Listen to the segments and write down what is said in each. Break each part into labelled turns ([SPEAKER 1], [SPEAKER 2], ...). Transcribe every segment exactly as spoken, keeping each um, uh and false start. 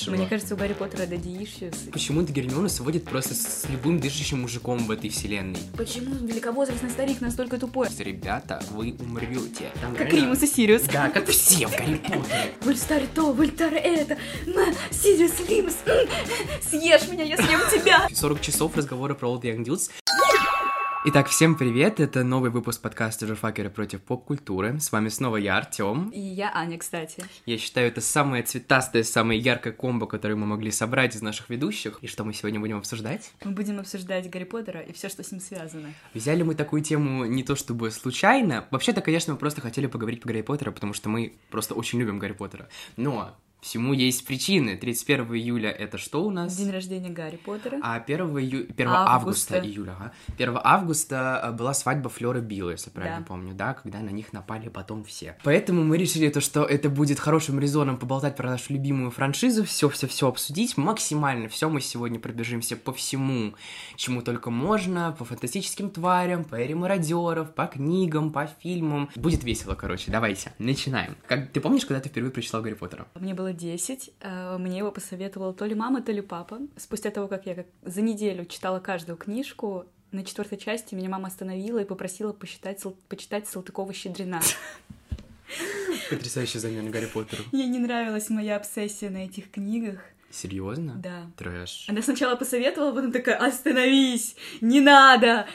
[SPEAKER 1] лучшего.
[SPEAKER 2] Мне кажется, у Гарри Поттера daddy issues.
[SPEAKER 1] Почему-то Гермиона сводит просто с любым дышащим мужиком в этой вселенной.
[SPEAKER 2] Почему великовозрастный старик настолько тупой?
[SPEAKER 1] Ребята, вы умрете. Там
[SPEAKER 2] Как
[SPEAKER 1] реально...
[SPEAKER 2] Римус и Сириус.
[SPEAKER 1] Да, как все в Гарри Поттере.
[SPEAKER 2] Вольстаре то, Вольтаре это, на, Сириус, Римус, съешь меня, я съем тебя.
[SPEAKER 1] сорок часов разговора про Old Young Dudes. Итак, всем привет, это новый выпуск подкаста «Журфакеры против поп-культуры». С вами снова я, Артём.
[SPEAKER 2] И я Аня, кстати.
[SPEAKER 1] Я считаю, это самая цветастая, самая яркая комбо, которую мы могли собрать из наших ведущих. И что мы сегодня будем обсуждать?
[SPEAKER 2] Мы будем обсуждать Гарри Поттера и все, что с ним связано.
[SPEAKER 1] Взяли мы такую тему не то чтобы случайно. Вообще-то, конечно, мы просто хотели поговорить про Гарри Поттера, потому что мы просто очень любим Гарри Поттера. Но... всему есть причины. тридцать первого июля это что у нас?
[SPEAKER 2] День рождения Гарри Поттера.
[SPEAKER 1] А первого, ию... первого августа. августа июля, ага. первого августа была свадьба Флёр и Билла, если правильно
[SPEAKER 2] да.
[SPEAKER 1] помню, да, когда на них напали потом все. Поэтому мы решили, то, что это будет хорошим резоном поболтать про нашу любимую франшизу, все-все-все обсудить максимально. Все мы сегодня пробежимся по всему, чему только можно, по фантастическим тварям, по эре мародеров, по книгам, по фильмам. Будет весело, короче. Давайте, начинаем. Как... Ты помнишь, когда ты впервые прочитал Гарри Поттера?
[SPEAKER 2] Мне было десять, мне его посоветовала то ли мама, то ли папа. Спустя того, как я за неделю читала каждую книжку, на четвертой части меня мама остановила и попросила посчитать, почитать Салтыкова-Щедрина.
[SPEAKER 1] Потрясающий замен Гарри Поттеру.
[SPEAKER 2] Ей не нравилась моя обсессия на этих книгах.
[SPEAKER 1] Серьезно?
[SPEAKER 2] Да.
[SPEAKER 1] Трэш.
[SPEAKER 2] Она сначала посоветовала, потом такая: остановись, не надо.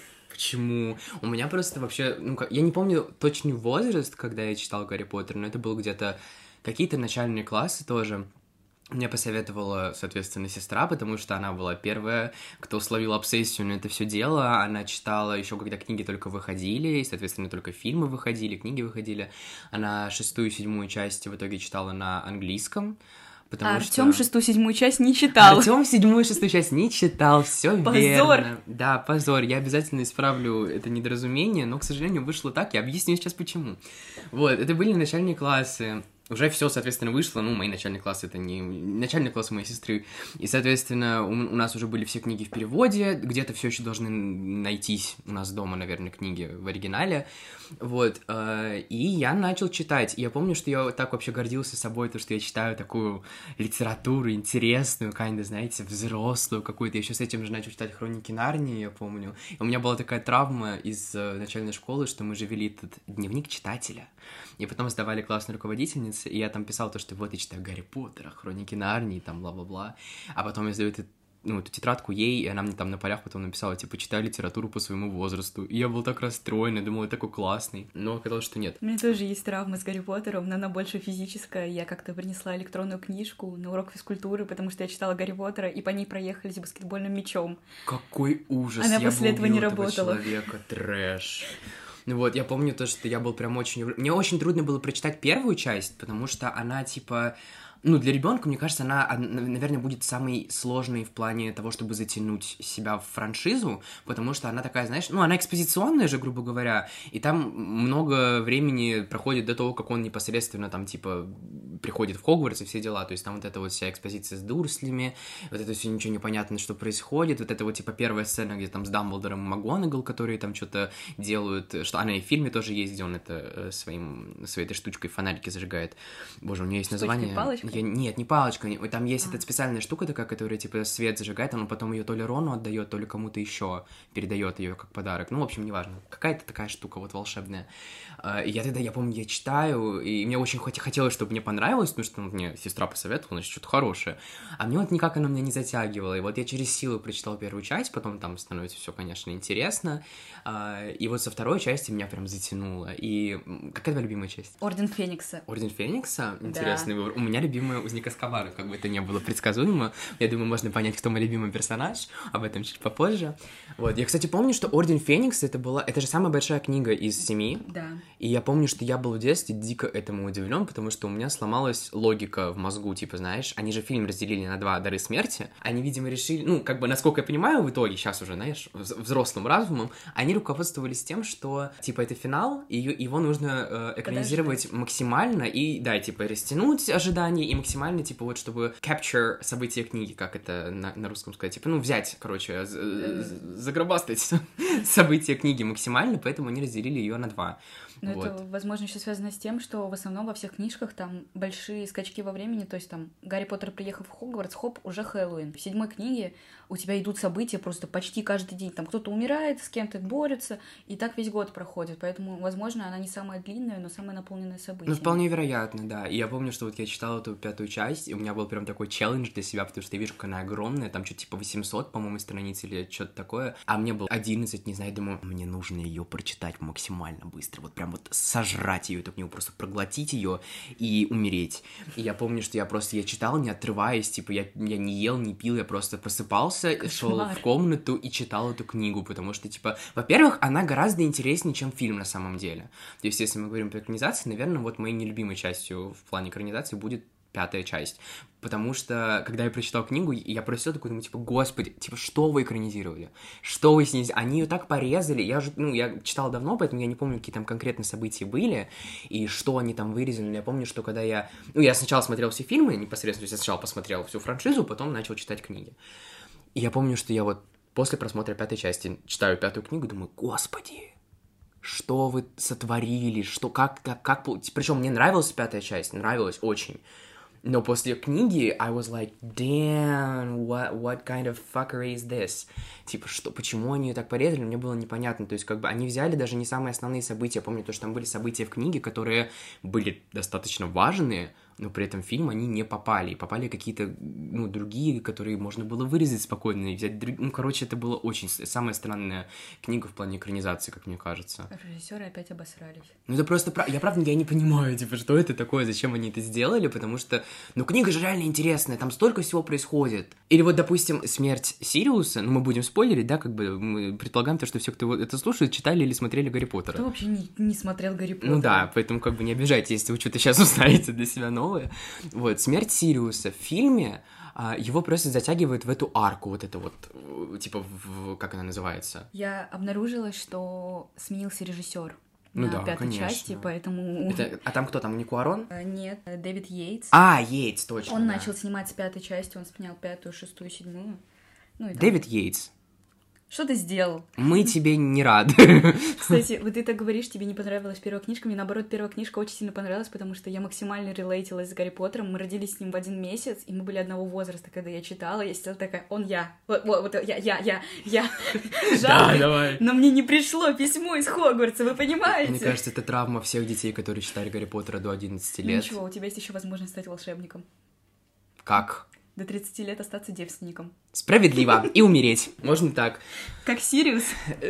[SPEAKER 1] Почему? У меня просто вообще, ну как, я не помню точный возраст, когда я читал Гарри Поттер, но это был где-то какие-то начальные классы тоже. Мне посоветовала, соответственно, сестра, потому что она была первая, кто словил обсессию на это все дело. Она читала еще, когда книги только выходили, и, соответственно, только фильмы выходили, книги выходили. Она шестую и седьмую части в итоге читала на английском. Потому
[SPEAKER 2] а
[SPEAKER 1] что...
[SPEAKER 2] Артём шестую-седьмую часть не читал.
[SPEAKER 1] Артём седьмую и шестую часть не читал, все
[SPEAKER 2] позор.
[SPEAKER 1] Верно. Да, позор. Я обязательно исправлю это недоразумение, но, к сожалению, вышло так. Я объясню сейчас почему. Вот, это были начальные классы. Уже все, соответственно, вышло, ну, мои начальные классы, это не начальные классы моей сестры, и, соответственно, у, у нас уже были все книги в переводе, где-то все еще должны найтись у нас дома, наверное, книги в оригинале, вот, э, и я начал читать, я помню, что я так вообще гордился собой, то, что я читаю такую литературу интересную, kinda, знаете, взрослую какую-то, я еще с этим же начал читать «Хроники Нарнии», я помню, и у меня была такая травма из э, начальной школы, что мы же вели этот дневник читателя, и потом сдавали классную руководительницу, и я там писал то, что вот я читаю Гарри Поттера, Хроники Нарнии, там бла-бла-бла, а потом я сдаю эту, ну, эту тетрадку ей, и она мне там на полях потом написала, типа, читай литературу по своему возрасту, и я был так расстроен, я думал, я такой классный, но оказалось, что нет.
[SPEAKER 2] У меня тоже есть травма с Гарри Поттером, но она больше физическая. Я как-то принесла электронную книжку на урок физкультуры, потому что я читала Гарри Поттера, и по ней проехались баскетбольным мячом.
[SPEAKER 1] Какой ужас,
[SPEAKER 2] она
[SPEAKER 1] я
[SPEAKER 2] после этого не работала.
[SPEAKER 1] Человека, трэш. Ну вот, я помню то, что я был прям очень... Мне очень трудно было прочитать первую часть, потому что она, типа... Ну, для ребенка, мне кажется, она, наверное, будет самой сложной в плане того, чтобы затянуть себя в франшизу, потому что она такая, знаешь, ну, она экспозиционная же, грубо говоря, и там много времени проходит до того, как он непосредственно там, типа, приходит в Хогвартс и все дела, то есть там вот эта вот вся экспозиция с Дурслями, вот это все ничего не понятно, что происходит, вот это вот, типа, первая сцена, где там с Дамблдором и МакГонагал, которые там что-то делают, что она и в фильме тоже есть, где он это своим, своей этой штучкой фонарики зажигает. Боже, у нее есть название...
[SPEAKER 2] Палочкой?
[SPEAKER 1] Я... Нет, не палочка, там есть а. эта специальная штука такая, которая, типа, свет зажигает, он потом ее то ли Рону отдает, то ли кому-то еще передает ее как подарок. Ну, в общем, неважно. Какая-то такая штука вот волшебная. И я тогда, я помню, я читаю, и мне очень хотелось, чтобы мне понравилось, потому что ну, мне сестра посоветовала, значит, что-то хорошее. А мне вот никак оно меня не затягивало. И вот я через силу прочитал первую часть, потом там становится все, конечно, интересно. И вот со второй части меня прям затянуло. И какая твоя любимая часть?
[SPEAKER 2] Орден Феникса.
[SPEAKER 1] Орден Феникса? Интересный
[SPEAKER 2] да.
[SPEAKER 1] выбор. У меня любимый Узник Азкабана, как бы это не было предсказуемо. Я думаю, можно понять, кто мой любимый персонаж. Об этом чуть попозже. Вот. Я, кстати, помню, что Орден Феникса это была... Это же самая большая книга из семи.
[SPEAKER 2] Да.
[SPEAKER 1] И я помню, что я был в детстве дико этому удивлен, потому что у меня сломалась логика в мозгу, типа, знаешь, они же фильм разделили на два «Дары смерти», они, видимо, решили, ну, как бы, насколько я понимаю, в итоге, сейчас уже, знаешь, взрослым разумом, они руководствовались тем, что, типа, это финал, и его нужно э, экранизировать Подожди. максимально, и, да, типа, растянуть ожидания, и максимально, типа, вот, чтобы capture события книги, как это на, на русском сказать, типа, ну, взять, короче, загробастать события книги максимально, поэтому они разделили ее на два.
[SPEAKER 2] Но
[SPEAKER 1] вот.
[SPEAKER 2] это, возможно, еще связано с тем, что в основном во всех книжках там большие скачки во времени, то есть там Гарри Поттер приехал в Хогвартс, хоп, уже Хэллоуин. В седьмой книге у тебя идут события просто почти каждый день. Там кто-то умирает, с кем-то борется, и так весь год проходит. Поэтому, возможно, она не самая длинная, но самая наполненная событиями.
[SPEAKER 1] Ну, вполне вероятно, да. И я помню, что вот я читал эту пятую часть, и у меня был прям такой челлендж для себя, потому что я вижу, как она огромная, там что-то типа восемьсот, по-моему, страниц или что-то такое. А мне было одиннадцать, не знаю, думаю, мне нужно ее прочитать максимально быстро. Вот прям вот сожрать ее, эту книгу, просто проглотить ее и умереть. И я помню, что я просто, я читал, не отрываясь, типа, я, я не ел, не пил, я просто просыпался, шел в комнату и читал эту книгу, потому что, типа, во-первых, она гораздо интереснее, чем фильм на самом деле. То есть, если мы говорим про экранизации, наверное, вот моей нелюбимой частью в плане экранизации будет пятая часть, потому что, когда я прочитал книгу, я прочитал такой, думаю, типа, господи, типа, что вы экранизировали? Что вы с ней... Они ее так порезали, я же, ну, я читал давно, поэтому я не помню, какие там конкретно события были, и что они там вырезали, но я помню, что когда я... Ну, я сначала смотрел все фильмы непосредственно, то есть я сначала посмотрел всю франшизу, потом начал читать книги. И я помню, что я вот после просмотра пятой части читаю пятую книгу, думаю, господи, что вы сотворили, что, как, как, как... Причем мне нравилась пятая часть, нравилась очень. Но после книги I was like, damn, what, what kind of fuckery is this? Типа, что, почему они ее так порезали, мне было непонятно. То есть, как бы, они взяли даже не самые основные события. Я помню, то, что там были события в книге, которые были достаточно важные, но при этом в фильм они не попали. И попали какие-то, ну, другие, которые можно было вырезать спокойно и взять друг... Ну, короче, это была очень самая странная книга в плане экранизации, как мне кажется.
[SPEAKER 2] Режиссеры опять обосрались.
[SPEAKER 1] Ну, это просто... Я, правда, я не понимаю, типа, что это такое, зачем они это сделали, потому что, ну, книга же реально интересная, там столько всего происходит. Или вот, допустим, смерть Сириуса, ну, мы будем спойлерить, да, как бы, мы предполагаем то, что все, кто это слушает, читали или смотрели Гарри Поттера.
[SPEAKER 2] Кто вообще не, не смотрел Гарри Поттера?
[SPEAKER 1] Ну да, поэтому, как бы, не обижайте, если вы что-то сейчас узнаете для себя новое. Вот, смерть Сириуса в фильме, его просто затягивают в эту арку, вот это вот, типа, в, как она называется?
[SPEAKER 2] Я обнаружила, что сменился режиссер.
[SPEAKER 1] Ну
[SPEAKER 2] на
[SPEAKER 1] да,
[SPEAKER 2] пятой
[SPEAKER 1] конечно.
[SPEAKER 2] части, поэтому...
[SPEAKER 1] Это, а там кто там, не Куарон?
[SPEAKER 2] Нет, Дэвид Йейтс.
[SPEAKER 1] А, Йейтс, точно.
[SPEAKER 2] Он
[SPEAKER 1] да.
[SPEAKER 2] начал снимать с пятой части, он снял пятую, шестую, седьмую. Ну, и там...
[SPEAKER 1] Дэвид Йейтс.
[SPEAKER 2] Что ты сделал?
[SPEAKER 1] Мы тебе не рады.
[SPEAKER 2] Кстати, вот ты так говоришь, тебе не понравилась первая книжка. Мне, наоборот, первая книжка очень сильно понравилась, потому что я максимально релейтилась с Гарри Поттером. Мы родились с ним в один месяц, и мы были одного возраста, когда я читала. Я сидела такая, он я. Вот, вот, вот я, я, я, я.
[SPEAKER 1] Да, давай.
[SPEAKER 2] Но мне не пришло письмо из Хогвартса, вы понимаете?
[SPEAKER 1] Мне кажется, это травма всех детей, которые читали Гарри Поттера до одиннадцати лет.
[SPEAKER 2] Ничего, у тебя есть еще возможность стать волшебником.
[SPEAKER 1] Как?
[SPEAKER 2] До тридцати лет остаться девственником.
[SPEAKER 1] Справедливо. И умереть. Можно так.
[SPEAKER 2] Как Сириус.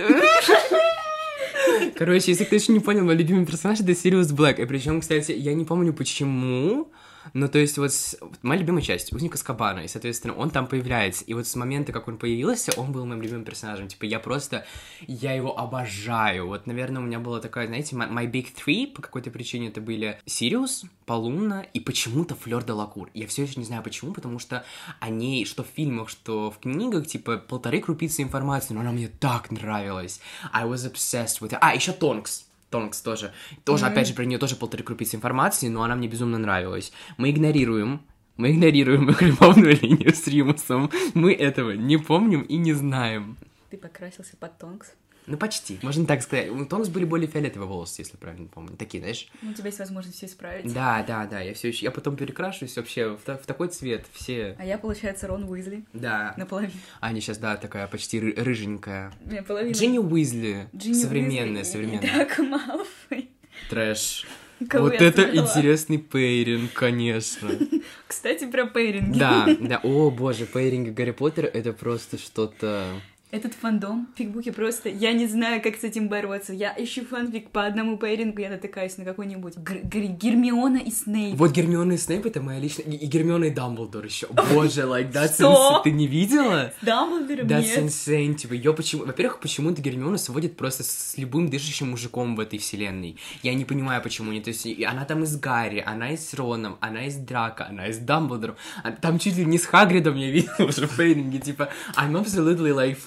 [SPEAKER 1] Короче, если кто еще не понял, мой любимый персонаж — это Сириус Блэк. И причем, кстати, я не помню почему, но то есть вот с... моя любимая часть — Узник Азкабана, и, соответственно, он там появляется. И вот с момента, как он появился, он был моим любимым персонажем. Типа, я просто... Я его обожаю. Вот, наверное, у меня была такая, знаете, my big three, по какой-то причине это были Сириус, Полумна и почему-то Флёр де Лакур. Я все еще не знаю почему, потому что о ней, что в фильмах, что в книгах, типа, полторы крупицы информации, но она мне так нравилась. I was obsessed with it. А, еще Тонкс. Тонкс тоже. Тоже, mm-hmm. опять же, про нее тоже полторы крупицы информации, но она мне безумно нравилась. Мы игнорируем, мы игнорируем их любовную линию с Римусом. Мы этого не помним и не знаем.
[SPEAKER 2] Ты покрасился под Тонкс?
[SPEAKER 1] Ну, почти. Можно так сказать. У Тонкс были более фиолетовые волосы, если правильно помню. Такие, знаешь?
[SPEAKER 2] Ну, у тебя есть возможность все исправить.
[SPEAKER 1] Да, да, да. Я все еще... Я потом перекрашусь вообще в, в такой цвет. Все...
[SPEAKER 2] А я, получается, Рон Уизли.
[SPEAKER 1] Да.
[SPEAKER 2] Наполовину.
[SPEAKER 1] Аня сейчас, да, такая почти ры- рыженькая.
[SPEAKER 2] Я половина.
[SPEAKER 1] Джинни Уизли.
[SPEAKER 2] Джинни
[SPEAKER 1] современная,
[SPEAKER 2] Уизли.
[SPEAKER 1] современная.
[SPEAKER 2] Драко Малфой.
[SPEAKER 1] Трэш.
[SPEAKER 2] Кого
[SPEAKER 1] вот
[SPEAKER 2] я
[SPEAKER 1] это
[SPEAKER 2] отвела?
[SPEAKER 1] интересный пейринг, конечно.
[SPEAKER 2] Кстати, про пейринги.
[SPEAKER 1] Да, да. О, боже, пейринг Гарри Поттера — это просто что-то...
[SPEAKER 2] Этот фандом в фигбуке просто... Я не знаю, как с этим бороться. Я ищу фанфик по одному пейрингу, я натыкаюсь на какой-нибудь Гр- Гр- Гермиона и Снейп.
[SPEAKER 1] Вот Гермиона и Снейп — это моя личная... И Гермиона и Дамблдор еще. Боже, like, that's
[SPEAKER 2] Что?
[SPEAKER 1] insane. Ты не видела?
[SPEAKER 2] С Дамблдором
[SPEAKER 1] That's
[SPEAKER 2] нет.
[SPEAKER 1] insane. Типа, её почему... Во-первых, почему-то Гермиона сводит просто с любым дышащим мужиком в этой вселенной. Я не понимаю, почему не. То есть, и она там и с Гарри, она и с Роном, она и с Драко, она и с Дамблдором. А там чуть ли не с Хагридом я видела уже в пейринге. Типа, I'm absolutely, like,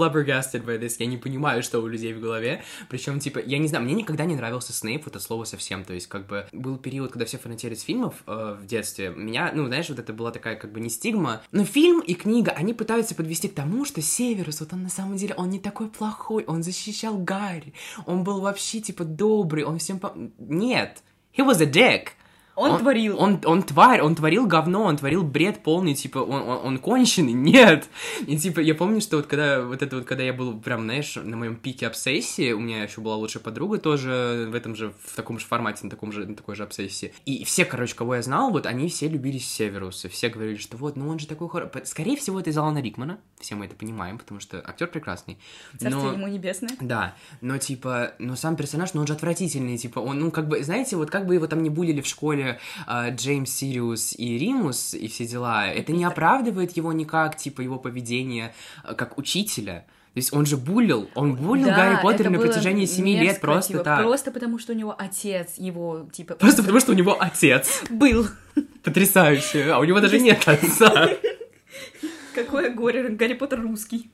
[SPEAKER 1] flabbergasted by this, я не понимаю, что у людей в голове, причем, типа, я не знаю, мне никогда не нравился Снейп, это слово совсем, то есть, как бы, был период, когда все фанатели с фильмов э, в детстве, меня, ну, знаешь, вот это была такая, как бы, не стигма, но фильм и книга, они пытаются подвести к тому, что Северус, вот он на самом деле, он не такой плохой, он защищал Гарри, он был вообще, типа, добрый, он всем... По... Нет, he was a dick.
[SPEAKER 2] Он, он творил.
[SPEAKER 1] Он, он тварь, он творил говно, он творил бред полный, типа, он, он, он конченый, нет. И, типа, я помню, что вот когда, вот это вот, когда я был прям, знаешь, на моем пике обсессии, у меня еще была лучшая подруга тоже в этом же, в таком же формате, на, таком же, на такой же обсессии. И все, короче, кого я знал, вот, они все любили Северуса, все говорили, что вот, ну он же такой хороший. Скорее всего, это из Алана Рикмана, все мы это понимаем, потому что актер прекрасный.
[SPEAKER 2] Царствие ему небесное.
[SPEAKER 1] Да, но, типа, но сам персонаж, ну он же отвратительный, типа, он, ну, как бы, знаете, вот как бы его там не булили в школе, Джеймс, Сириус и Римус и все дела, это не оправдывает его никак, типа, его поведение как учителя. То есть он же буллил, он буллил да, Гарри Поттера на протяжении семи лет просто
[SPEAKER 2] типа,
[SPEAKER 1] так.
[SPEAKER 2] Просто потому, что у него отец его, типа...
[SPEAKER 1] Просто потому, что у него отец.
[SPEAKER 2] Был.
[SPEAKER 1] Потрясающе. А у него даже нет отца.
[SPEAKER 2] Какое горе, Гарри Поттер русский.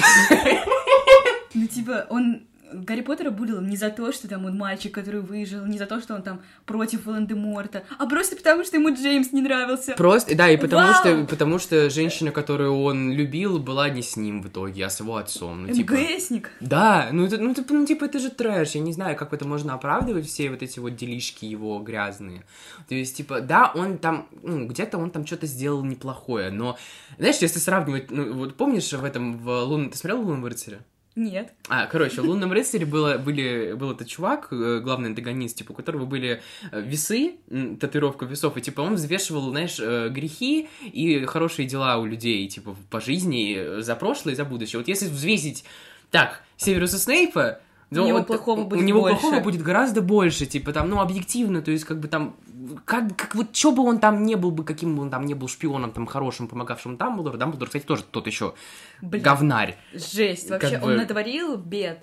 [SPEAKER 2] Ну, типа, он... Гарри Поттера булил не за то, что там он мальчик, который выжил, не за то, что он там против Волан-де-Морта, а просто потому, что ему Джеймс не нравился.
[SPEAKER 1] Просто, да, и потому
[SPEAKER 2] Вау!
[SPEAKER 1] что, потому что женщина, которую он любил, была не с ним в итоге, а с его отцом. Ну, типа...
[SPEAKER 2] МГСник.
[SPEAKER 1] Да, ну, это, ну, это, ну, типа, это же трэш, я не знаю, как это можно оправдывать, все вот эти вот делишки его грязные. То есть, типа, да, он там, ну, где-то он там что-то сделал неплохое, но, знаешь, если сравнивать, ну, вот помнишь в этом, в Лун... Ты смотрел «Лунного рыцаря»?
[SPEAKER 2] Нет.
[SPEAKER 1] А, короче, в «Лунном рыцаре» было, были, был этот чувак, главный антагонист, типа, у которого были весы, татуировка весов, и, типа, он взвешивал, знаешь, грехи и хорошие дела у людей, типа, по жизни, за прошлое и за будущее. Вот если взвесить, так, Северуса Снейпа,
[SPEAKER 2] у него
[SPEAKER 1] вот,
[SPEAKER 2] плохого будет
[SPEAKER 1] у него
[SPEAKER 2] больше.
[SPEAKER 1] плохого будет гораздо больше, типа, там, ну, объективно, то есть, как бы там, как, как вот, что бы он там не был бы, каким бы он там не был шпионом, там, хорошим, помогавшим Дамблдору, Дамблдор, кстати, тоже тот еще говнарь.
[SPEAKER 2] Жесть, вообще,
[SPEAKER 1] как
[SPEAKER 2] он
[SPEAKER 1] бы...
[SPEAKER 2] натворил бед.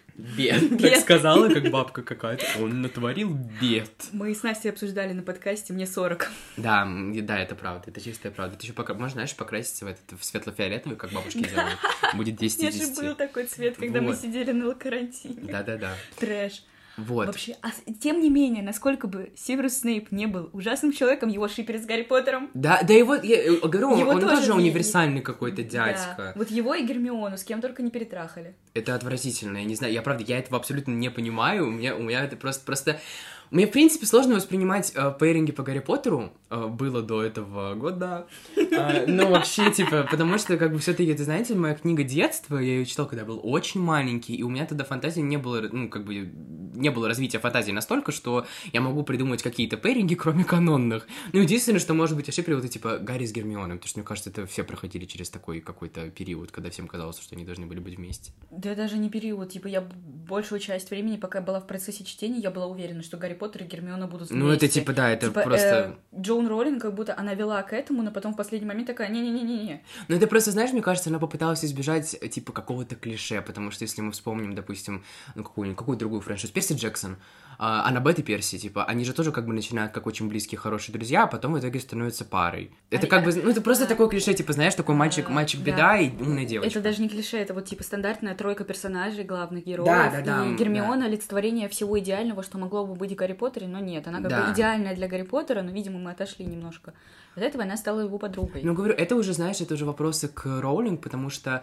[SPEAKER 1] Бед, так сказала, как бабка какая-то. Он натворил бед.
[SPEAKER 2] Мы с Настей обсуждали на подкасте «Мне сорок».
[SPEAKER 1] Да, да, это правда, это чистая правда. Ты еще покра... можешь, знаешь, покраситься в этот в светло-фиолетовый, как бабушки делают. Будет десять из десяти.
[SPEAKER 2] У меня же был такой цвет, когда вот. Мы сидели на карантине.
[SPEAKER 1] Да-да-да.
[SPEAKER 2] Трэш.
[SPEAKER 1] Вот.
[SPEAKER 2] Вообще, а тем не менее, насколько бы Северус Снейп не был ужасным человеком, его шиперят с Гарри Поттером.
[SPEAKER 1] Да, да его, я говорю,
[SPEAKER 2] его
[SPEAKER 1] он
[SPEAKER 2] тоже,
[SPEAKER 1] тоже универсальный какой-то дядька.
[SPEAKER 2] Да. Вот его и Гермиону с кем только не перетрахали.
[SPEAKER 1] Это отвратительно, я не знаю, я правда, я этого абсолютно не понимаю, у меня, у меня это просто, просто... Мне, в принципе, сложно воспринимать э, пейринги по Гарри Поттеру, э, было до этого года, э, но вообще, типа, потому что, как бы, все-таки, это, знаете, моя книга детства, я ее читал, когда я был очень маленький, и у меня тогда фантазии не было, ну, как бы, не было развития фантазии настолько, что я могу придумать какие-то пейринги, кроме канонных. Ну, единственное, что, может быть, ошибки, вот это, типа, Гарри с Гермионой, потому что, мне кажется, это все проходили через такой какой-то период, когда всем казалось, что они должны были быть вместе.
[SPEAKER 2] Да даже не период, типа, я большую часть времени, пока я была в процессе чтения, я была уверена, что Гарри Поттер и Гермиона будут вместе.
[SPEAKER 1] Ну, это типа, да, это
[SPEAKER 2] типа,
[SPEAKER 1] просто...
[SPEAKER 2] Э, Джоан Роулинг как будто она вела к этому, но потом в последний момент такая, не-не-не-не-не.
[SPEAKER 1] Ну, это просто, знаешь, мне кажется, она попыталась избежать, типа, какого-то клише, потому что если мы вспомним, допустим, ну, какую-нибудь, какую другую франшизу, Перси Джексон, а, Аннабет и Перси, типа, они же тоже как бы начинают как очень близкие, хорошие друзья, а потом в итоге становятся парой. Это а как я... бы, ну, это просто а... такое клише, типа, знаешь, такой мальчик, мальчик-беда да. и умная девочка.
[SPEAKER 2] Это даже не клише, это вот, типа, стандартная тройка персонажей, главных героев,
[SPEAKER 1] да, да, да,
[SPEAKER 2] и Гермиона
[SPEAKER 1] да.
[SPEAKER 2] олицетворение всего идеального, что могло бы быть в Гарри Поттере, но нет, она как да. бы идеальная для Гарри Поттера, но, видимо, мы отошли немножко. От этого она стала его подругой.
[SPEAKER 1] Ну, говорю, это уже, знаешь, это уже вопросы к Роулинг, потому что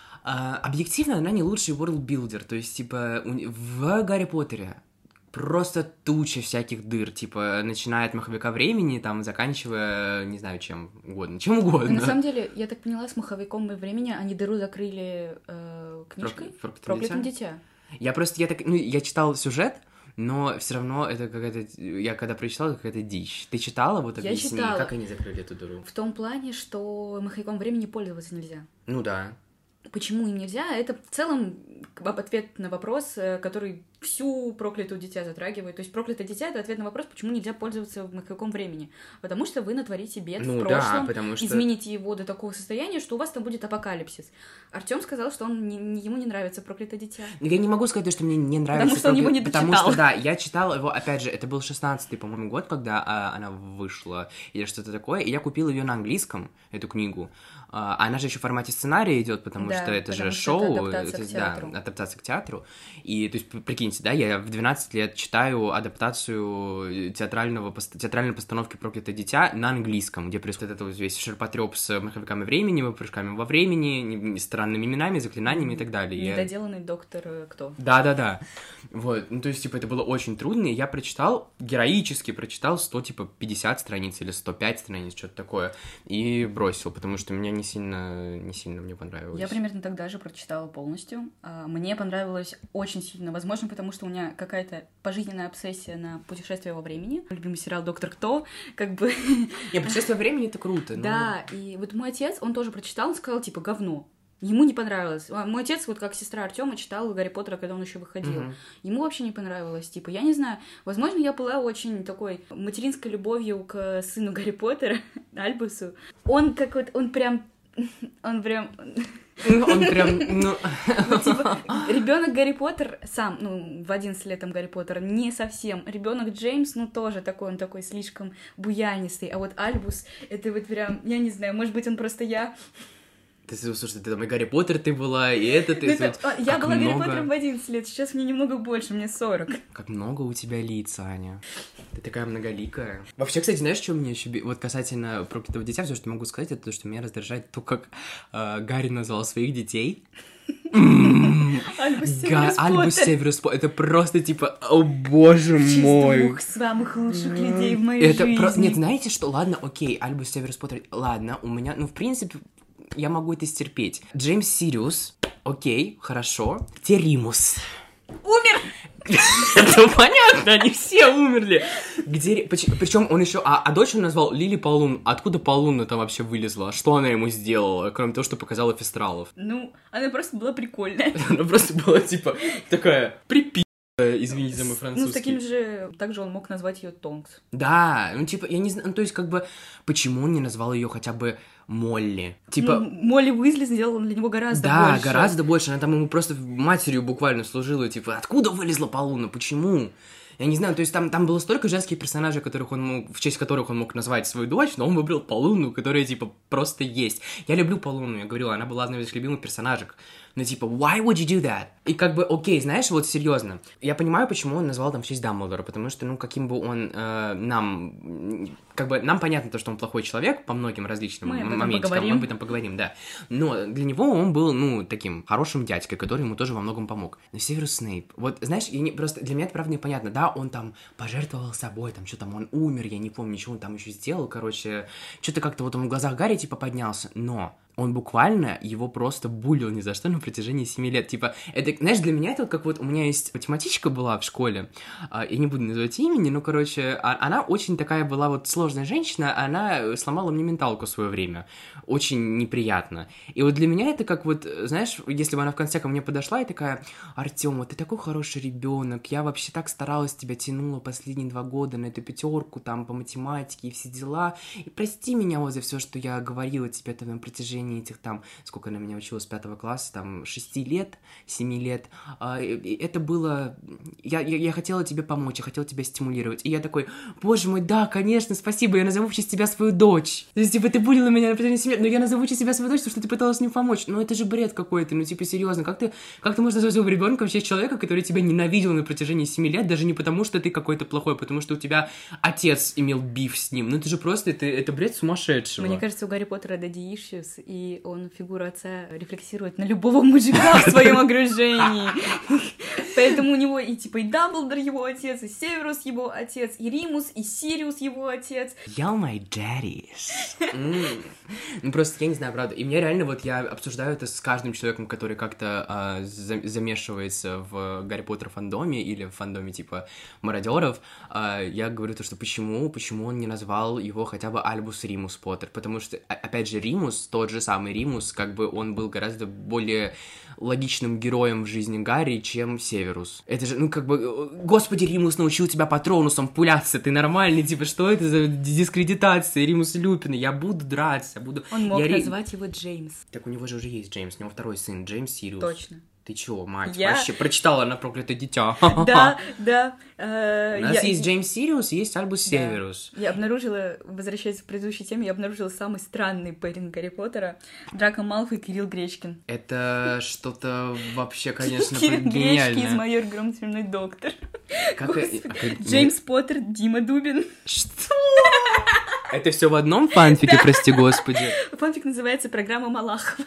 [SPEAKER 1] а, объективно она не лучший ворлдбилдер, то есть, типа, в Гарри Поттере просто туча всяких дыр, типа, начиная от маховика времени, там, заканчивая, не знаю, чем угодно, чем угодно.
[SPEAKER 2] На самом деле, я так поняла, с маховиком времени они дыру закрыли э, книжкой
[SPEAKER 1] Про...
[SPEAKER 2] «Проклятым дитя».
[SPEAKER 1] Я просто, я так, ну, я читал сюжет, но все равно это какая-то... Я когда прочитала, какая-то дичь. Ты читала? Вот объясни, я читала. Как они закрыли эту дыру?
[SPEAKER 2] В том плане, что маховиком времени пользоваться нельзя.
[SPEAKER 1] Ну да.
[SPEAKER 2] Почему им нельзя? Это в целом ответ на вопрос, который всю проклятую дитя затрагивает. То есть проклятое дитя — это ответ на вопрос, почему нельзя пользоваться в каком времени. Потому что вы натворите бед
[SPEAKER 1] ну,
[SPEAKER 2] в прошлом,
[SPEAKER 1] да, потому что...
[SPEAKER 2] измените его до такого состояния, что у вас там будет апокалипсис. Артём сказал, что он не, не, ему не нравится проклятое дитя.
[SPEAKER 1] Я не могу сказать, что мне не нравится.
[SPEAKER 2] Потому что он его не дочитал.
[SPEAKER 1] Потому что, да, я читал его, опять же, это был шестнадцатый, по-моему, год, когда а, она вышла, или что-то такое, и я купил ее на английском, эту книгу. А, она же еще в формате сценария идет, потому
[SPEAKER 2] да,
[SPEAKER 1] что это
[SPEAKER 2] потому
[SPEAKER 1] же
[SPEAKER 2] что
[SPEAKER 1] шоу,
[SPEAKER 2] это адаптация,
[SPEAKER 1] это,
[SPEAKER 2] к театру.
[SPEAKER 1] Да, адаптация к театру. И, то есть, прикиньте, да, я в двенадцать лет читаю адаптацию театрального, театральной постановки «Проклятое дитя» на английском, где происходит это весь ширпотреб с маховиками времени, прыжками во времени, странными именами, заклинаниями и так далее.
[SPEAKER 2] Недоделанный доктор кто?
[SPEAKER 1] Да-да-да. Вот, ну, то есть, типа, это было очень трудно, и я прочитал, героически прочитал сто, типа, пятьдесят страниц или сто пять страниц, что-то такое, и бросил, потому что меня не сильно, не сильно мне понравилось.
[SPEAKER 2] Я примерно тогда же прочитала полностью. Мне понравилось очень сильно, возможно, потому что у меня какая-то пожизненная обсессия на путешествие во времени. Любимый сериал «Доктор Кто», как бы...
[SPEAKER 1] Не, путешествие во времени — это круто. Но...
[SPEAKER 2] Да, и вот мой отец, он тоже прочитал, он сказал, типа, говно. Ему не понравилось. Мой отец, вот как сестра Артема, читал Гарри Поттера, когда он еще выходил. Uh-huh. Ему вообще не понравилось. Типа, я не знаю, возможно, я была очень такой материнской любовью к сыну Гарри Поттера, Альбусу. Он как вот, он прям, он прям...
[SPEAKER 1] Он прям, ну...
[SPEAKER 2] ну типа, ребенок Гарри Поттер сам, ну, в одиннадцать лет там Гарри Поттер, не совсем. Ребенок Джеймс, ну, тоже такой, он такой слишком буянистый. А вот Альбус, это вот прям, я не знаю, может быть, он просто я...
[SPEAKER 1] Ты, слушай, ты там и Гарри Поттер ты была, и это ты...
[SPEAKER 2] Это, вот, я была
[SPEAKER 1] много...
[SPEAKER 2] Гарри Поттером в одиннадцать лет, сейчас мне немного больше, мне сорок.
[SPEAKER 1] Как много у тебя лиц, Аня. Ты такая многоликая. Вообще, кстати, знаешь, что мне еще... Вот кассательно проклятого дитя, все, что могу сказать, это то, что меня раздражает то, как э, Гарри назвал своих детей.
[SPEAKER 2] Альбус Северус Поттер.
[SPEAKER 1] Альбус Северус Поттер. Это просто типа, о боже мой.
[SPEAKER 2] Двух самых лучших людей в моей
[SPEAKER 1] это
[SPEAKER 2] жизни.
[SPEAKER 1] Про... Нет, знаете что? Ладно, окей, Альбус Северус Поттер. Ладно, у меня, ну, в принципе, я могу это стерпеть. Джеймс Сириус. Окей, хорошо. Где Римус?
[SPEAKER 2] Умер!
[SPEAKER 1] Это понятно, они все умерли. Где... Причем он еще... А, а дочь он назвал Лили Полун. Откуда Полуна там вообще вылезла? Что она ему сделала, кроме того, что показала Фестралов?
[SPEAKER 2] Ну, она просто была прикольная.
[SPEAKER 1] Она просто была, типа, такая припи... Извините за мой французский.
[SPEAKER 2] Ну, с таким же... Также он мог назвать ее Тонкс.
[SPEAKER 1] Да, ну, типа, я не знаю... Ну, то есть, как бы... Почему он не назвал ее хотя бы Молли? Типа...
[SPEAKER 2] Ну, Молли Уизли сделала для него гораздо
[SPEAKER 1] да,
[SPEAKER 2] больше.
[SPEAKER 1] Да, гораздо больше. Она там ему просто матерью буквально служила. Типа, откуда вылезла Полуна? Почему? Я не знаю, то есть там, там было столько женских персонажей, которых он мог, в честь которых он мог назвать свою дочь, но он выбрал Полуну, которая, типа, просто есть. Я люблю Полуну, я говорила, она была одной из любимых персонажек. Но, типа, why would you do that? И как бы, окей, знаешь, вот серьезно, я понимаю, почему он назвал там в честь Дамблдора, потому что, ну, каким бы он э, нам... Как бы, нам понятно то, что он плохой человек по многим различным
[SPEAKER 2] мы
[SPEAKER 1] моментикам, мы об этом поговорим, да. Но для него он был, ну, таким хорошим дядькой, который ему тоже во многом помог. Но Северус Снейп, вот, знаешь, я не, просто для меня это правда непонятно, да, он там пожертвовал собой, там, что там, он умер, я не помню, что он там еще сделал, короче, что-то как-то вот он в глазах Гарри, типа, поднялся, но... Он буквально его просто булил ни за что на протяжении семи лет. Типа, это, знаешь, для меня это вот как вот у меня есть математичка была в школе, я не буду называть имени, но, короче, она очень такая была вот сложная женщина, она сломала мне менталку в свое время. Очень неприятно. И вот для меня это как вот, знаешь, если бы она в конце ко мне подошла и такая: Артём, вот ты такой хороший ребенок, я вообще так старалась, тебя тянула последние два года на эту пятерку там по математике и все дела, и прости меня вот за все, что я говорила тебе на протяжении этих там, сколько она меня учила с пятого класса, там, шести лет, семи лет, это было, я, я, я хотела тебе помочь, я хотела тебя стимулировать, и я такой: боже мой, да, конечно, спасибо, я назову в честь тебя свою дочь, то есть, типа, ты булила меня на протяжении семи лет, но я назову в честь тебя свою дочь, потому что ты пыталась мне помочь, ну, это же бред какой-то, ну, типа, серьезно, как ты, как ты можешь назвать своего ребенка в честь человека, который тебя ненавидел на протяжении семи лет, даже не потому, что ты какой-то плохой, а потому что у тебя отец имел биф с ним, ну, это же просто, это, это бред сумасшедшего.
[SPEAKER 2] Мне кажется, у Гарри Поттера daddy issues, и он фигуру отца рефлексирует на любого мужика в своем окружении. Поэтому у него и типа и Дамблдор его отец, и Северус его отец, и Римус, и Сириус его отец.
[SPEAKER 1] Y'all my daddies. Mm. Ну просто я не знаю, правда. И мне реально вот я обсуждаю это с каждым человеком, который как-то а, за- замешивается в Гарри Поттер фандоме или в фандоме типа мародеров. А, я говорю то, что почему, почему он не назвал его хотя бы Альбус Римус Поттер, потому что, опять же, Римус, тот же самый Римус, как бы он был гораздо более логичным героем в жизни Гарри, чем Северус. Северус. Это же, ну, как бы, господи, Римус научил тебя патронусом пуляться, ты нормальный, типа, что это за дискредитация, Римус Люпин, я буду драться, буду...
[SPEAKER 2] Он мог
[SPEAKER 1] я...
[SPEAKER 2] назвать его Джеймс.
[SPEAKER 1] Так у него же уже есть Джеймс, у него второй сын, Джеймс Сириус.
[SPEAKER 2] Точно.
[SPEAKER 1] Ты чего, мать,
[SPEAKER 2] я...
[SPEAKER 1] вообще прочитала на проклятое дитя.
[SPEAKER 2] Да, да. Э,
[SPEAKER 1] У нас
[SPEAKER 2] я...
[SPEAKER 1] есть Джеймс Сириус, есть Альбус
[SPEAKER 2] да.
[SPEAKER 1] Северус.
[SPEAKER 2] Я обнаружила, возвращаясь к предыдущей теме, я обнаружила самый странный пэринг Гарри Поттера. Драко Малфой и Кирилл Гречкин.
[SPEAKER 1] Это что-то вообще, конечно,
[SPEAKER 2] Кирилл
[SPEAKER 1] гениальное.
[SPEAKER 2] Гречкин из «Майор Гром, темный доктор».
[SPEAKER 1] Как...
[SPEAKER 2] Джеймс Поттер, Дима Дубин.
[SPEAKER 1] Что? Это все в одном фанфике, прости господи?
[SPEAKER 2] Фанфик называется «Программа Малахова».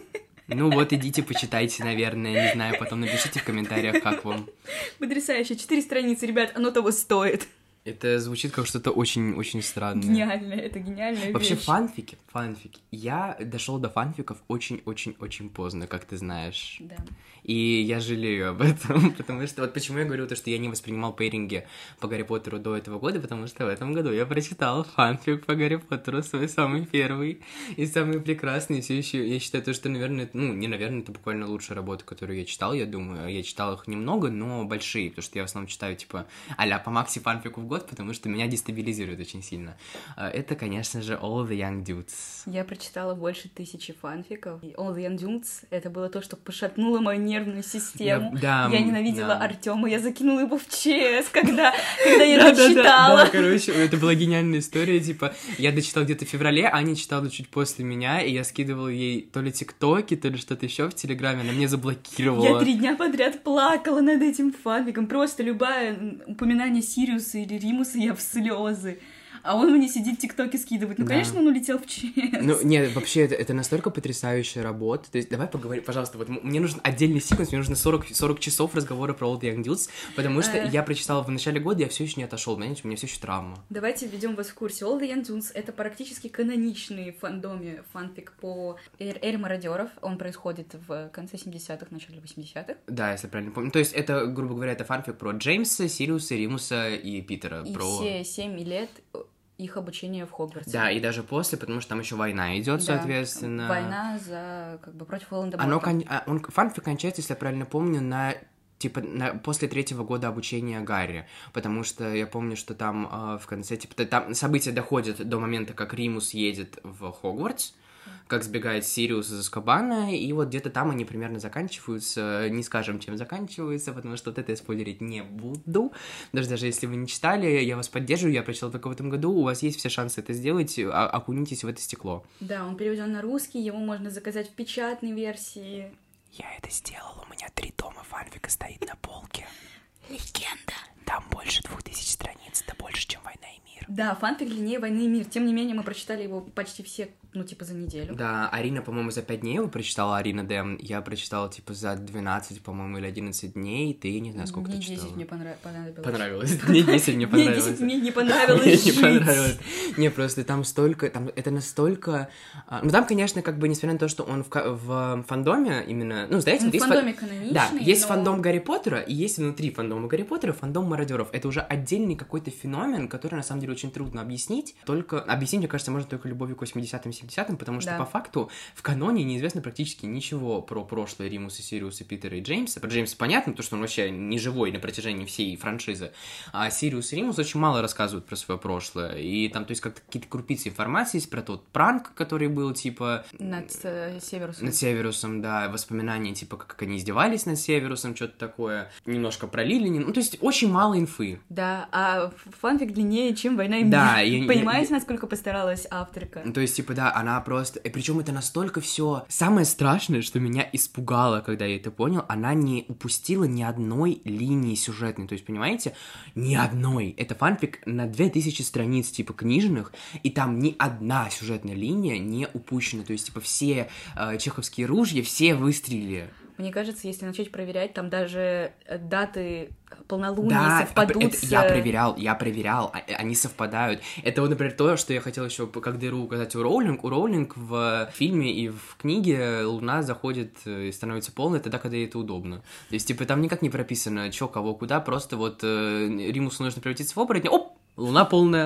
[SPEAKER 1] Ну вот, идите, почитайте, наверное, не знаю, потом напишите в комментариях, как вам.
[SPEAKER 2] Потрясающе, четыре страницы, ребят, оно того стоит.
[SPEAKER 1] Это звучит как что-то очень-очень странное.
[SPEAKER 2] Гениально, это гениальная
[SPEAKER 1] Вообще,
[SPEAKER 2] вещь.
[SPEAKER 1] фанфики, фанфики. Я дошел до фанфиков очень-очень-очень поздно, как ты знаешь.
[SPEAKER 2] Да.
[SPEAKER 1] И я жалею об этом, потому что... Вот почему я говорю то, что я не воспринимал пейринги по Гарри Поттеру до этого года, потому что в этом году я прочитал фанфик по Гарри Поттеру, свой самый первый и самый прекрасный. Все еще я считаю то, что, наверное, ну, не наверное, это буквально лучшая работа, которую я читал, я думаю. Я читал их немного, но большие, потому что я в основном читаю, типа, а-ля по макси фанфику в год, потому что меня дестабилизирует очень сильно. Это, конечно же, All the Young Dudes.
[SPEAKER 2] Я прочитала больше тысячи фанфиков. И All the Young Dudes — это было то, что пошатнуло мою нервную систему.
[SPEAKER 1] Я, да,
[SPEAKER 2] я ненавидела
[SPEAKER 1] да.
[SPEAKER 2] Артема, я закинула его в ЧС, когда, когда я дочитала.
[SPEAKER 1] Да, короче, это была гениальная история, типа, я дочитал где-то в феврале, Аня читала чуть после меня, и я скидывал ей то ли тиктоки, то ли что-то еще в Телеграме, она меня заблокировала.
[SPEAKER 2] Я три дня подряд плакала над этим фанфиком, просто любое упоминание Сириуса или Римуса, я в слезы. А он мне сидит тиктоки скидывать. Ну, да. Конечно, он улетел в ЧС.
[SPEAKER 1] Ну, нет, вообще, это, это настолько потрясающая работа. То есть, давай поговорим, пожалуйста, вот мне нужен отдельный секвенс, мне нужно сорок, сорок часов разговора про All the Young Dudes, потому что я прочитала в начале года, я все еще не отошел, понимаете, у меня все еще травма.
[SPEAKER 2] Давайте введем вас в курсе. All the Young Dudes — это практически каноничный в фандоме фанфик по эре мародеров. Он происходит в конце семидесятых, начале восьмидесятых.
[SPEAKER 1] Да, если правильно помню. То есть, это, грубо говоря, это фанфик про Джеймса, Сириуса, Римуса и Питера.
[SPEAKER 2] И
[SPEAKER 1] про...
[SPEAKER 2] все семь лет их обучение в Хогвартсе.
[SPEAKER 1] Да, и даже после, потому что там еще война идет, да, соответственно.
[SPEAKER 2] Война за, как бы, против Волан-де-Морта.
[SPEAKER 1] Оно, кон... он, фанфик кончается, если я правильно помню, на типа на... после третьего года обучения Гарри, потому что я помню, что там э, в конце, типа, там события доходят до момента, как Римус едет в Хогвартс, как сбегает Сириус из Азкабана, и вот где-то там они примерно заканчиваются, не скажем, чем заканчиваются, потому что вот это я спойлерить не буду, даже даже если вы не читали, я вас поддерживаю, я прочитал только в этом году, у вас есть все шансы это сделать, окунитесь в это стекло.
[SPEAKER 2] Да, он переведен на русский, его можно заказать в печатной версии.
[SPEAKER 1] Я это сделал, у меня три тома фанфика стоит на полке.
[SPEAKER 2] Легенда.
[SPEAKER 1] Там больше двух тысяч страниц, это больше, чем «Война и мир».
[SPEAKER 2] Да, фанфик длиннее «Войны и мир». Тем не менее, мы прочитали его почти все, ну, типа, за неделю.
[SPEAKER 1] Да, Арина, по-моему, за пять дней его прочитала, Арина Дэм. Я прочитала, типа, за двенадцать, по-моему, или одиннадцать дней. Ты, не знаю, сколько
[SPEAKER 2] мне
[SPEAKER 1] ты читала.
[SPEAKER 2] десять мне понрав... понравилось.
[SPEAKER 1] Понравилось. Мне десять мне понравилось.
[SPEAKER 2] Мне десять мне не понравилось
[SPEAKER 1] Мне
[SPEAKER 2] жить.
[SPEAKER 1] не понравилось. Не, просто там столько... Там, это настолько... Ну, там, конечно, как бы, несмотря на то, что он в, в фандоме именно... Ну, знаете,
[SPEAKER 2] он
[SPEAKER 1] вот
[SPEAKER 2] в
[SPEAKER 1] есть...
[SPEAKER 2] фандоме
[SPEAKER 1] фан...
[SPEAKER 2] каноничный,
[SPEAKER 1] Да, есть
[SPEAKER 2] но...
[SPEAKER 1] фандом Гарри Поттера, и есть внутри фандома Гарри Поттера фандом мародеров. Это уже отдельный какой-то феномен, который, на самом деле, очень трудно объяснить. Только... Объяснить, мне кажется, можно только любовью к восьмидесятым и семидесятым, потому что,
[SPEAKER 2] да.
[SPEAKER 1] по факту, в каноне неизвестно практически ничего про прошлое Римуса, Сириуса, Питера и Джеймса. Про Джеймса понятно, потому что он вообще не живой на протяжении всей франшизы. А Сириус и Римус очень мало рассказывают про свое прошлое. И там, то есть, как-то какие-то крупицы информации есть про тот пранк, который был, типа...
[SPEAKER 2] Над э, Северусом.
[SPEAKER 1] Над Северусом, да. Воспоминания, типа, как они издевались над Северусом, что-то такое. Немножко про Лили. Ну, то есть, очень мало инфы.
[SPEAKER 2] Да, а фанфик длиннее, чем «Война и мир».
[SPEAKER 1] Да, я...
[SPEAKER 2] Понимаете,
[SPEAKER 1] я...
[SPEAKER 2] насколько постаралась авторка?
[SPEAKER 1] То есть, типа, да, она просто... И причем это настолько все. Самое страшное, что меня испугало, когда я это понял, она не упустила ни одной линии сюжетной. То есть, понимаете, ни одной. Это фанфик на две тысячи страниц, типа, книжных, и там ни одна сюжетная линия не упущена. То есть, типа, все э, чеховские ружья, все выстрелили.
[SPEAKER 2] Мне кажется, если начать проверять, там даже даты полнолуния
[SPEAKER 1] да,
[SPEAKER 2] совпадут
[SPEAKER 1] это,
[SPEAKER 2] с...
[SPEAKER 1] я проверял, я проверял, они совпадают. Это вот, например, то, что я хотел еще как дыру указать у Роулинг. У Роулинг в фильме и в книге Луна заходит и становится полной тогда, когда ей это удобно. То есть, типа, там никак не прописано, что, кого, куда, просто вот э, Римусу нужно превратиться в оборотня, оп, Луна полная.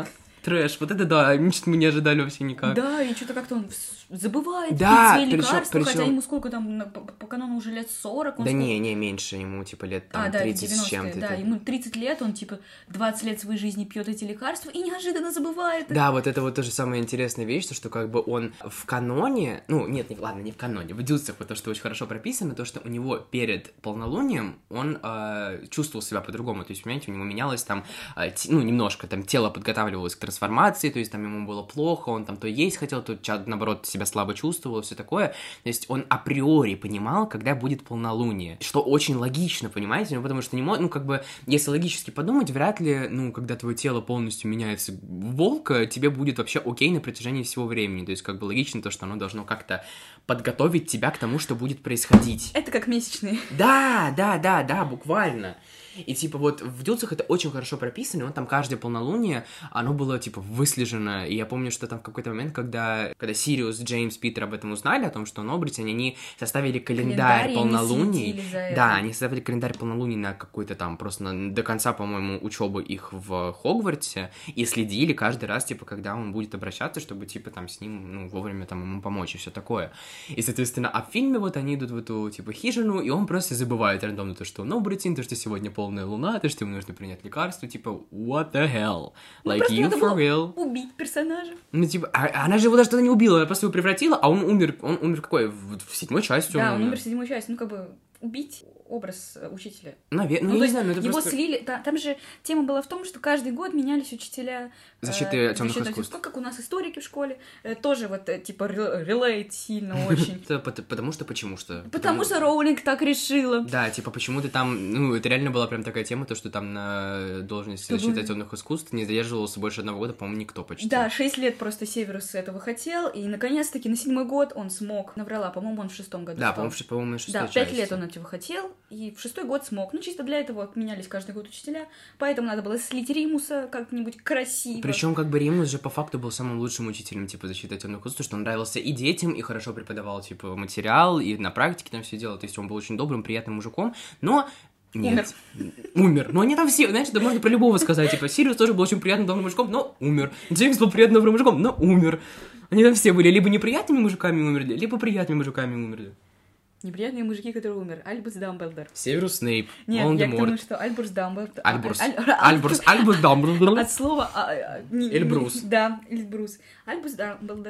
[SPEAKER 1] трэш. Вот это да, мы не ожидали вообще никак.
[SPEAKER 2] Да, и что-то как-то он забывает
[SPEAKER 1] да,
[SPEAKER 2] пить свои
[SPEAKER 1] причём,
[SPEAKER 2] лекарства,
[SPEAKER 1] причём...
[SPEAKER 2] хотя ему сколько там, по, по канону уже лет сорок. Он
[SPEAKER 1] да
[SPEAKER 2] сколько...
[SPEAKER 1] не, не, меньше, ему типа лет там
[SPEAKER 2] а, да,
[SPEAKER 1] тридцать с чем-то.
[SPEAKER 2] Да,
[SPEAKER 1] это...
[SPEAKER 2] ему тридцать лет, он типа двадцать лет своей жизни пьет эти лекарства и неожиданно забывает.
[SPEAKER 1] Да, вот это вот тоже самая интересная вещь, то, что как бы он в каноне, ну, нет, не, ладно, не в каноне, в дюцах, вот то, что очень хорошо прописано, то, что у него перед полнолунием он э, чувствовал себя по-другому, то есть, понимаете, у него менялось там, э, т, ну, немножко там тело подготавливалось к трансформации, то есть там ему было плохо, он там то есть хотел, то, наоборот, себя слабо чувствовал, все такое, то есть он априори понимал, когда будет полнолуние, что очень логично, понимаете, ну, потому что не может, ну, как бы, если логически подумать, вряд ли, ну, когда твое тело полностью меняется в волка, тебе будет вообще окей на протяжении всего времени, то есть, как бы, логично то, что оно должно как-то подготовить тебя к тому, что будет происходить.
[SPEAKER 2] Это как месячные.
[SPEAKER 1] Да, да, да, да, буквально. И, типа, вот в «Дюцах» это очень хорошо прописано, и он там каждое полнолуние, оно было, типа, выслежено, и я помню, что там в какой-то момент, когда, когда Сириус, Джеймс, Питер об этом узнали, о том, что он оборотень, они составили календарь, календарь полнолуний. Да, они составили календарь полнолуний на какой-то там, просто на, до конца, по-моему, учебы их в Хогвартсе, и следили каждый раз, типа, когда он будет обращаться, чтобы, типа, там, с ним, ну, вовремя там ему помочь и все такое. И, соответственно, а в фильме вот они идут в эту, типа, хижину, и он просто забывает рандомно то, что он оборотень, то, что сегодня пол полная луна, то, что ему нужно принять лекарство, типа, what the hell?
[SPEAKER 2] Ну,
[SPEAKER 1] like, you for real?
[SPEAKER 2] Убить персонажа.
[SPEAKER 1] Ну, типа, а, она же его даже тогда не убила, она просто его превратила, а он умер, он умер какой? В, в седьмой части
[SPEAKER 2] да,
[SPEAKER 1] он
[SPEAKER 2] умер.
[SPEAKER 1] умер.
[SPEAKER 2] умер в седьмой части, ну, как бы, убить образ учителя.
[SPEAKER 1] Наверное,
[SPEAKER 2] ну,
[SPEAKER 1] ну,
[SPEAKER 2] я
[SPEAKER 1] не знаю, но это
[SPEAKER 2] его
[SPEAKER 1] просто...
[SPEAKER 2] слили, да, там же тема была в том, что каждый год менялись учителя
[SPEAKER 1] защиты
[SPEAKER 2] э,
[SPEAKER 1] темных
[SPEAKER 2] защиты,
[SPEAKER 1] искусств.
[SPEAKER 2] Ну, как у нас историки в школе, э, тоже вот, э, типа, релейт сильно очень.
[SPEAKER 1] Потому что, почему что?
[SPEAKER 2] Потому что Роулинг так решила.
[SPEAKER 1] Да, типа, почему-то там, ну, это реально была прям такая тема, то, что там на должности защиты темных искусств не задерживался больше одного года, по-моему, никто почти.
[SPEAKER 2] Да, шесть лет просто Северус этого хотел, и, наконец-таки, на седьмой год он смог. Наврала, по-моему, он в шестом году
[SPEAKER 1] Да,
[SPEAKER 2] стал.
[SPEAKER 1] по-моему, на шестой
[SPEAKER 2] Да,
[SPEAKER 1] части.
[SPEAKER 2] пять лет он этого хотел, и в шестой год смог. Ну, чисто для этого менялись каждый год учителя, поэтому надо было слить Римуса как-нибудь красиво.
[SPEAKER 1] Причем как бы Римус же по факту был самым лучшим учителем, типа, защиты темных искусств, что он нравился и детям, и хорошо преподавал, типа, материал, и на практике там все делал, то есть он был очень добрым, приятным мужиком, но... Нет. Умер. Умер. Но они там все, знаешь, это можно про любого сказать, типа, Сириус тоже был очень приятным, добрым мужиком, но умер. Джеймс был приятным, добрым мужиком, но умер. Они там все были либо неприятными мужиками умерли, либо приятными мужиками умерли.
[SPEAKER 2] Неприятные мужики, которые умер. Альбус Дамблдор.
[SPEAKER 1] Северус Снейп.
[SPEAKER 2] Нет,
[SPEAKER 1] Волан-де-Морт.
[SPEAKER 2] я к тому, что Альбус Дамблдор.
[SPEAKER 1] Альбурс.
[SPEAKER 2] Аль... Аль...
[SPEAKER 1] Альбурс. Альбус Дамблдор.
[SPEAKER 2] От слова... А, а, не,
[SPEAKER 1] Эльбрус.
[SPEAKER 2] Не, да, Эльбрус. Альбус Дамблдор.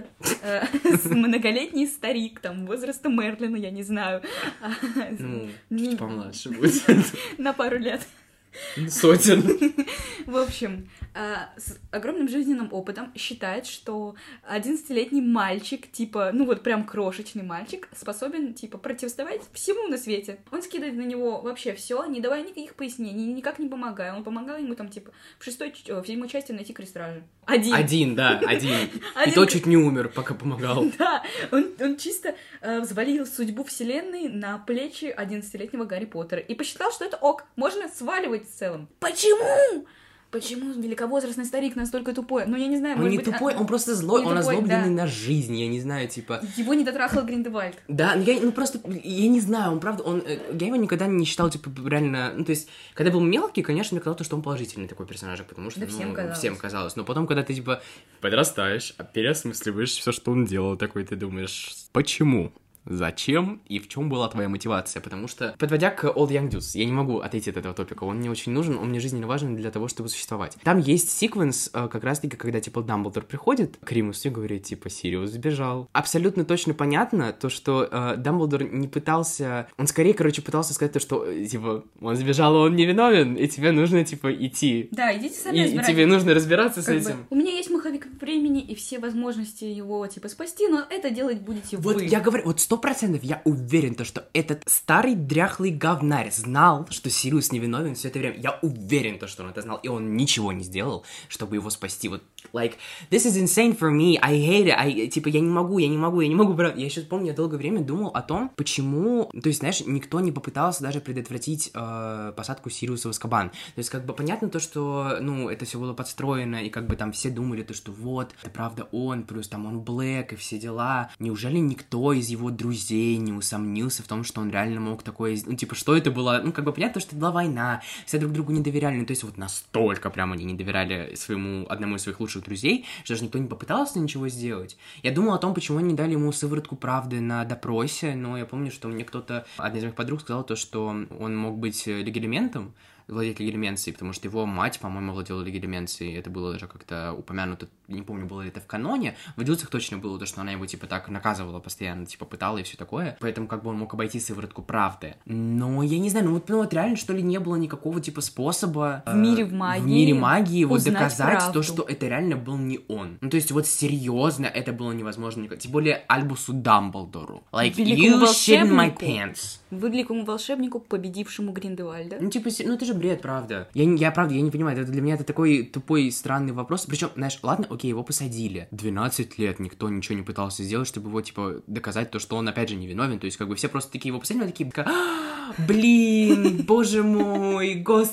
[SPEAKER 2] Многолетний старик, там, возраста Мерлина, я не знаю.
[SPEAKER 1] Ну, чуть помладше будет.
[SPEAKER 2] На пару лет.
[SPEAKER 1] Сотен.
[SPEAKER 2] В общем, с огромным жизненным опытом считает, что одиннадцатилетний мальчик, типа, ну вот прям крошечный мальчик, способен, типа, противостоять всему на свете. Он скидывает на него вообще все, не давая никаких пояснений, никак не помогая. Он помогал ему там, типа, в шестой, в седьмой части найти крестражи. Один. Один,
[SPEAKER 1] да, один. И тот чуть не умер, пока помогал.
[SPEAKER 2] Да, он, он чисто э, взвалил судьбу вселенной на плечи одиннадцатилетнего Гарри Поттера и посчитал, что это ок, можно сваливать в целом. Почему? Почему великовозрастный старик настолько тупой? Ну, я не знаю,
[SPEAKER 1] он
[SPEAKER 2] может
[SPEAKER 1] не
[SPEAKER 2] быть...
[SPEAKER 1] тупой,
[SPEAKER 2] а...
[SPEAKER 1] он просто злой, он, он тупой, озлобленный
[SPEAKER 2] да.
[SPEAKER 1] на жизнь, я не знаю, типа...
[SPEAKER 2] Его не дотрахал Гриндевальд.
[SPEAKER 1] Да, ну, я, ну просто, я не знаю, он правда, он... Я его никогда не считал, типа, реально... Ну, то есть, когда был мелкий, конечно, мне казалось, что он положительный такой персонаж, потому что,
[SPEAKER 2] да
[SPEAKER 1] ну,
[SPEAKER 2] всем казалось.
[SPEAKER 1] всем казалось. Но потом, когда ты, типа, подрастаешь, переосмысливаешь все, что он делал, такой ты думаешь, почему? Зачем и в чем была твоя мотивация? Потому что, подводя к Old Young Dudes, я не могу отойти от этого топика, он мне очень нужен, он мне жизненно важен для того, чтобы существовать. Там есть секвенс, как раз-таки, когда, типа, Дамблдор приходит к Римусу и говорит, типа, Сириус сбежал. Абсолютно точно понятно то, что э, Дамблдор не пытался... Он скорее, короче, пытался сказать то, что, типа, он сбежал, он не виновен, и тебе нужно, типа, идти.
[SPEAKER 2] Да, идите сами
[SPEAKER 1] и,
[SPEAKER 2] разбирайтесь.
[SPEAKER 1] И тебе нужно разбираться
[SPEAKER 2] как
[SPEAKER 1] с
[SPEAKER 2] бы,
[SPEAKER 1] этим.
[SPEAKER 2] У меня есть маховик времени и все возможности его, типа, спасти, но это делать будете
[SPEAKER 1] вот
[SPEAKER 2] вы.
[SPEAKER 1] Вот я говорю, вот сто процентов я уверен, то, что этот старый дряхлый говнарь знал, что Сириус невиновен все это время. Я уверен, то, что он это знал, и он ничего не сделал, чтобы его спасти. Вот, like, this is insane for me, I hate it, I, типа, я не могу, я не могу, я не могу, брат. Я еще помню, я долгое время думал о том, почему, то есть, знаешь, никто не попытался даже предотвратить э, посадку Сириуса в Азкабан. То есть, как бы, понятно то, что, ну, это все было подстроено, и как бы там все думали то, что вот, это правда он, плюс там он Блэк и все дела. Неужели никто из его друзей не усомнился в том, что он реально мог такое... Ну, типа, что это было? Ну, как бы понятно, что это была война, все друг другу не доверяли, ну, то есть вот настолько прям они не доверяли своему, одному из своих лучших бывших друзей, что даже никто не попытался ничего сделать. Я думал о том, почему они не дали ему сыворотку правды на допросе, но я помню, что мне кто-то, одна из моих подруг сказала то, что он мог быть легилиментом, владеть легилименцией, потому что его мать, по-моему, владела легилименцией, это было даже как-то упомянуто, не помню, было ли это в каноне, в «Идиотах» точно было то, что она его, типа, так наказывала постоянно, типа, пытала и все такое, поэтому как бы он мог обойти сыворотку правды. Но я не знаю, ну вот, ну, вот реально, что ли, не было никакого, типа, способа
[SPEAKER 2] в мире в магии,
[SPEAKER 1] в мире магии вот доказать
[SPEAKER 2] правду.
[SPEAKER 1] То, что это реально был не он. Ну, то есть, вот серьезно, это было невозможно никак. Тем более Альбусу Дамблдору. Like,
[SPEAKER 2] великому
[SPEAKER 1] you shit in my
[SPEAKER 2] волшебнику.
[SPEAKER 1] pants.
[SPEAKER 2] Великому волшебнику, победившему Гриндевальда.
[SPEAKER 1] Ну, типа, ну это же бред, правда. Я, не- я правда, я не понимаю, это для меня это такой тупой, странный вопрос. Причем, знаешь, ладно, окей, его посадили. двенадцать лет никто ничего не пытался сделать, чтобы его, типа, доказать то, что он, опять же, невиновен. То есть, как бы, все просто такие его посадили, но такие, «А, блин, боже мой,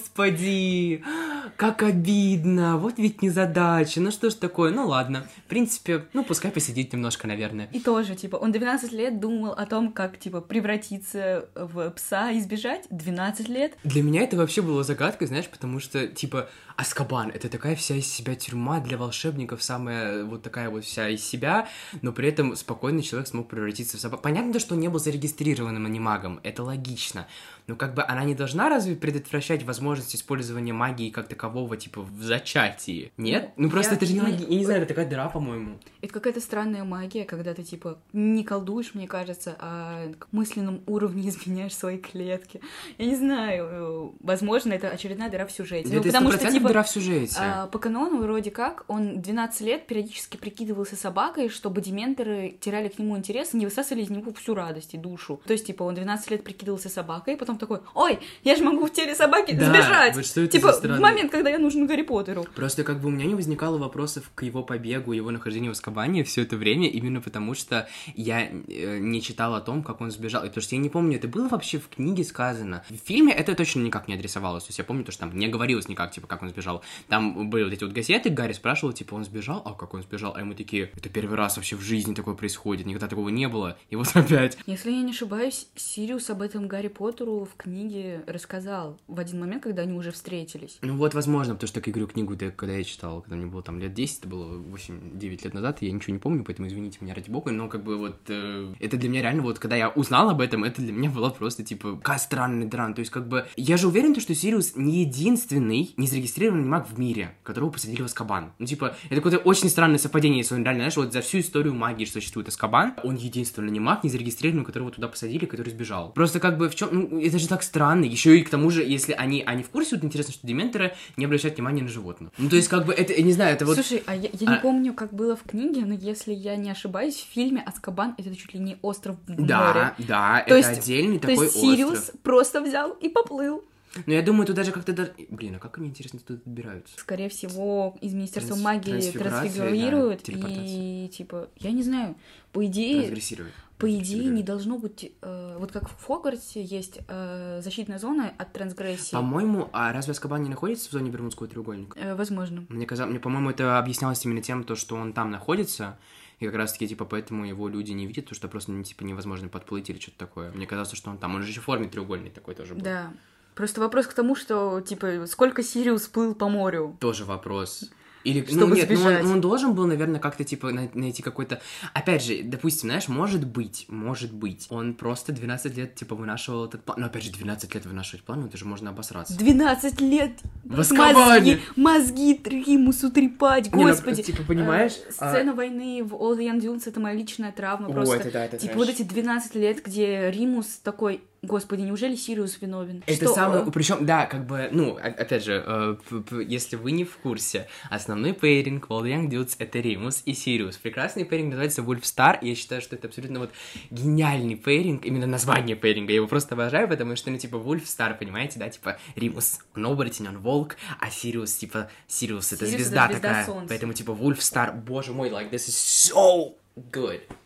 [SPEAKER 1] господи, как обидно, вот ведь незадача, ну что ж такое, ну ладно. В принципе, ну, пускай посидит немножко, наверное.
[SPEAKER 2] И тоже, типа, он двенадцать лет думал о том, как, типа, превратиться в пса и сбежать. двенадцать лет.
[SPEAKER 1] Для меня это вообще было загадкой, знаешь, потому что, типа, Азкабан — это такая вся из себя тюрьма для волшебников, самая вот такая вот вся из себя, но при этом спокойный человек смог превратиться в собаку. Понятно, что он не был зарегистрированным анимагом, это логично, но как бы она не должна разве предотвращать возможность использования магии как такового, типа, в зачатии? Нет? Ну, просто
[SPEAKER 2] я-
[SPEAKER 1] это же не
[SPEAKER 2] ну,
[SPEAKER 1] логи... Я не знаю, это такая дыра, по-моему.
[SPEAKER 2] Это какая-то странная магия, когда ты, типа, не колдуешь, мне кажется, а на мысленном уровне изменяешь свои клетки. Я не знаю, э, возможно, это очередная дыра в сюжете. Ну,
[SPEAKER 1] Это
[SPEAKER 2] потому что,
[SPEAKER 1] стопроцентно
[SPEAKER 2] типа,
[SPEAKER 1] дыра в сюжете.
[SPEAKER 2] а, по канону вроде как он двенадцать лет периодически прикидывался собакой, чтобы дементоры теряли к нему интерес и не высасывали из него всю радость и душу. То есть, типа, он двенадцать лет прикидывался собакой, потом такой: ой, я же могу в теле собаки
[SPEAKER 1] Да,
[SPEAKER 2] сбежать!
[SPEAKER 1] вот что это
[SPEAKER 2] Типа,
[SPEAKER 1] за странный-
[SPEAKER 2] в момент, когда я нужен Гарри Поттеру.
[SPEAKER 1] Просто как бы у меня не возникало вопросов к его побегу, его нахождению в Азкабане все это время, именно потому что я э, не читал о том, как он сбежал. И потому что я не помню, это было вообще в книге сказано. В фильме это точно никак не адресовалось. То есть я помню, то, что там не говорилось никак, типа, как он сбежал. Там были вот эти вот газеты, Гарри спрашивал, типа, он сбежал? А как он сбежал? А мы такие, это первый раз вообще в жизни такое происходит, никогда такого не было. И вот опять.
[SPEAKER 2] Если я не ошибаюсь, Сириус об этом Гарри Поттеру в книге рассказал в один момент, когда они уже встретились.
[SPEAKER 1] Ну вот, возможно, потому что, как я говорю, книгу, когда я читал, когда мне было там лет десять, это было восемь-девять лет назад, и я ничего не помню, поэтому извините меня ради бога, но как бы вот э, это для меня реально, вот когда я узнал об этом, это для меня было просто типа, какая странная драма, то есть как бы, я же уверен, что Сириус не единственный незарегистрированный маг в мире, которого посадили в Азкабан. Ну типа, это какое-то очень странное совпадение, если он реально, знаешь, вот за всю историю магии, что существует Азкабан, он единственный не маг, не зарегистрированный, которого туда посадили, который сбежал. Просто как бы в чем, ну это же так странно, еще и к тому же, если они, они в курсе, вот интересно, что дементоры не обращают внимания на животных. Ну то есть как бы, это, я не знаю, это вот...
[SPEAKER 2] Слушай, а я, я
[SPEAKER 1] а...
[SPEAKER 2] не помню, как было в книге, но если я не ошибаюсь, в фильме Азкабан — это чуть ли не остров в
[SPEAKER 1] Да,
[SPEAKER 2] море.
[SPEAKER 1] да,
[SPEAKER 2] То
[SPEAKER 1] это
[SPEAKER 2] есть-
[SPEAKER 1] отдельный
[SPEAKER 2] То
[SPEAKER 1] такой
[SPEAKER 2] есть Сириус
[SPEAKER 1] остров.
[SPEAKER 2] просто взял и поплыл.
[SPEAKER 1] Но я думаю, тут даже как-то... да- Блин, а как они, интересно, туда добираются?
[SPEAKER 2] Скорее всего, из Министерства
[SPEAKER 1] Транс-
[SPEAKER 2] магии
[SPEAKER 1] трансфигурация,
[SPEAKER 2] трансфигурируют,
[SPEAKER 1] да, телепортация.
[SPEAKER 2] и, типа, я не знаю, по идее...
[SPEAKER 1] Трансгрессируют.
[SPEAKER 2] По идее,
[SPEAKER 1] Трансфигурируют.
[SPEAKER 2] не должно быть... э, вот как в Хогвартсе есть э, защитная зона от трансгрессии.
[SPEAKER 1] По-моему, а разве Азкабан не находится в зоне Бермудского треугольника?
[SPEAKER 2] Э, возможно.
[SPEAKER 1] Мне казалось, мне, по-моему, это объяснялось именно тем, то, что он там находится, и как раз-таки, типа, поэтому его люди не видят, потому что просто, ну, типа, невозможно подплыть или что-то такое. Мне казалось, что он там, он же еще в форме треугольный такой тоже был.
[SPEAKER 2] Да. Просто вопрос к тому, что, типа, сколько Сириус плыл по морю?
[SPEAKER 1] Тоже вопрос. Или,
[SPEAKER 2] Чтобы
[SPEAKER 1] ну нет, ну он,
[SPEAKER 2] сбежать.
[SPEAKER 1] ну он должен был, наверное, как-то, типа, най- найти какой-то... Опять же, допустим, знаешь, может быть, может быть, он просто двенадцать лет, типа, вынашивал этот план. Ну, опять же, двенадцать лет вынашивать план, ну, это же можно обосраться.
[SPEAKER 2] двенадцать лет!
[SPEAKER 1] В Азкабане!
[SPEAKER 2] Мозги, мозги Римусу трепать,
[SPEAKER 1] Не, ну,
[SPEAKER 2] господи!
[SPEAKER 1] типа, понимаешь,
[SPEAKER 2] Э,
[SPEAKER 1] а-
[SPEAKER 2] сцена войны в All the Young Dunes — это моя личная травма.
[SPEAKER 1] О,
[SPEAKER 2] Просто,
[SPEAKER 1] это да, это
[SPEAKER 2] типа,
[SPEAKER 1] трэш.
[SPEAKER 2] вот эти двенадцать лет, где Римус такой... Господи, неужели Сириус виновен?
[SPEAKER 1] Это
[SPEAKER 2] Что,
[SPEAKER 1] самое,
[SPEAKER 2] э,
[SPEAKER 1] причем, да, как бы, ну, о- опять же, э, п- п- если вы не в курсе, основной пейринг в All the Young Dudes — это Римус и Сириус. Прекрасный пейринг называется Wolfstar, и я считаю, что это абсолютно вот гениальный пейринг, именно название пейринга, я его просто обожаю, потому что, ну, типа, Wolfstar, понимаете, да, типа, Римус, он оборотень, он волк, а Сириус, типа, Сириус — это
[SPEAKER 2] Сириус — это
[SPEAKER 1] звезда
[SPEAKER 2] звезда
[SPEAKER 1] такая,
[SPEAKER 2] солнца.
[SPEAKER 1] поэтому, типа, Wolfstar, боже мой, like, this is so good.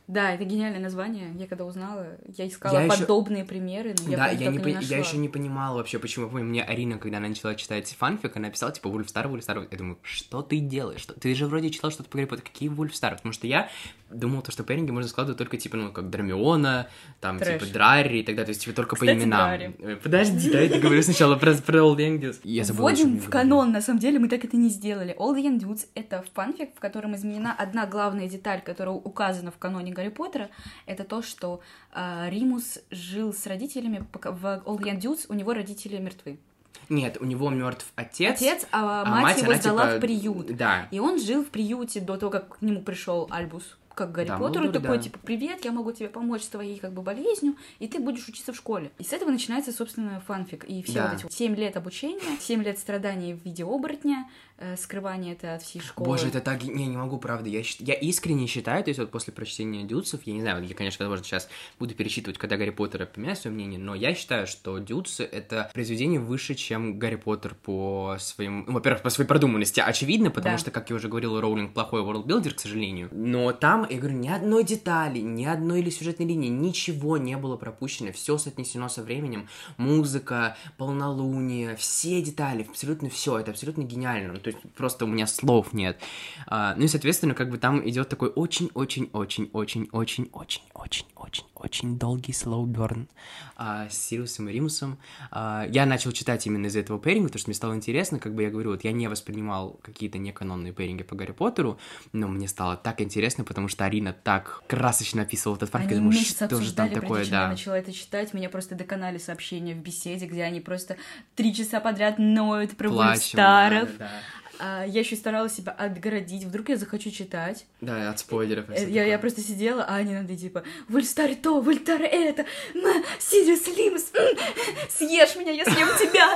[SPEAKER 2] Да, это гениальное название. Я когда узнала, я искала
[SPEAKER 1] я
[SPEAKER 2] подобные
[SPEAKER 1] еще...
[SPEAKER 2] примеры, но я
[SPEAKER 1] да,
[SPEAKER 2] прям
[SPEAKER 1] я, не
[SPEAKER 2] не
[SPEAKER 1] по...
[SPEAKER 2] нашла.
[SPEAKER 1] я еще не понимала вообще, почему. Я помню, мне Арина, когда она начала читать фанфик, она писала, типа, Вульфстар, Вульфстар. Я думаю, что ты делаешь? Что... Ты же вроде читал что-то по Гарри Поттеру. Какие Вульфстар? Потому что я думал, то, что пэринги можно складывать только, типа, ну, как Драмиона, там,
[SPEAKER 2] Трэш.
[SPEAKER 1] типа, Драри и так далее. То есть, типа, только
[SPEAKER 2] Кстати,
[SPEAKER 1] по именам.
[SPEAKER 2] Драри.
[SPEAKER 1] Подожди, давай я говорю сначала про, про Old Young Dudes. Я забыла,
[SPEAKER 2] Вводим в канон, на самом деле мы так это не сделали. Old Young Dudes — это фанфик, в котором изменена одна главная деталь, которая указана в каноне Гарри Поттера. Это то, что э, Римус жил с родителями, пока в Old Young Dudes у него родители мертвы.
[SPEAKER 1] Нет, у него мертв отец.
[SPEAKER 2] Отец, а,
[SPEAKER 1] а
[SPEAKER 2] мать,
[SPEAKER 1] мать
[SPEAKER 2] его
[SPEAKER 1] она,
[SPEAKER 2] сдала
[SPEAKER 1] типа,
[SPEAKER 2] в приют.
[SPEAKER 1] Да.
[SPEAKER 2] И он жил в приюте до того, как к нему пришел Альбус, как Гарри
[SPEAKER 1] Да,
[SPEAKER 2] Поттеру,
[SPEAKER 1] Малдор,
[SPEAKER 2] такой,
[SPEAKER 1] да.
[SPEAKER 2] типа, привет, я могу тебе помочь с твоей, как бы, болезнью, и ты будешь учиться в школе. И с этого начинается, собственно, фанфик. И все
[SPEAKER 1] Да.
[SPEAKER 2] вот эти семь лет обучения, семь лет страданий в виде оборотня, э, скрывание это от всей школы.
[SPEAKER 1] Боже, это так... Не, не могу, правда. Я, счит- я искренне считаю, то есть вот после прочтения Дюдсов, я не знаю, вот я, конечно, возможно, сейчас буду перечитывать, когда Гарри Поттера поменяю свое мнение, но я считаю, что Дюдсы — это произведение выше, чем Гарри Поттер по своим... Ну, во-первых, по своей продуманности, очевидно, потому
[SPEAKER 2] Да.
[SPEAKER 1] что, как я уже говорил, Роулинг плохой ворлдбилдер, к сожалению. Но там, я говорю, ни одной детали, ни одной или сюжетной линии, ничего не было пропущено, все соотнесено со временем, музыка, полнолуние, все детали, абсолютно все, это абсолютно гениально, ну, то есть просто у меня слов нет. А, ну и, соответственно, как бы там идет такой очень-очень-очень-очень-очень-очень-очень-очень долгий slow burn а, с Сириусом и Римусом. А, я начал читать именно из-за этого пэринга, потому что мне стало интересно, как бы я говорю, вот я не воспринимал какие-то неканонные пэринги по Гарри Поттеру, но мне стало так интересно, потому что Арина так красочно описывала этот фанфик, я
[SPEAKER 2] Они
[SPEAKER 1] думаю,
[SPEAKER 2] месяц
[SPEAKER 1] что же там
[SPEAKER 2] обсуждали,
[SPEAKER 1] такое,
[SPEAKER 2] прежде чем я
[SPEAKER 1] да.
[SPEAKER 2] начала это читать. Меня просто доконали сообщения в беседе, где они просто три часа подряд ноют про
[SPEAKER 1] Плачем,
[SPEAKER 2] Вульфстаров.
[SPEAKER 1] да, да, да.
[SPEAKER 2] А, я еще старалась себя отгородить. Вдруг я захочу читать.
[SPEAKER 1] Да, от спойлеров. и
[SPEAKER 2] Э,
[SPEAKER 1] всё
[SPEAKER 2] Я,
[SPEAKER 1] такое.
[SPEAKER 2] я просто сидела, а они надо типа Вульфстар то, Вульфстар это, м, Сириус Лимус, м, съешь меня, я съем тебя.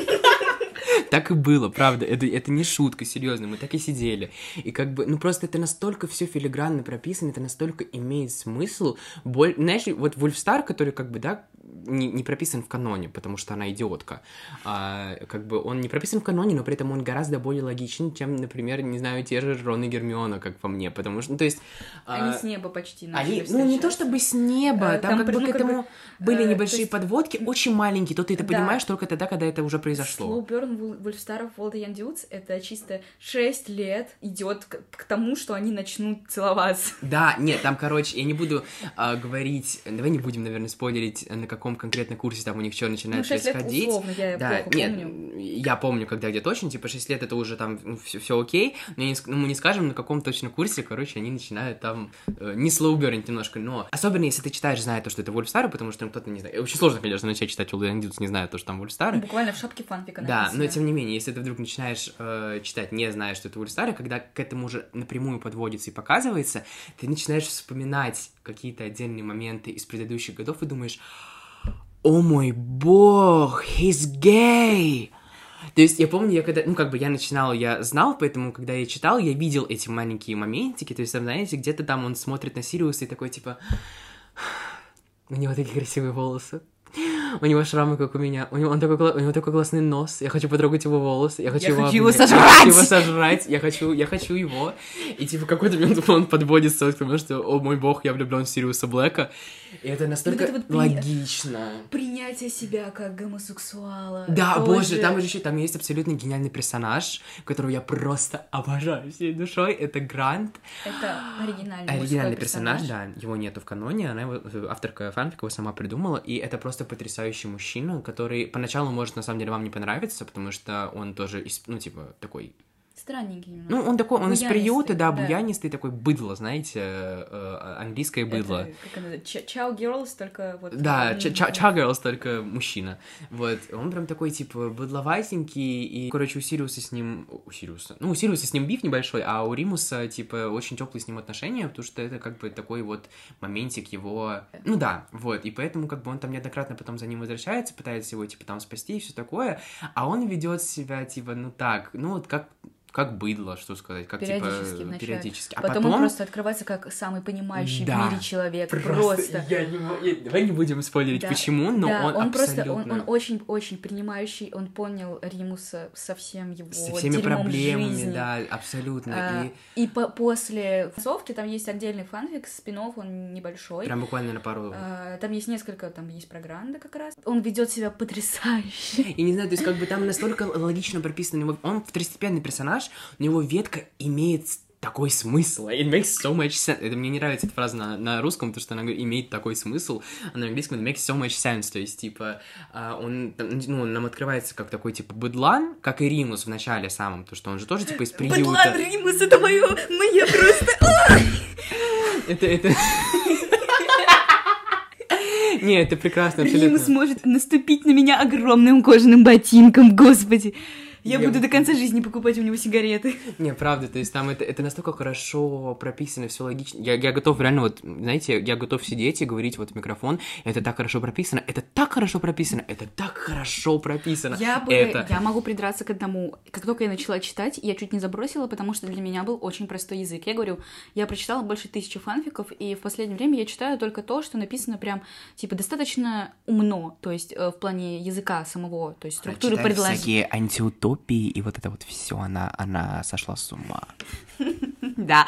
[SPEAKER 1] Так и было, правда, это, это не шутка, серьезно, мы так и сидели. И как бы, ну просто это настолько все филигранно прописано, это настолько имеет смысл. Боль... Знаешь, вот Вульфстар, который как бы, да, не, не прописан в каноне, потому что она идиотка. А, как бы он не прописан в каноне, но при этом он гораздо более логичен, чем, например, не знаю, те же Рон и Гермиона, как по мне, потому что, ну то есть...
[SPEAKER 2] Они
[SPEAKER 1] а...
[SPEAKER 2] с неба почти начали
[SPEAKER 1] Они, ну, не то
[SPEAKER 2] встречаться.
[SPEAKER 1] чтобы с неба,
[SPEAKER 2] Э,
[SPEAKER 1] там,
[SPEAKER 2] там
[SPEAKER 1] как бы
[SPEAKER 2] ну,
[SPEAKER 1] к
[SPEAKER 2] как бы,
[SPEAKER 1] этому были
[SPEAKER 2] э, то
[SPEAKER 1] небольшие
[SPEAKER 2] есть-
[SPEAKER 1] подводки, очень маленькие, то ты это
[SPEAKER 2] Да.
[SPEAKER 1] понимаешь только тогда, когда это уже произошло.
[SPEAKER 2] Slow burn Вул- Вульфстаров Old Young Dudes — это чисто шесть лет идет к, к тому, что они начнут целоваться.
[SPEAKER 1] Да, нет, там, короче, я не буду а, говорить, давай не будем, наверное, спойлерить, на каком конкретно курсе там у них что начинает
[SPEAKER 2] Ну, шесть лет
[SPEAKER 1] происходить.
[SPEAKER 2] условно, я
[SPEAKER 1] Да,
[SPEAKER 2] плохо
[SPEAKER 1] нет,
[SPEAKER 2] помню.
[SPEAKER 1] я помню, когда где точно, типа, шесть лет это уже там все окей, но я не, ск- ну, мы не скажем, на каком точно курсе, короче, они начинают там э, не слоубернить немножко, но особенно если ты читаешь, зная то, что это Вульфстары, потому что ну, кто-то не знает. Очень сложно, конечно, начать читать Old Young Dudes, не зная то, что там Вульфстары.
[SPEAKER 2] Буквально в шапке фанфика
[SPEAKER 1] Да,
[SPEAKER 2] написано.
[SPEAKER 1] но тем не менее, если ты вдруг начинаешь э, читать, не зная, что это Вульфстары, когда к этому уже напрямую подводится и показывается, ты начинаешь вспоминать какие-то отдельные моменты из предыдущих годов и думаешь, о мой бог, he's gay! То есть я помню, я когда, ну, как бы я начинал, я знал, поэтому, когда я читал, я видел эти маленькие моментики, то есть, там, знаете, где-то там он смотрит на Сириуса и такой, типа, у него такие красивые волосы. У него шрамы, как у меня. У него, он такой, кла- у него такой классный нос. Я хочу потрогать его волосы. Я хочу
[SPEAKER 2] Я
[SPEAKER 1] его
[SPEAKER 2] хочу его
[SPEAKER 1] обнять.
[SPEAKER 2] сожрать!
[SPEAKER 1] Я хочу его сожрать. Я хочу, я хочу его. И типа в какой-то момент он подводится к тому, что, о мой бог, я влюблен в Сириуса Блэка. И это настолько
[SPEAKER 2] Вот это вот при-
[SPEAKER 1] логично.
[SPEAKER 2] Принятие себя как гомосексуала.
[SPEAKER 1] Да,
[SPEAKER 2] тоже.
[SPEAKER 1] боже, там же еще там есть абсолютно гениальный персонаж, которого я просто обожаю всей душой. Это Грант.
[SPEAKER 2] Это оригинальный,
[SPEAKER 1] Оригинальный
[SPEAKER 2] мужской
[SPEAKER 1] персонаж, да, его нету в каноне, она его, авторка фанфика его сама придумала, и это просто потрясающий мужчина, который поначалу может на самом деле вам не понравиться, потому что он тоже, из, ну, типа, такой...
[SPEAKER 2] Странненький немного.
[SPEAKER 1] Ну, он такой, он из
[SPEAKER 2] Буянистый,
[SPEAKER 1] приюта, да,
[SPEAKER 2] да.
[SPEAKER 1] буянистый, такой быдло, знаете, э, э, английское быдло.
[SPEAKER 2] Это, как она, Ч- Chow Girls, только вот...
[SPEAKER 1] Да,
[SPEAKER 2] он-
[SPEAKER 1] Чаггерлс, только мужчина. Вот, он прям такой, типа, быдловатенький, и, короче, у Сириуса с ним... У Сириуса? Ну, у Сириуса с ним биф небольшой, а у Римуса, типа, очень теплые с ним отношения, потому что это, как бы, такой вот моментик его... Ну да, вот, и поэтому, как бы, он там неоднократно потом за ним возвращается, пытается его, типа, там спасти и все такое, а он ведет себя, типа, ну так, ну вот как... как быдло, что сказать, как
[SPEAKER 2] периодически,
[SPEAKER 1] типа
[SPEAKER 2] вначале.
[SPEAKER 1] периодически. А
[SPEAKER 2] потом,
[SPEAKER 1] потом
[SPEAKER 2] он просто открывается как самый понимающий
[SPEAKER 1] да,
[SPEAKER 2] в мире человек.
[SPEAKER 1] Просто.
[SPEAKER 2] Просто.
[SPEAKER 1] Я не могу... я... Давай не будем спойлерить,
[SPEAKER 2] да,
[SPEAKER 1] почему, но
[SPEAKER 2] да,
[SPEAKER 1] он,
[SPEAKER 2] он
[SPEAKER 1] абсолютно...
[SPEAKER 2] просто, он, он очень-очень принимающий, он понял Римуса со всем его
[SPEAKER 1] со всеми
[SPEAKER 2] дерьмом
[SPEAKER 1] проблемами,
[SPEAKER 2] жизни.
[SPEAKER 1] да, абсолютно.
[SPEAKER 2] А,
[SPEAKER 1] и
[SPEAKER 2] и по после концовки там есть отдельный фанфик, спин-офф, он небольшой.
[SPEAKER 1] Прям буквально на пару...
[SPEAKER 2] А, там есть несколько, там есть программы как раз. Он ведет себя потрясающе.
[SPEAKER 1] И не знаю, то есть как бы там настолько логично прописано, него... он второстепенный персонаж, у него ветка имеет такой смысл. It makes so much sense. Это мне не нравится эта фраза на, на русском, потому что она имеет такой смысл, а на английском it makes so much sense. То есть, типа, он, ну, нам открывается как такой, типа, быдлан, как и Римус в начале самом, то что он же тоже, типа, из приюта.
[SPEAKER 2] Быдлан, Римус, это моё, моё просто...
[SPEAKER 1] Это, это... Не, это прекрасно, абсолютно.
[SPEAKER 2] Римус может наступить на меня огромным кожаным ботинком, господи. Я, я буду до конца жизни покупать у него сигареты.
[SPEAKER 1] Не, правда, то есть там это, это настолько хорошо прописано, все логично. Я, я готов реально вот, знаете, я готов сидеть и говорить вот в микрофон, это так хорошо прописано, это так хорошо прописано, это так хорошо прописано.
[SPEAKER 2] Я бы,
[SPEAKER 1] это...
[SPEAKER 2] я могу придраться к одному. Как только я начала читать, я чуть не забросила, потому что для меня был очень простой язык. Я говорю, я прочитала больше тысячи фанфиков, и в последнее время я читаю только то, что написано прям, типа, достаточно умно, то есть в плане языка самого, то есть структуры предложений.
[SPEAKER 1] Всякие антиутопии, и вот это вот все, она, она сошла с ума.
[SPEAKER 2] Да.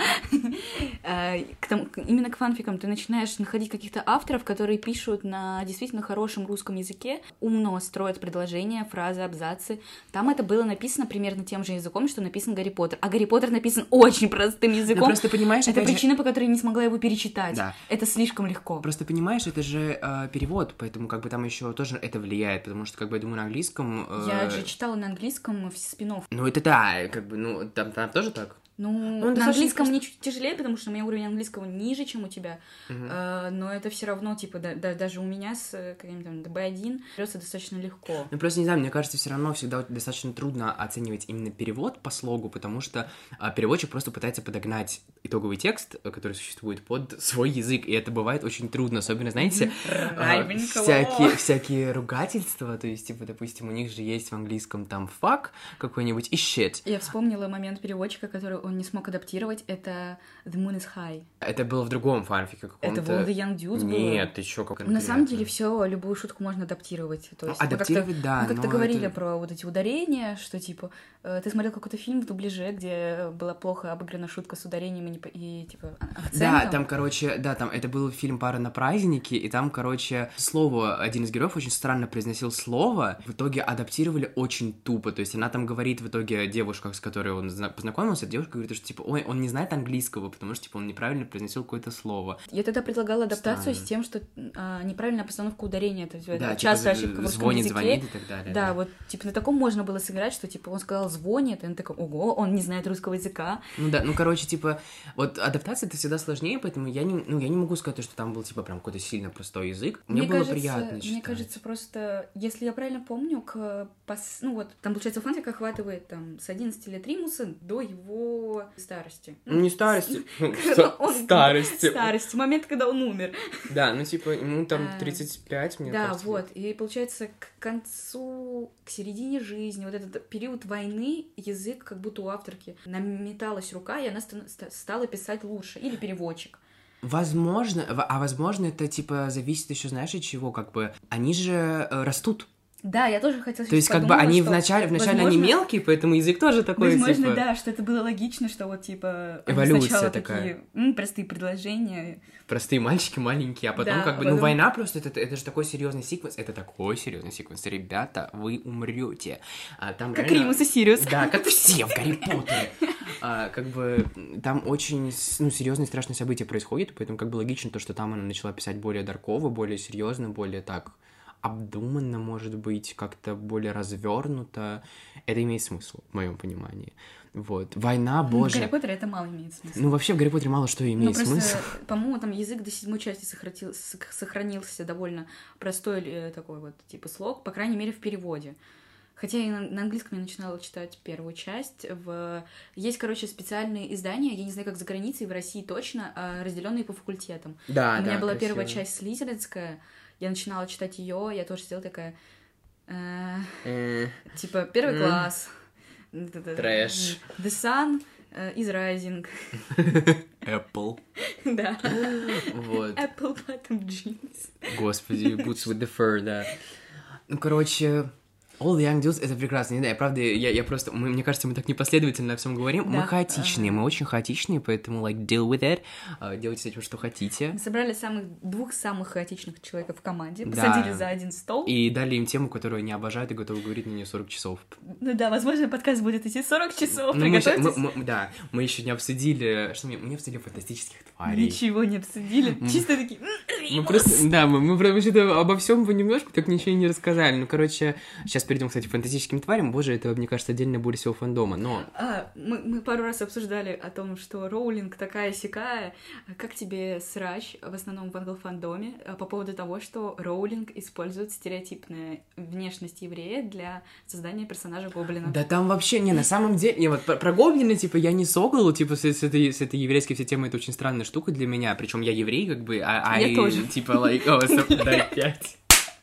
[SPEAKER 2] Именно к фанфикам ты начинаешь находить каких-то авторов, которые пишут на действительно хорошем русском языке, умно строят предложения, фразы, абзацы. Там это было написано примерно тем же языком, что написан Гарри Поттер. А Гарри Поттер написан очень простым языком.
[SPEAKER 1] Просто понимаешь,
[SPEAKER 2] это причина, по которой я не смогла его перечитать.
[SPEAKER 1] Да.
[SPEAKER 2] Это слишком легко.
[SPEAKER 1] Просто понимаешь, это же э, перевод, поэтому как бы там еще тоже это влияет, потому что, как бы, я думаю, на английском... Э...
[SPEAKER 2] Я же читала на английском спин-офф.
[SPEAKER 1] Ну, это да, как бы, ну, там, там тоже так?
[SPEAKER 2] Ну, ну на английском мне чуть тяжелее, потому что у меня уровень английского ниже, чем у тебя, uh-huh. а, но это все равно, типа, да, да, даже у меня с каким-то би один берется достаточно легко.
[SPEAKER 1] Ну, просто, не знаю, мне кажется, все равно всегда достаточно трудно оценивать именно перевод по слогу, потому что а, переводчик просто пытается подогнать итоговый текст, который существует, под свой язык, и это бывает очень трудно, особенно, знаете, а, всякие, всякие ругательства, то есть, типа, допустим, у них же есть в английском там fuck какой-нибудь и shit.
[SPEAKER 2] Я вспомнила момент переводчика, который он не смог адаптировать, это The Moon is High.
[SPEAKER 1] Это было в другом фанфике каком-то.
[SPEAKER 2] Это All the Young Dudes было?
[SPEAKER 1] Нет, ты чё, как конкретно?
[SPEAKER 2] На самом деле все, любую шутку можно адаптировать. То есть,
[SPEAKER 1] ну, адаптировать,
[SPEAKER 2] мы
[SPEAKER 1] да.
[SPEAKER 2] Мы как-то говорили
[SPEAKER 1] это...
[SPEAKER 2] про вот эти ударения, что типа ты смотрел какой-то фильм в дубляже, где была плохо обыграна шутка с ударением и, не... и типа акцентом.
[SPEAKER 1] Да, там, короче, да, там это был фильм «Пара на празднике», и там, короче, слово, один из героев очень странно произносил слово, в итоге адаптировали очень тупо, то есть она там говорит в итоге, девушка, с которой он познакомился, девушка говорит, что типа, ой, он не знает английского, потому что типа он неправильно произносил какое-то слово.
[SPEAKER 2] Я тогда предлагала адаптацию Странно. С тем, что а, неправильная постановка ударения, то есть да, часто
[SPEAKER 1] типа,
[SPEAKER 2] ошибка в
[SPEAKER 1] звонит,
[SPEAKER 2] языке.
[SPEAKER 1] звонит и так далее.
[SPEAKER 2] Да,
[SPEAKER 1] да,
[SPEAKER 2] вот типа на таком можно было сыграть, что типа он сказал звонит, и он такой, ого, он не знает русского языка.
[SPEAKER 1] Ну да, ну короче, типа, вот адаптация это всегда сложнее, поэтому я не, ну я не могу сказать, что там был типа прям какой-то сильно простой язык. Мне, мне было
[SPEAKER 2] кажется,
[SPEAKER 1] приятно читать.
[SPEAKER 2] Мне кажется, просто, если я правильно помню, к пос... ну вот, там, получается, фанфик охватывает там с одиннадцати лет Римуса до его старости.
[SPEAKER 1] Ну, не старости,
[SPEAKER 2] старости. Старости, момент, когда он умер.
[SPEAKER 1] Да, ну типа, ему там тридцать пять, мне кажется.
[SPEAKER 2] Да, вот, и получается, к концу, к середине жизни, вот этот период войны, язык как будто у авторки наметалась рука, и она стала писать лучше, или переводчик.
[SPEAKER 1] Возможно, а возможно, это, типа, зависит еще, знаешь, от чего, как бы, они же э, растут.
[SPEAKER 2] Да, я тоже хотела
[SPEAKER 1] То есть, как бы, они вначале, вначале возможно, они мелкие, поэтому язык тоже такой,
[SPEAKER 2] возможно,
[SPEAKER 1] типа...
[SPEAKER 2] да, что это было логично, что вот, типа,
[SPEAKER 1] эволюция
[SPEAKER 2] сначала
[SPEAKER 1] такая.
[SPEAKER 2] Такие, м, простые предложения.
[SPEAKER 1] Простые мальчики маленькие, а потом,
[SPEAKER 2] да,
[SPEAKER 1] как бы,
[SPEAKER 2] потом...
[SPEAKER 1] ну, война просто, это, это же такой серьезный секвенс, это такой серьезный секвенс, ребята, вы умрете. А, там
[SPEAKER 2] как
[SPEAKER 1] реально...
[SPEAKER 2] Римус и Сириус.
[SPEAKER 1] Да, как все в Гарри Поттере. А, как бы, там очень, ну, серьезные страшные события происходят, поэтому, как бы, логично то, что там она начала писать более дарково, более серьезно, более так... обдуманно, может быть, как-то более развернуто. Это имеет смысл, в моем понимании. Вот. Война, боже...
[SPEAKER 2] В Гарри Поттере это мало имеет смысл.
[SPEAKER 1] Ну, вообще, в Гарри Поттере мало что имеет
[SPEAKER 2] ну,
[SPEAKER 1] смысл.
[SPEAKER 2] Просто, по-моему, там язык до седьмой части сохранил, сохранился довольно простой такой вот, типа, слог, по крайней мере, в переводе. Хотя я на английском я начинала читать первую часть. В... Есть, короче, специальные издания, я не знаю, как за границей, в России точно, разделенные по факультетам.
[SPEAKER 1] Да,
[SPEAKER 2] У меня
[SPEAKER 1] да,
[SPEAKER 2] была
[SPEAKER 1] красиво.
[SPEAKER 2] Первая часть слизеринская, я начинала читать ее, я тоже сидела такая... Э,
[SPEAKER 1] э,
[SPEAKER 2] типа, первый
[SPEAKER 1] э.
[SPEAKER 2] класс,
[SPEAKER 1] Трэш.
[SPEAKER 2] The Sun is Rising.
[SPEAKER 1] Apple.
[SPEAKER 2] Да.
[SPEAKER 1] Вот.
[SPEAKER 2] Apple Bottom Jeans.
[SPEAKER 1] Господи, Boots with the Fur, да. Ну, короче... All the Young Dudes — это прекрасно. Не знаю, правда, я, я просто... Мы, мне кажется, мы так непоследовательно о всем говорим. Да. Мы хаотичные, uh-huh. мы очень хаотичные, поэтому, like, deal with it. Uh, делайте с этим, что хотите.
[SPEAKER 2] Мы собрали самых, двух самых хаотичных человеков в команде, посадили да. за один стол.
[SPEAKER 1] И дали им тему, которую они обожают и готовы говорить на нее сорок часов.
[SPEAKER 2] Ну да, возможно, подкаст будет идти сорок часов,
[SPEAKER 1] ну,
[SPEAKER 2] приготовьтесь.
[SPEAKER 1] Мы, мы, да, мы еще не обсудили... Что мы, мы не обсудили фантастических тварей.
[SPEAKER 2] Ничего не обсудили, мы... чисто такие...
[SPEAKER 1] Мы просто... Да, мы, мы вообще-то обо всем понемножку так ничего и не рассказали. Ну, короче, сейчас перейдем, кстати, к фантастическим тварям. Боже, это, мне кажется, отдельная боль всего фандома, но...
[SPEAKER 2] А, мы, мы пару раз обсуждали о том, что Роулинг такая-сякая. Как тебе срач, в основном в англофандоме, по поводу того, что Роулинг использует стереотипную внешность еврея для создания персонажа Гоблина?
[SPEAKER 1] Да там вообще... Не, на самом деле... Не, вот про, про Гоблина, типа, я не согл, типа, с, с, этой, с этой еврейской всей темой это очень странная штука для меня. Причем я еврей, как бы, а...
[SPEAKER 2] Я
[SPEAKER 1] I,
[SPEAKER 2] тоже.
[SPEAKER 1] Типа, like, о, oh, дай пять.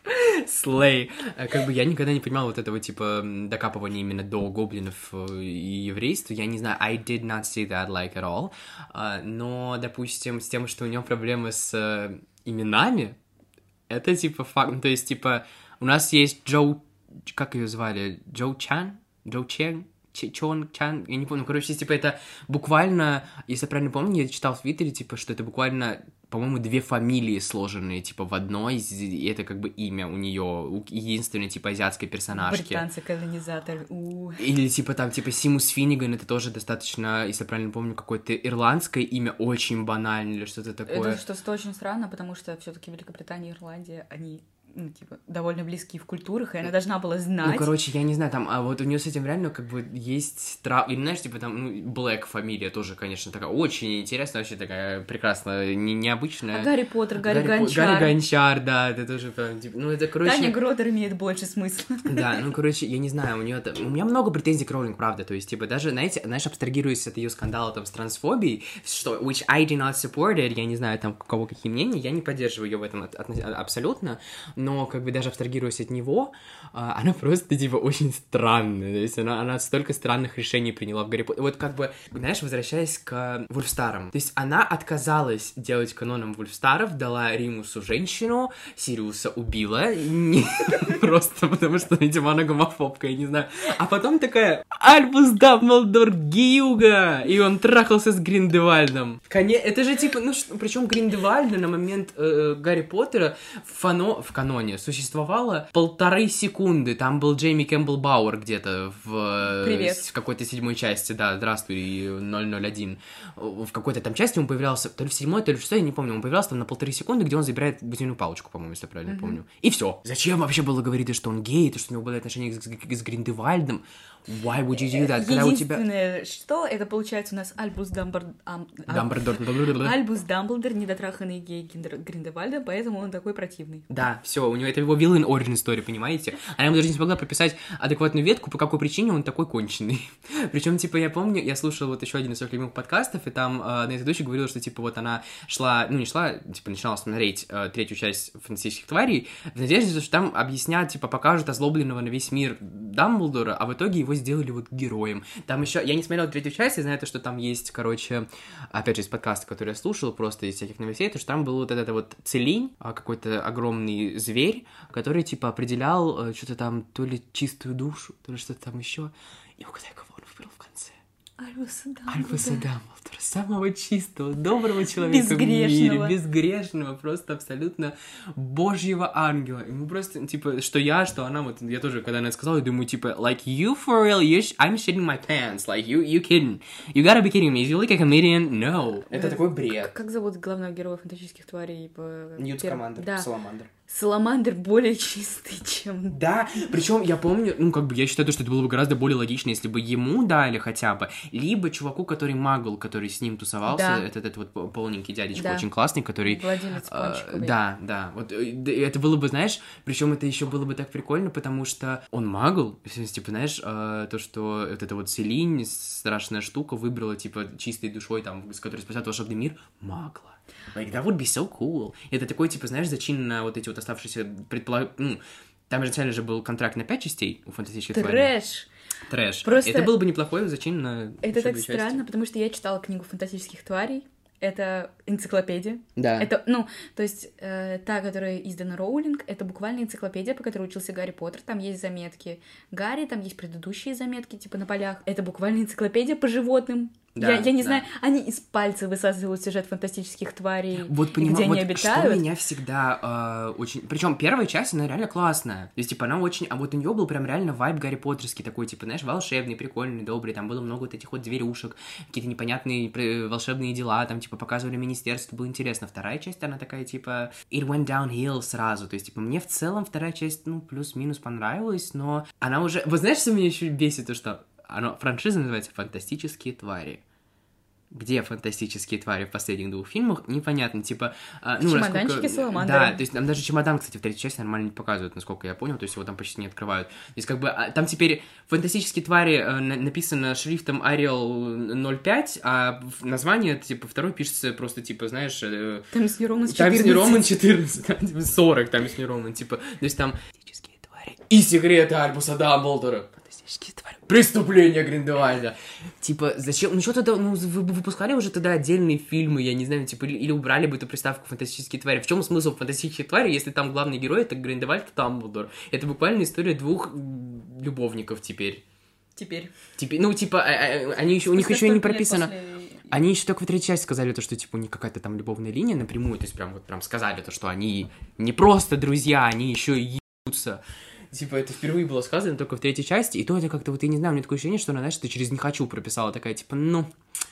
[SPEAKER 1] Слей. Как бы я никогда не понимал вот этого, типа, докапывания именно до гоблинов и еврейства. Я не знаю, I did not see that, like, at all. Uh, но, допустим, с тем, что у него проблемы с uh, именами, это, типа, факт. Ну, то есть, типа, у нас есть Джоу... Как ее звали? Джоу Чан? Джоу Чен? Чон, Чан, я не помню, короче, типа, это буквально, если я правильно помню, я читал в Твиттере, типа, что это буквально, по-моему, две фамилии сложенные, типа, в одной, и это как бы имя у нее, единственной, типа, азиатской персонажки.
[SPEAKER 2] Британцы-колонизатор, у
[SPEAKER 1] Или, типа, там, типа, Симус Финниган, это тоже достаточно, если я правильно помню, какое-то ирландское имя, очень банальное, или что-то такое.
[SPEAKER 2] Это что-то очень странно, потому что все таки Великобритания и Ирландия, они... ну, типа, довольно близкие в культурах, и она должна была знать.
[SPEAKER 1] Ну, короче, я не знаю, там, а вот у нее с этим реально, как бы, есть трав... Или, знаешь, типа, там, ну, Блэк фамилия тоже, конечно, такая очень интересная, вообще такая прекрасная, не, необычная.
[SPEAKER 2] А Гарри Поттер, Гарри, Гарри Гончар.
[SPEAKER 1] Гарри Гончар, да, это тоже, прям, типа, ну, это, короче...
[SPEAKER 2] Таня Гродер имеет больше смысла.
[SPEAKER 1] Да, ну, короче, я не знаю, у нее это... У меня много претензий к Роулинг, правда, то есть, типа, даже, знаете, знаешь, абстрагируясь от ее скандала, там, с трансфобией, что, which I do not support it, я не знаю, там, у кого какие мнения, я не поддерживаю ее в этом от, от, абсолютно, но, как бы, даже абстрагируясь от него, она просто, типа, очень странная. То есть она, она столько странных решений приняла в Гарри Поттере. Вот как бы, знаешь, возвращаясь к Вульфстарам. То есть она отказалась делать каноном Вульфстаров, дала Римусу женщину, Сириуса убила. Просто потому что, видимо, она гомофобка, я не знаю. А потом такая, Альбус Дамблдор Гиюга! И он трахался с Гриндевальдом. Это же, типа, ну, причем Гриндевальда на момент Гарри Поттера в каноне существовало полторы секунды. Там был Джейми Кэмпбелл Бауэр где-то в, в какой-то седьмой части. Да, здравствуй, ноль ноль один. В какой-то там части он появлялся, то ли в седьмой, то ли в шестой, я не помню. Он появлялся там на полторы секунды, где он забирает бутильную палочку, по-моему, если я правильно mm-hmm. помню. И все. Зачем вообще было говорить, что он гей, то, что у него были отношения с, с, с Гриндевальдом? Why would you do that? Когда у тебя...
[SPEAKER 2] Единственное, что это получается у нас Альбус Дамблдор... Ам...
[SPEAKER 1] Дамблдор.
[SPEAKER 2] Альбус Дамблдор, недотраханный гей Гриндевальда, поэтому он такой противный.
[SPEAKER 1] Да, все, у него это его villain origin story, понимаете? Она ему даже не смогла прописать адекватную ветку, по какой причине он такой конченый. Причем, типа, я помню, я слушал вот еще один из своих любимых подкастов, и там э, на этой дочке говорила, что, типа, вот она шла, ну, не шла, типа, начинала смотреть э, третью часть «Фантастических тварей», в надежде, что там объяснят, типа, покажут озлобленного на весь мир Дамблдора, а в итоге его сделали вот героем. Там еще, я не смотрел третью часть, я знаю то, что там есть, короче, опять же, из подкаста, который я слушал, просто из всяких новостей, то, что там был вот этот вот целинь, какой-то огромный зверь, который, типа, определял что-то там, то ли чистую душу, то ли что-то там еще. И угадай, кого он выбрал в конце.
[SPEAKER 2] Альбуса Дамблдора.
[SPEAKER 1] Альбуса Дамблдора, самого чистого, доброго человека в мире, безгрешного, просто абсолютно божьего ангела. И мы просто, типа, что я, что она, вот, я тоже, когда она это сказала, я думаю, типа, like, you for real, you sh- I'm shitting my pants, like, you, you kidding, you gotta be kidding me, is you like a comedian? No. Это такой бред.
[SPEAKER 2] Как, как зовут главного героя «Фантастических тварей»?
[SPEAKER 1] Ньют Скамандер,
[SPEAKER 2] да.
[SPEAKER 1] Саламандр.
[SPEAKER 2] Саламандр более чистый, чем...
[SPEAKER 1] Да, причем я помню, ну, как бы, я считаю, что это было бы гораздо более логично, если бы ему дали хотя бы, либо чуваку, который магл, который с ним тусовался, да. этот, этот вот полненький дядечка, да. очень классный, который...
[SPEAKER 2] Владелец пончиковый.
[SPEAKER 1] Э, да, да, вот это было бы, знаешь, причем это еще было бы так прикольно, потому что он магл, типа, знаешь, э, то, что вот эта вот Селинь, страшная штука, выбрала, типа, чистой душой, там, с которой спасает волшебный мир, магла. Like, that would be so cool. Это такой, типа, знаешь, зачин на вот эти вот оставшиеся предполаг... Ну, там же изначально же был контракт на пять частей у «Фантастических тварей».
[SPEAKER 2] Трэш!
[SPEAKER 1] Трэш.
[SPEAKER 2] Просто...
[SPEAKER 1] Это было бы неплохое зачем на...
[SPEAKER 2] Это так странно, потому что я читала книгу «Фантастических тварей». Это энциклопедия.
[SPEAKER 1] Да.
[SPEAKER 2] Это, ну, то есть э, та, которая издана Роулинг, это буквально энциклопедия, по которой учился Гарри Поттер. Там есть заметки Гарри, там есть предыдущие заметки, типа на полях. Это буквально энциклопедия по животным. Да, я, я не да. знаю, они из пальца высасывают сюжет фантастических тварей,
[SPEAKER 1] вот, поним...
[SPEAKER 2] где
[SPEAKER 1] вот
[SPEAKER 2] они обитают.
[SPEAKER 1] Что меня всегда э, очень... Причем первая часть, она реально классная. То есть, типа, она очень... А вот у нее был прям реально вайб Гарри Поттерский такой, типа, знаешь, волшебный, прикольный, добрый. Там было много вот этих вот зверюшек, какие-то непонятные волшебные дела, там, типа, показывали министерство, было интересно. Вторая часть, она такая, типа, it went downhill сразу. То есть, типа, мне в целом вторая часть, ну, плюс-минус понравилась, но она уже... Вот знаешь, что меня еще бесит? То, что она... франшиза называется «Фантастические твари». Где фантастические твари в последних двух фильмах, непонятно, типа... Ну,
[SPEAKER 2] чемоданчики
[SPEAKER 1] насколько...
[SPEAKER 2] с саламандрами.
[SPEAKER 1] Да, то есть там даже чемодан, кстати, в третьей части нормально не показывают, насколько я понял, то есть его там почти не открывают. То есть как бы там теперь фантастические твари написано шрифтом Arial ноль пять, а название, типа, второй пишется просто, типа, знаешь...
[SPEAKER 2] Times New Roman четырнадцать.
[SPEAKER 1] Times New Roman четырнадцать, сорок Times New Roman, типа, то есть там... Фантастические твари. И секреты Альбуса Дамблдора. Фантастические твари. Преступление Гриндевальда. Типа, зачем? Ну, что тогда, ну, вы бы выпускали уже тогда отдельные фильмы, я не знаю, типа, или, или убрали бы эту приставку «Фантастические твари». В чем смысл «Фантастических тварей», если там главный герой — это Гриндевальд и Дамблдор? Это буквально история двух любовников теперь.
[SPEAKER 2] Теперь.
[SPEAKER 1] Теперь, ну, типа, они еще, у них еще не прописано... После... Они еще только в третьей части сказали то, что, типа, у них какая-то там любовная линия напрямую, то есть прям вот прям сказали то, что они не просто друзья, они еще и ебутся. Типа, это впервые было сказано только в третьей части, и то это как-то, вот, я не знаю, у меня такое ощущение, что она, знаешь, ты через «не хочу» прописала, такая, типа, ну...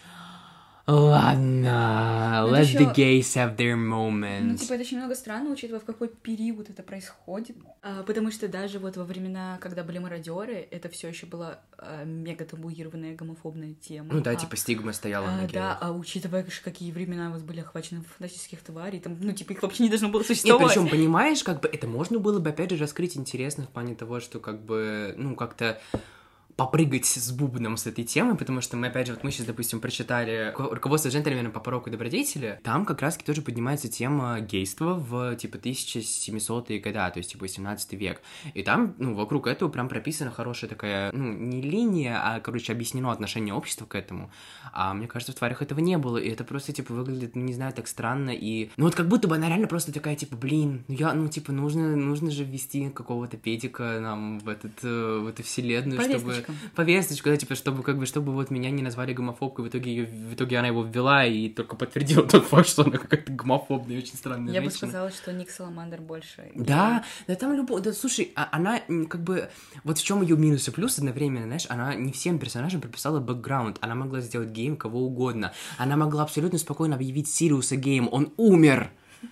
[SPEAKER 1] Ладно, let еще... the gays have their moments.
[SPEAKER 2] Ну, типа, это очень много странно, учитывая, в какой период это происходит. А, потому что даже вот во времена, когда были мародеры, это все еще была а, мега табуированная гомофобная тема.
[SPEAKER 1] Ну да,
[SPEAKER 2] а,
[SPEAKER 1] типа, стигма стояла
[SPEAKER 2] а,
[SPEAKER 1] на геях.
[SPEAKER 2] Да, а учитывая, какие времена у вас были охвачены фантастических тварей, там, ну, типа, их вообще не должно было существовать.
[SPEAKER 1] Нет, причем, понимаешь, как бы, это можно было бы, опять же, раскрыть интересно в плане того, что, как бы, ну, как-то... попрыгать с бубном с этой темой, потому что мы, опять же, вот мы сейчас, допустим, прочитали «Руководство джентльмена по пороку и добродетели», там как раз-таки тоже поднимается тема гейства в, типа, тысяча семисотые года, то есть, типа, восемнадцатый век. И там, ну, вокруг этого прям прописана хорошая такая, ну, не линия, а, короче, объяснено отношение общества к этому. А мне кажется, в «Тварях» этого не было, и это просто, типа, выглядит, ну, не знаю, так странно, и... Ну, вот как будто бы она реально просто такая, типа, блин, ну, я, ну, типа, нужно, нужно же ввести какого-то педика нам в, этот, в эту вселенную,
[SPEAKER 2] повесточка.
[SPEAKER 1] Чтобы... Повесточку, да, типа, чтобы, как бы, чтобы вот меня не назвали гомофобкой, в итоге, ее, в итоге она его ввела и только подтвердила тот факт, что она какая-то гомофобная, очень странная
[SPEAKER 2] Я
[SPEAKER 1] женщина.
[SPEAKER 2] бы сказала, что Ник Саламандр больше.
[SPEAKER 1] Да, да там любовь, да, слушай, а, она, как бы, вот в чем ее минус и плюс одновременно, знаешь, она не всем персонажам прописала бэкграунд, она могла сделать гейм кого угодно, она могла абсолютно спокойно объявить Сириуса гейм, он умер.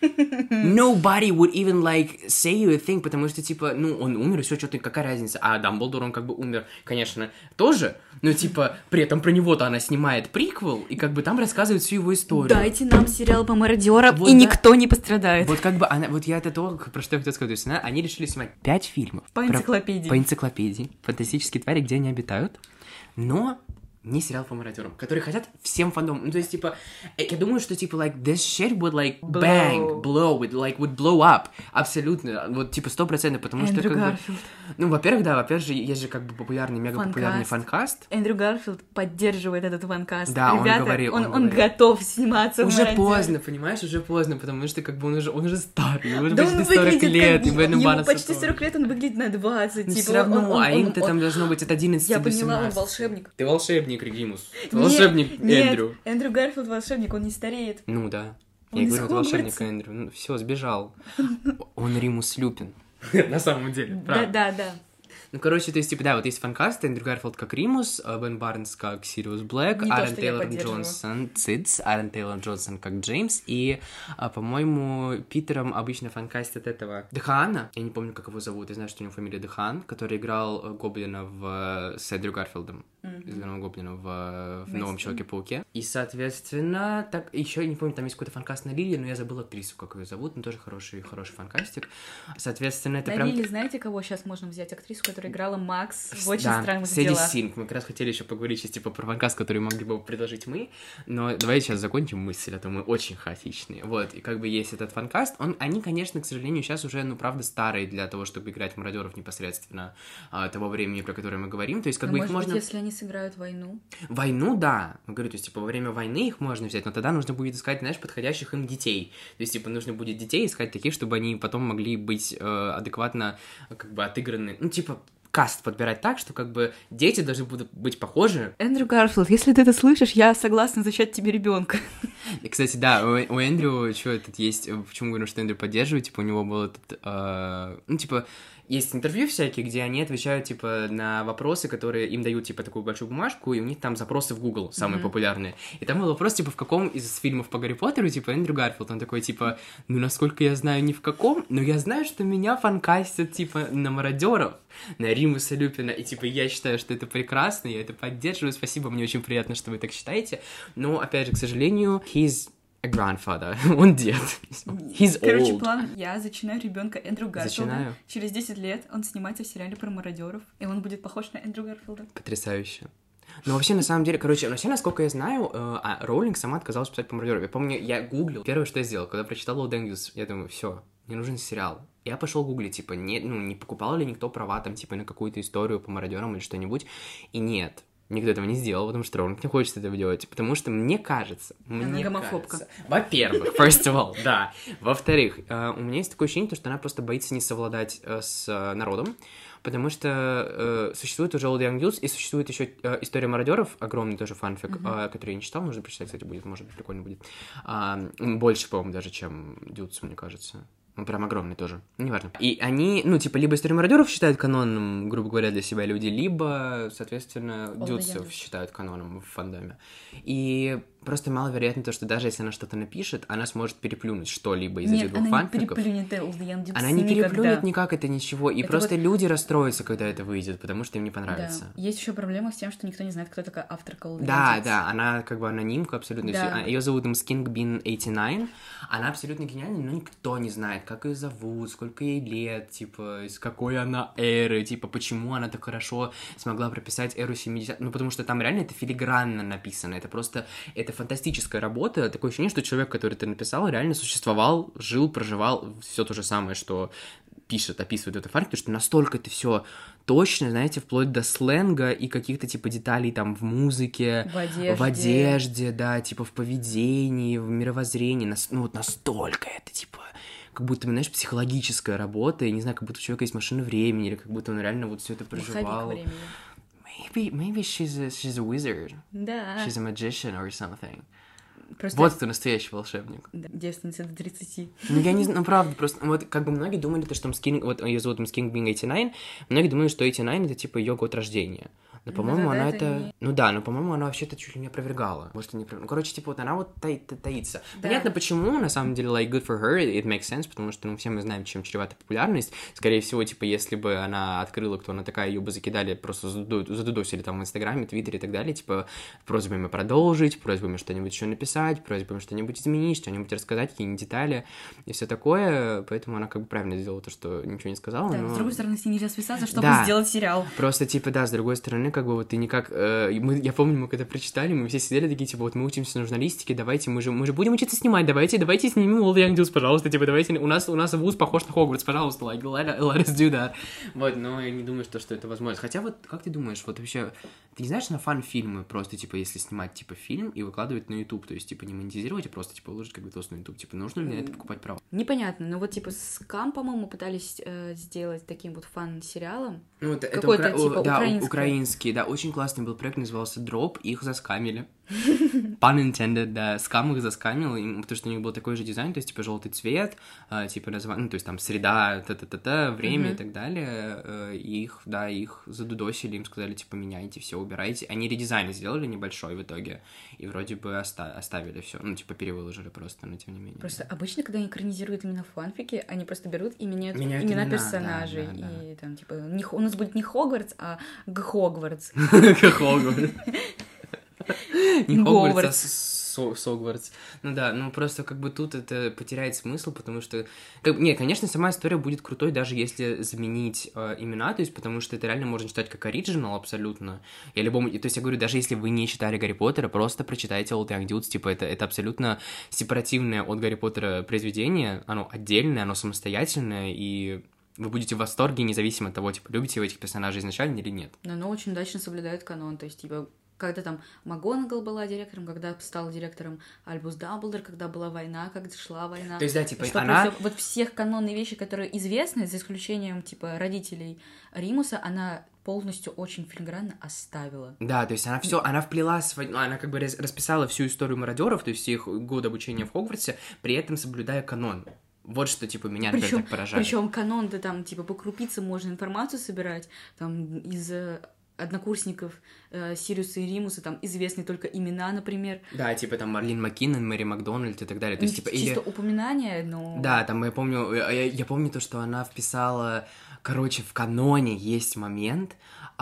[SPEAKER 1] Nobody would even, like, say you a thing, потому что, типа, ну, он умер, и все, что-то, какая разница. А Дамблдор, он как бы умер, конечно, тоже, но, типа, при этом про него-то она снимает приквел, и как бы там рассказывает всю его историю.
[SPEAKER 2] Дайте нам сериал по мародерам,
[SPEAKER 1] вот,
[SPEAKER 2] и
[SPEAKER 1] да.
[SPEAKER 2] никто не пострадает.
[SPEAKER 1] Вот как бы, она, вот я это то, про что я хотел сказать, то есть она, они решили снимать пять фильмов.
[SPEAKER 2] По энциклопедии.
[SPEAKER 1] Про, по энциклопедии. Фантастические твари, где они обитают, но... не сериал по мародерам, которые хотят всем фандомам. Ну, то есть, типа, я думаю, что, типа, like, this shit would, like, blow. bang, blow, would, like, would blow up. Абсолютно. Вот, типа, сто процентов, потому
[SPEAKER 2] Эндрю
[SPEAKER 1] что, как
[SPEAKER 2] Гарфилд.
[SPEAKER 1] бы... Ну, во-первых, да, во-первых же, есть же, как бы, популярный, мега-популярный фанкаст.
[SPEAKER 2] Эндрю Гарфилд поддерживает этот фанкаст.
[SPEAKER 1] Да,
[SPEAKER 2] Ребята,
[SPEAKER 1] он говорил,
[SPEAKER 2] он,
[SPEAKER 1] он,
[SPEAKER 2] он
[SPEAKER 1] говорил.
[SPEAKER 2] готов сниматься
[SPEAKER 1] уже
[SPEAKER 2] в мародерах.
[SPEAKER 1] поздно, понимаешь, уже поздно, потому что, как бы, он уже, он уже старый, ему уже
[SPEAKER 2] да
[SPEAKER 1] почти сорок лет,
[SPEAKER 2] как...
[SPEAKER 1] и Беном
[SPEAKER 2] ему
[SPEAKER 1] Барнсу
[SPEAKER 2] почти сорок лет, он выглядит на двадцать.
[SPEAKER 1] Ну,
[SPEAKER 2] типа,
[SPEAKER 1] все равно,
[SPEAKER 2] он, он,
[SPEAKER 1] а им-то
[SPEAKER 2] он,
[SPEAKER 1] там должно быть от одиннадцати
[SPEAKER 2] я
[SPEAKER 1] до
[SPEAKER 2] поняла,
[SPEAKER 1] семнадцати.
[SPEAKER 2] он волшебник.
[SPEAKER 1] Ты волшебник, Регимус. Ты
[SPEAKER 2] Нет,
[SPEAKER 1] волшебник
[SPEAKER 2] нет,
[SPEAKER 1] Эндрю.
[SPEAKER 2] Эндрю Гарфилд волшебник, он не стареет.
[SPEAKER 1] Ну да.
[SPEAKER 2] Он
[SPEAKER 1] Я
[SPEAKER 2] из
[SPEAKER 1] говорю, это волшебник
[SPEAKER 2] Хогвартса.
[SPEAKER 1] Эндрю. Ну, все, сбежал. Он Римус Люпин. На самом деле,
[SPEAKER 2] Да, да, да.
[SPEAKER 1] Ну, короче, то есть, типа, да, вот есть фанкаст, Эндрю Гарфилд как Римус, Бен Барнс как Сириус Блэк,
[SPEAKER 2] Не то,
[SPEAKER 1] Аарон
[SPEAKER 2] что я
[SPEAKER 1] Тейлор
[SPEAKER 2] поддерживаю.
[SPEAKER 1] Джонсон, Цидс, Аарон Тейлор Джонсон как Джеймс, и, а, по-моему, Питером обычно фанкастят этого Дехаана, я не помню, как его зовут, я знаю, что у него фамилия Дехан, который играл э, Гоблина в, с Эндрю Гарфилдом,
[SPEAKER 2] Мгм.
[SPEAKER 1] изданного Гоблина в, в
[SPEAKER 2] Мейсон.
[SPEAKER 1] Новом Человеке-пауке. И, соответственно, так, еще я не помню, там есть какой-то фанкаст на Лилии, но я забыл актрису, как ее зовут, но тоже хороший, хороший фанкастик. Соответственно, это
[SPEAKER 2] На
[SPEAKER 1] прям...
[SPEAKER 2] Лиле знаете, кого сейчас можно взять актрису? которая играла Макс в «Очень
[SPEAKER 1] да,
[SPEAKER 2] странных
[SPEAKER 1] Сэдди
[SPEAKER 2] делах».
[SPEAKER 1] Синг. Мы как раз хотели еще поговорить сейчас, типа, про фанкаст, который могли бы предложить мы, но давай сейчас закончим мысль, а то мы очень хаотичные. Вот, и как бы есть этот фанкаст, он, они, конечно, к сожалению, сейчас уже, ну, правда, старые для того, чтобы играть в мародеров непосредственно а, того времени, про которое мы говорим, то есть как
[SPEAKER 2] но
[SPEAKER 1] бы
[SPEAKER 2] может
[SPEAKER 1] их можно...
[SPEAKER 2] быть, если они сыграют войну?
[SPEAKER 1] Войну, да, я говорю, то есть, типа, во время войны их можно взять, но тогда нужно будет искать, знаешь, подходящих им детей, то есть, типа, нужно будет детей искать таких, чтобы они потом могли быть э, адекватно, как бы, отыграны, ну, типа, каст подбирать так, что, как бы, дети должны будут быть похожи.
[SPEAKER 2] Эндрю Гарфилд, если ты это слышишь, я согласна зачать тебе ребенка.
[SPEAKER 1] И, кстати, да, у, у Эндрю, что этот есть, почему говорю, что Эндрю поддерживает, типа, у него был этот, э, ну, типа, есть интервью всякие, где они отвечают, типа, на вопросы, которые им дают, типа, такую большую бумажку, и у них там запросы в Google самые mm-hmm. популярные. И там был вопрос, типа, в каком из фильмов по Гарри Поттеру, типа, Эндрю Гарфилд, он такой, типа, ну, насколько я знаю, ни в каком, но я знаю, что меня фанкастят, типа, на мародеров, на Римуса Люпина, и, типа, я считаю, что это прекрасно, я это поддерживаю, спасибо, мне очень приятно, что вы так считаете, но, опять же, к сожалению, he's a grandfather, он дед, he's
[SPEAKER 2] Короче,
[SPEAKER 1] old.
[SPEAKER 2] план, я зачинаю ребенка Эндрю Гарфилда.
[SPEAKER 1] Зачинаю.
[SPEAKER 2] Через десять лет он снимается в сериале про мародеров, и он будет похож на Эндрю Гарфилда.
[SPEAKER 1] Потрясающе. Ну, вообще, на самом деле, короче, вообще, насколько я знаю, э, а, Роулинг сама отказалась писать по мародерам. Я помню, я гуглил, первое, что я сделал, когда прочитал Old English, я думаю, все, мне нужен сериал. Я пошел гуглить, типа, не, ну, не покупал ли никто права, там, типа, на какую-то историю по мародерам или что-нибудь, и нет. Никто этого не сделал, потому что Роулинг не хочет этого делать, потому что мне кажется, мне
[SPEAKER 2] она гомофобка.
[SPEAKER 1] кажется, во-первых, first of all, да, во-вторых, э, у меня есть такое ощущение, что она просто боится не совладать э, с э, народом, потому что э, существует уже Old Young Dudes, и существует еще э, история мародеров, огромный тоже фанфик, uh-huh. э, который я не читал, нужно прочитать, кстати, будет, может быть, прикольно будет, э, больше, по-моему, даже, чем Dudes, мне кажется. Он прям огромный тоже, неважно. И они, ну, типа, либо историю мародеров считают каноном, грубо говоря, для себя люди, либо, соответственно, дюдсов считают каноном в фандоме. И просто маловероятно то, что даже если она что-то напишет, она сможет переплюнуть что-либо из этих двух фанфиков.
[SPEAKER 2] Нет, она не переплюнет Old Young Dudes
[SPEAKER 1] Она не
[SPEAKER 2] никогда.
[SPEAKER 1] переплюнет никак это ничего, и
[SPEAKER 2] это
[SPEAKER 1] просто
[SPEAKER 2] вот...
[SPEAKER 1] люди расстроятся, когда это выйдет, потому что им не понравится.
[SPEAKER 2] Да. Есть еще проблема с тем, что никто не знает, кто такая авторка Old Young
[SPEAKER 1] Да,
[SPEAKER 2] Dudes.
[SPEAKER 1] да, она как бы анонимка абсолютно.
[SPEAKER 2] Да.
[SPEAKER 1] Ее зовут Skink Bean восемьдесят девять, она абсолютно гениальная, но никто не знает, как ее зовут, сколько ей лет, типа, из какой она эры, типа, почему она так хорошо смогла прописать эру семидесятых, ну, потому что там реально это филигранно написано, это просто, это фантастическая работа, такое ощущение, что человек, который это написал, реально существовал, жил, проживал, все то же самое, что пишет, описывает это фанфик, потому что настолько это все точно, знаете, вплоть до сленга и каких-то, типа, деталей там в музыке,
[SPEAKER 2] в одежде,
[SPEAKER 1] в одежде, да, типа, в поведении, в мировоззрении, ну, вот настолько это, типа, как будто, знаешь, психологическая работа, я не знаю, как будто у человека есть машина времени, или как будто он реально вот все это проживал. Maybe, maybe she's a, she's a wizard.
[SPEAKER 2] Да.
[SPEAKER 1] She's a magician or something.
[SPEAKER 2] Просто...
[SPEAKER 1] Вот кто настоящий волшебник.
[SPEAKER 2] Да, девственница до тридцати.
[SPEAKER 1] Ну, я не знаю, ну, правда, просто, вот, как бы многие думали, то, что Skink, вот, ее зовут Skink Bean восемьдесят девять, многие думали, что восемьдесят девять это, типа, ее год рождения. Но, по-моему,
[SPEAKER 2] да,
[SPEAKER 1] она
[SPEAKER 2] это...
[SPEAKER 1] это...
[SPEAKER 2] Не...
[SPEAKER 1] Ну да, но, по-моему, она вообще-то чуть ли не опровергала. Может, не опровергала. Ну, короче, типа, вот она вот та... та... таится. Да. Понятно, почему, на самом деле, like, good for her, it makes sense, потому что, ну, все мы знаем, чем чревата популярность. Скорее всего, типа, если бы она открыла, кто она такая, ее бы закидали, просто задудосили там в Инстаграме, Твиттере и так далее, типа, просьбами продолжить, просьбами что-нибудь еще написать, просьбами что-нибудь изменить, что-нибудь рассказать, какие-нибудь детали и все такое, поэтому она как бы правильно сделала то, что ничего не сказала.
[SPEAKER 2] Да,
[SPEAKER 1] но...
[SPEAKER 2] с другой стороны, с ней нельзя связаться, чтобы
[SPEAKER 1] да.
[SPEAKER 2] сделать сериал.
[SPEAKER 1] Просто, типа, да, с другой стороны, как бы вот ты никак... Э, мы, я помню, мы когда прочитали, мы все сидели такие, типа, вот мы учимся на журналистике, давайте, мы же, мы же будем учиться снимать, давайте, давайте снимем Old Young Dudes, пожалуйста, типа, давайте, у нас, у нас вуз похож на Хогвартс, пожалуйста, like, let, let us do that. Вот, но я не думаю, что, что это возможно. Хотя вот, как ты думаешь, вот вообще, ты не знаешь на фан-фильмы, просто, типа, если снимать, типа, фильм и выкладывать на YouTube, то есть, типа, не монетизировать, а просто, типа, выложить как видос на YouTube, типа, нужно ли на это покупать право?
[SPEAKER 2] Непонятно, но вот, типа, Scam, по-моему, пытались э, сделать таким вот фан-сериалом.
[SPEAKER 1] Ну, это,
[SPEAKER 2] какой-то,
[SPEAKER 1] это укра...
[SPEAKER 2] типа,
[SPEAKER 1] да,
[SPEAKER 2] украинский.
[SPEAKER 1] украинский, да, очень классный был проект, назывался Drop, их заскамили. Pun intended, да, скам их заскамил, им, потому что у них был такой же дизайн, то есть, типа, желтый цвет, э, типа, название, ну, то есть, там, среда, та-та-та-та, время mm-hmm. и так далее, э, и их, да, их задудосили, им сказали, типа, меняйте все, убирайте. Они редизайн сделали небольшой в итоге, и вроде бы оста- оставили все, ну, типа, перевыложили просто, но тем не менее.
[SPEAKER 2] Просто обычно, когда они экранизируют именно фанфики, они просто берут и меняют,
[SPEAKER 1] меняют
[SPEAKER 2] имена,
[SPEAKER 1] имена
[SPEAKER 2] персонажей,
[SPEAKER 1] да, да, да.
[SPEAKER 2] и там, типа, не, у нас будет не Хогвартс, а Гхогвартс.
[SPEAKER 1] Гхогвартс. Не Хогвартс, а Со- Согвартс. Ну да, ну просто как бы тут это потеряет смысл, потому что... Как... Не, конечно, сама история будет крутой, даже если заменить э, имена, то есть потому что это реально можно читать как оригинал абсолютно. Я любому... То есть я говорю, даже если вы не читали Гарри Поттера, просто прочитайте Old Young Dudes, типа это, это абсолютно сепаративное от Гарри Поттера произведение, оно отдельное, оно самостоятельное, и... Вы будете в восторге, независимо от того, типа, любите вы этих персонажей изначально или нет.
[SPEAKER 2] Но оно очень удачно соблюдает канон, то есть, типа, когда там МакГонагал была директором, когда стал директором Альбус Дамблдор, когда была война, когда шла война.
[SPEAKER 1] То есть, да, типа,
[SPEAKER 2] что
[SPEAKER 1] она...
[SPEAKER 2] Вот всех канонные вещи, которые известны, за исключением, типа, родителей Римуса, она полностью очень филигранно оставила.
[SPEAKER 1] Да, то есть она все, она вплела свой, ну, она как бы расписала всю историю мародеров, то есть их год обучения в Хогвартсе, при этом соблюдая канон. Вот что, типа, меня, например,
[SPEAKER 2] причем,
[SPEAKER 1] так поражает.
[SPEAKER 2] Причем канон-то там, типа, по крупицам можно информацию собирать, там, из однокурсников э, Сириуса и Римуса, там, известны только имена, например.
[SPEAKER 1] Да, типа, там, Марлин Маккинон, Мэри Макдональд и так далее. То есть, типа,
[SPEAKER 2] Чисто
[SPEAKER 1] или...
[SPEAKER 2] упоминание, но...
[SPEAKER 1] Да, там, я помню, я, я помню то, что она вписала... Короче, в каноне есть момент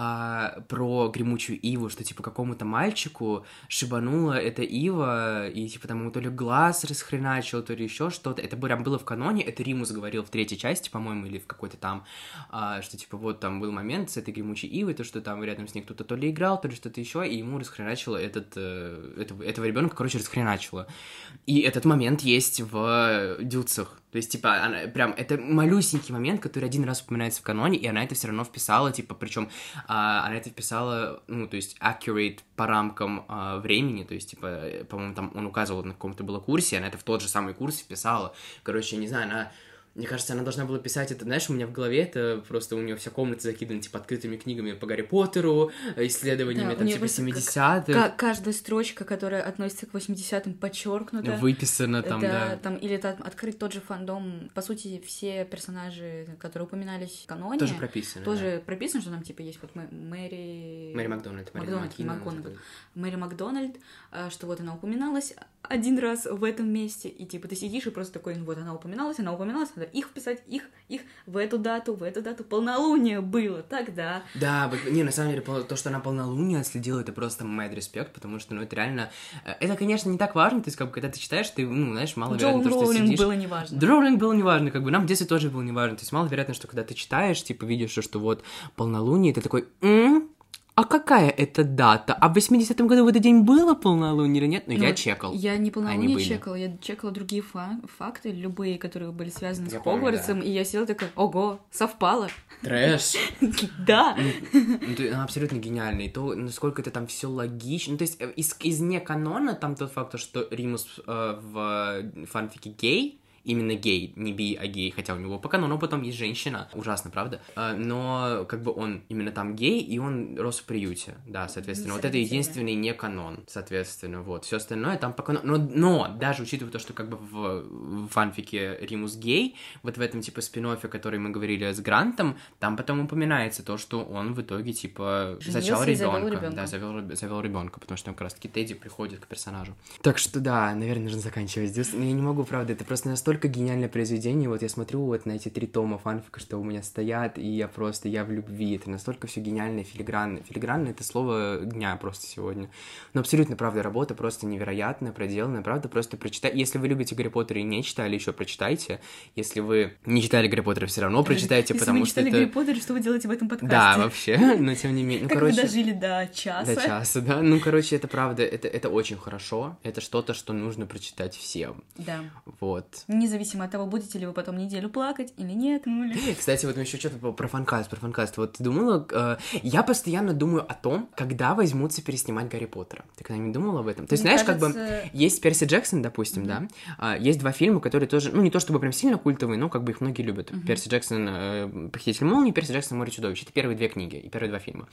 [SPEAKER 1] а, про гремучую иву, что, типа, какому-то мальчику шибанула эта ива, и, типа, там ему то ли глаз расхреначил, то ли еще что-то. Это прям было в каноне, это Римус говорил в третьей части, по-моему, или в какой-то там, а, что, типа, вот там был момент с этой гремучей ивой, то, что там рядом с ней кто-то то ли играл, то ли что-то еще, и ему расхреначило этот, э, этого, этого ребенка, короче, расхреначило. И этот момент есть в Дюцах. То есть, типа, она прям, это малюсенький момент, который один раз упоминается в каноне, и она это все равно вписала, типа, причем а, она это вписала, ну, то есть, accurate по рамкам а, времени, то есть, типа, по-моему, там он указывал на каком-то было курсе, она это в тот же самый курс вписала. Короче, не знаю, она... Мне кажется, она должна была писать это, знаешь, у меня в голове это просто у нее вся комната закидана, типа, открытыми книгами по Гарри Поттеру, исследованиями,
[SPEAKER 2] да,
[SPEAKER 1] там, типа, семидесятых.
[SPEAKER 2] Как, каждая строчка, которая относится к восьмидесятым, подчеркнута.
[SPEAKER 1] Выписана там, да.
[SPEAKER 2] да. Там, или там открыть тот же фандом. По сути, все персонажи, которые упоминались в каноне...
[SPEAKER 1] Тоже прописано,
[SPEAKER 2] Тоже
[SPEAKER 1] да.
[SPEAKER 2] прописано, что там, типа, есть вот Мэри...
[SPEAKER 1] Мэри Макдональд.
[SPEAKER 2] Макдональд, не МакГонагал. Мэри Макдональд, что вот она упоминалась один раз в этом месте, и, типа, ты сидишь и просто такой, ну вот она упоминалась, она упоминалась, надо их вписать, их, их в эту дату, в эту дату. Полнолуние было тогда.
[SPEAKER 1] Да, не, на самом деле, то, что она полнолуние отследила, это просто mad respect, потому что, ну, это реально... Это, конечно, не так важно, то есть, как бы, когда ты читаешь, ты, ну, знаешь, маловероятно, то, что ты сидишь...
[SPEAKER 2] было неважно.
[SPEAKER 1] Роулинг было неважно, как бы, нам в детстве тоже было неважно, то есть, маловероятно, что когда ты читаешь, типа, видишь, что вот полнолуние, ты такой... М-м? А какая это дата? А в восьмидесятом году в этот день было полнолуние или нет? Ну, ну я чекал.
[SPEAKER 2] Я не полнолуние чекала, я чекала другие фа- факты, любые, которые были связаны я с Хогвартсом, да. И я сидела такая, ого, совпало.
[SPEAKER 1] Трэш.
[SPEAKER 2] Да.
[SPEAKER 1] Ну, абсолютно гениальный. То, насколько это там все логично. Ну, то есть, из, из не канона там тот факт, что Римус э, в фанфике гей, именно гей, не би, а гей, хотя у него по канону потом есть женщина, ужасно, правда? Но как бы он именно там гей, и он рос в приюте, да, соответственно, вот это единственный не канон, соответственно, вот, все остальное там по канону, но, но даже учитывая то, что как бы в, в фанфике Римус гей, вот в этом типа спин-оффе, который мы говорили с Грантом, там потом упоминается то, что он в итоге типа зачал ребенка, да, завел, завел ребенка, потому что как раз-таки Тедди приходит к персонажу. Так что да, наверное, нужно заканчивать здесь. Я не могу, правда, это просто настолько Только гениальное произведение, вот я смотрю вот на эти три тома фанфика, что у меня стоят, и я просто, я в любви, это настолько все гениально и филигранно. Филигранно — это слово дня просто сегодня. Но абсолютно, правда, работа просто невероятная, проделанная, правда, просто прочитать. Если вы любите Гарри Поттера и не читали, еще прочитайте. Если вы не читали Гарри Поттера, все равно прочитайте,
[SPEAKER 2] Если
[SPEAKER 1] потому что
[SPEAKER 2] это... Если вы не читали
[SPEAKER 1] это...
[SPEAKER 2] Гарри Поттера, что вы делаете в этом подкасте?
[SPEAKER 1] Да, вообще, но тем не менее, ну,
[SPEAKER 2] как
[SPEAKER 1] короче...
[SPEAKER 2] вы дожили до часа?
[SPEAKER 1] До часа, да, ну, короче, это правда, это, это очень хорошо, это что-то, что нужно прочитать всем.
[SPEAKER 2] Да.
[SPEAKER 1] Вот.
[SPEAKER 2] Независимо от того, будете ли вы потом неделю плакать или нет. Ну, или...
[SPEAKER 1] Кстати, вот мы еще что-то про фанкаст, про фанкаст. Вот ты думала... Э, я постоянно думаю о том, когда возьмутся переснимать Гарри Поттера. Ты когда-нибудь думала об этом? То есть,
[SPEAKER 2] Мне
[SPEAKER 1] знаешь,
[SPEAKER 2] кажется...
[SPEAKER 1] как бы... Есть Перси Джексон, допустим, mm-hmm. да? Есть два фильма, которые тоже... Ну, не то чтобы прям сильно культовые, но как бы их многие любят. Mm-hmm. Перси Джексон э, «Похититель молнии», Перси Джексон «Море чудовищ». Это первые две книги и первые два фильма.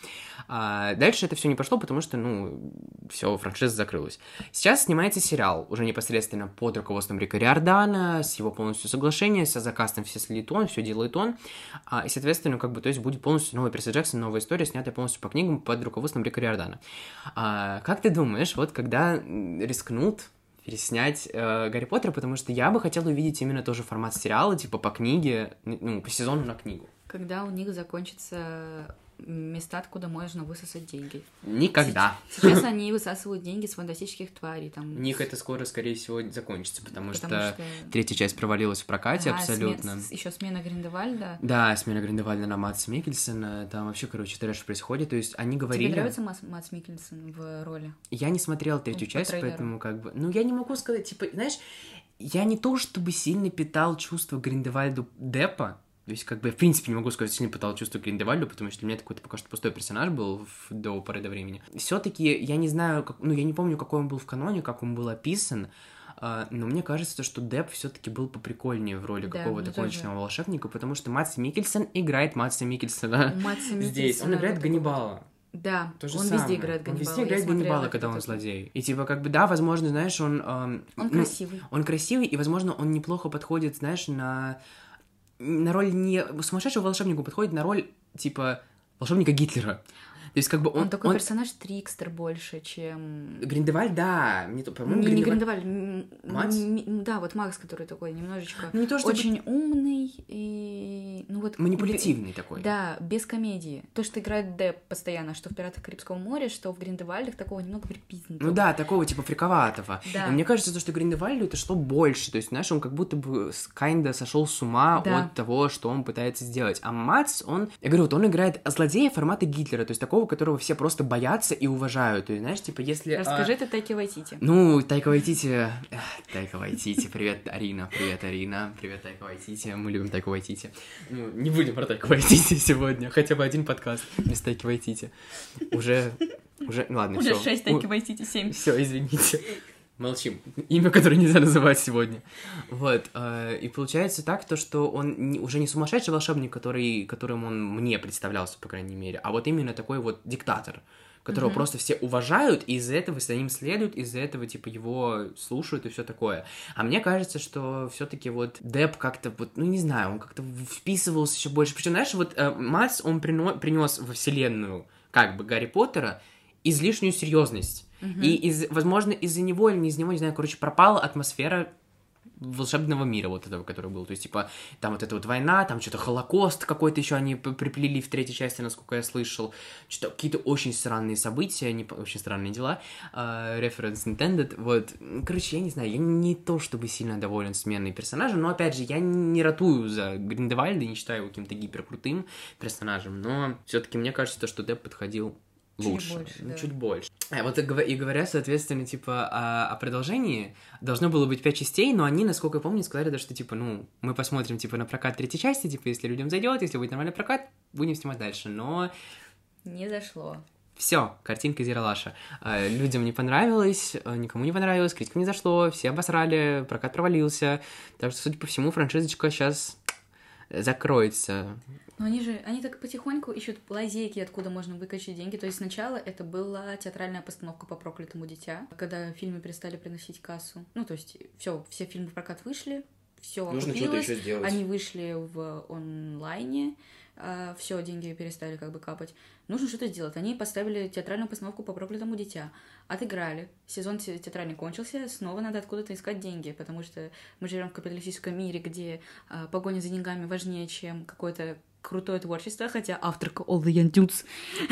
[SPEAKER 1] А дальше это все не пошло, потому что, ну, все, франшиза закрылась. Сейчас снимается сериал, уже непосредственно под руководством Рика Риордана, с его полностью соглашением, с заказом все следит он, все делает он, а, и, соответственно, как бы, то есть будет полностью новый Перси Джексон, новая история, снятая полностью по книгам под руководством Рика Риордана. А, как ты думаешь, вот когда рискнут переснять э, Гарри Поттера, потому что я бы хотела увидеть именно тоже формат сериала, типа по книге, ну, по сезону на книгу.
[SPEAKER 2] Когда у них закончится места, откуда можно высосать деньги.
[SPEAKER 1] Никогда.
[SPEAKER 2] Сейчас они высасывают деньги с фантастических тварей. Там...
[SPEAKER 1] У них это скоро, скорее всего, закончится, потому, потому что, что третья часть провалилась в прокате а, абсолютно.
[SPEAKER 2] Сме... Еще смена Гриндевальда.
[SPEAKER 1] Да, смена Гриндевальда на Мадса Миккельсена. Там вообще, короче, трэш происходит. То есть они говорили...
[SPEAKER 2] Тебе нравится Мадс, Мадс Миккельсен в роли?
[SPEAKER 1] Я не смотрел третью Он часть, поэтому как бы... Ну, я не могу сказать, типа, знаешь, я не то чтобы сильно питал чувство Гриндевальду Деппа. То есть, как бы, я, в принципе, не могу сказать, сильно пытал чувство Гриндевальду, потому что для меня это какой-то пока что пустой персонаж был в, до поры до времени. Все-таки я не знаю, как, ну, я не помню, какой он был в каноне, как он был описан, uh, но мне кажется, что Депп все-таки был поприкольнее в роли да, какого-то конченного тоже. волшебника, потому что Мадс Миккельсен играет Мадса Миккельсена здесь. Он играет Ганнибала.
[SPEAKER 2] Да,
[SPEAKER 1] То же
[SPEAKER 2] он
[SPEAKER 1] самое.
[SPEAKER 2] везде играет Ганнибала.
[SPEAKER 1] Он везде играет Ганнибала, когда он злодей. И типа, как бы, да, возможно, знаешь, он... Эм,
[SPEAKER 2] он ну, красивый.
[SPEAKER 1] Он красивый, и, возможно, он неплохо подходит, знаешь, на... на роль не сумасшедшего волшебника, подходит на роль, типа, волшебника Гитлера. То есть, как бы он...
[SPEAKER 2] Он такой
[SPEAKER 1] он...
[SPEAKER 2] персонаж Трикстер больше, чем...
[SPEAKER 1] Гриндевальд, да. Не, то, по-моему,
[SPEAKER 2] не,
[SPEAKER 1] Гриндевальд...
[SPEAKER 2] не Гриндевальд.
[SPEAKER 1] Макс?
[SPEAKER 2] М- да, вот Макс, который такой немножечко...
[SPEAKER 1] Ну, не то, чтобы...
[SPEAKER 2] Очень умный и... Ну, вот...
[SPEAKER 1] Манипулятивный такой.
[SPEAKER 2] Да, без комедии. То, что играет Депп постоянно, что в «Пиратах Карибского моря», что в «Гриндевальдах», такого немного припизнутого.
[SPEAKER 1] Ну да, такого, типа, фриковатого.
[SPEAKER 2] Да.
[SPEAKER 1] И мне кажется, что Гриндевальду это шло больше. То есть, знаешь, он как будто бы kinda сошел с ума
[SPEAKER 2] да.
[SPEAKER 1] от того, что он пытается сделать. А Мадс, он... Я говорю, вот он играет злодея формата Гитлера, то есть такого, которого все просто боятся и уважают. То есть, знаешь, типа, если...
[SPEAKER 2] Расскажи
[SPEAKER 1] а...
[SPEAKER 2] это Тайки Вайтити.
[SPEAKER 1] Ну, Тайка Вайтити... Тайка Вайтити, привет, Арина, привет, Арина, привет, Тайка Вайтити, мы любим Тайку Вайтити. Ну, не будем про Тайку Вайтити сегодня, хотя бы один подкаст без Тайки Вайтити. Уже... Уже, ну ладно,
[SPEAKER 2] Уже
[SPEAKER 1] всё.
[SPEAKER 2] шесть Тайки Вайтити, семь.
[SPEAKER 1] Все, извините. Молчим. Имя, которое нельзя называть сегодня. Вот. И получается так, то, что он уже не сумасшедший волшебник, который, которым он мне представлялся, по крайней мере, а вот именно такой вот диктатор, которого mm-hmm. просто все уважают, и из-за этого за ним следуют, из-за этого, типа, его слушают и все такое. А мне кажется, что все-таки вот Депп как-то, вот, ну, не знаю, он как-то вписывался еще больше. Причем, знаешь, вот Мадс, он принес во вселенную, как бы, Гарри Поттера излишнюю серьезность. Uh-huh. И, из, возможно, из-за него или не из него, не знаю, короче, пропала атмосфера волшебного мира вот этого, который был. То есть, типа, там вот эта вот война, там что-то Холокост какой-то еще они приплели в третьей части, насколько я слышал. Что-то какие-то очень странные события, не, очень странные дела. Uh, reference intended. Вот. Короче, я не знаю, я не то чтобы сильно доволен сменой персонажа, но, опять же, я не ратую за Гриндевальда, не считаю его каким-то гиперкрутым персонажем, но все-таки мне кажется, что Депп подходил лучше,
[SPEAKER 2] чуть больше,
[SPEAKER 1] ну,
[SPEAKER 2] да.
[SPEAKER 1] чуть больше. А вот и, и говоря, соответственно, типа, о, о продолжении, должно было быть пять частей, но они, насколько я помню, сказали, да, что, типа, ну, мы посмотрим, типа, на прокат третьей части, типа, если людям зайдет, если будет нормальный прокат, будем снимать дальше, но...
[SPEAKER 2] Не зашло.
[SPEAKER 1] Все, картинка из Ералаша. Людям не понравилось, никому не понравилось, критикам не зашло, все обосрали, прокат провалился, так что, судя по всему, франшизочка сейчас закроется.
[SPEAKER 2] Но они же, они так потихоньку ищут лазейки, откуда можно выкачать деньги. То есть сначала это была театральная постановка по «Проклятому дитя», когда фильмы перестали приносить кассу. Ну, то есть все, все фильмы в прокат вышли, все окупилось, они вышли в онлайне, все, деньги перестали как бы капать. Нужно что-то сделать. Они поставили театральную постановку по «Проклятому дитя», отыграли. Сезон театральный кончился, снова надо откуда-то искать деньги, потому что мы живем в капиталистическом мире, где а, погоня за деньгами важнее, чем какое-то крутое творчество, хотя авторка All the Young Dudes...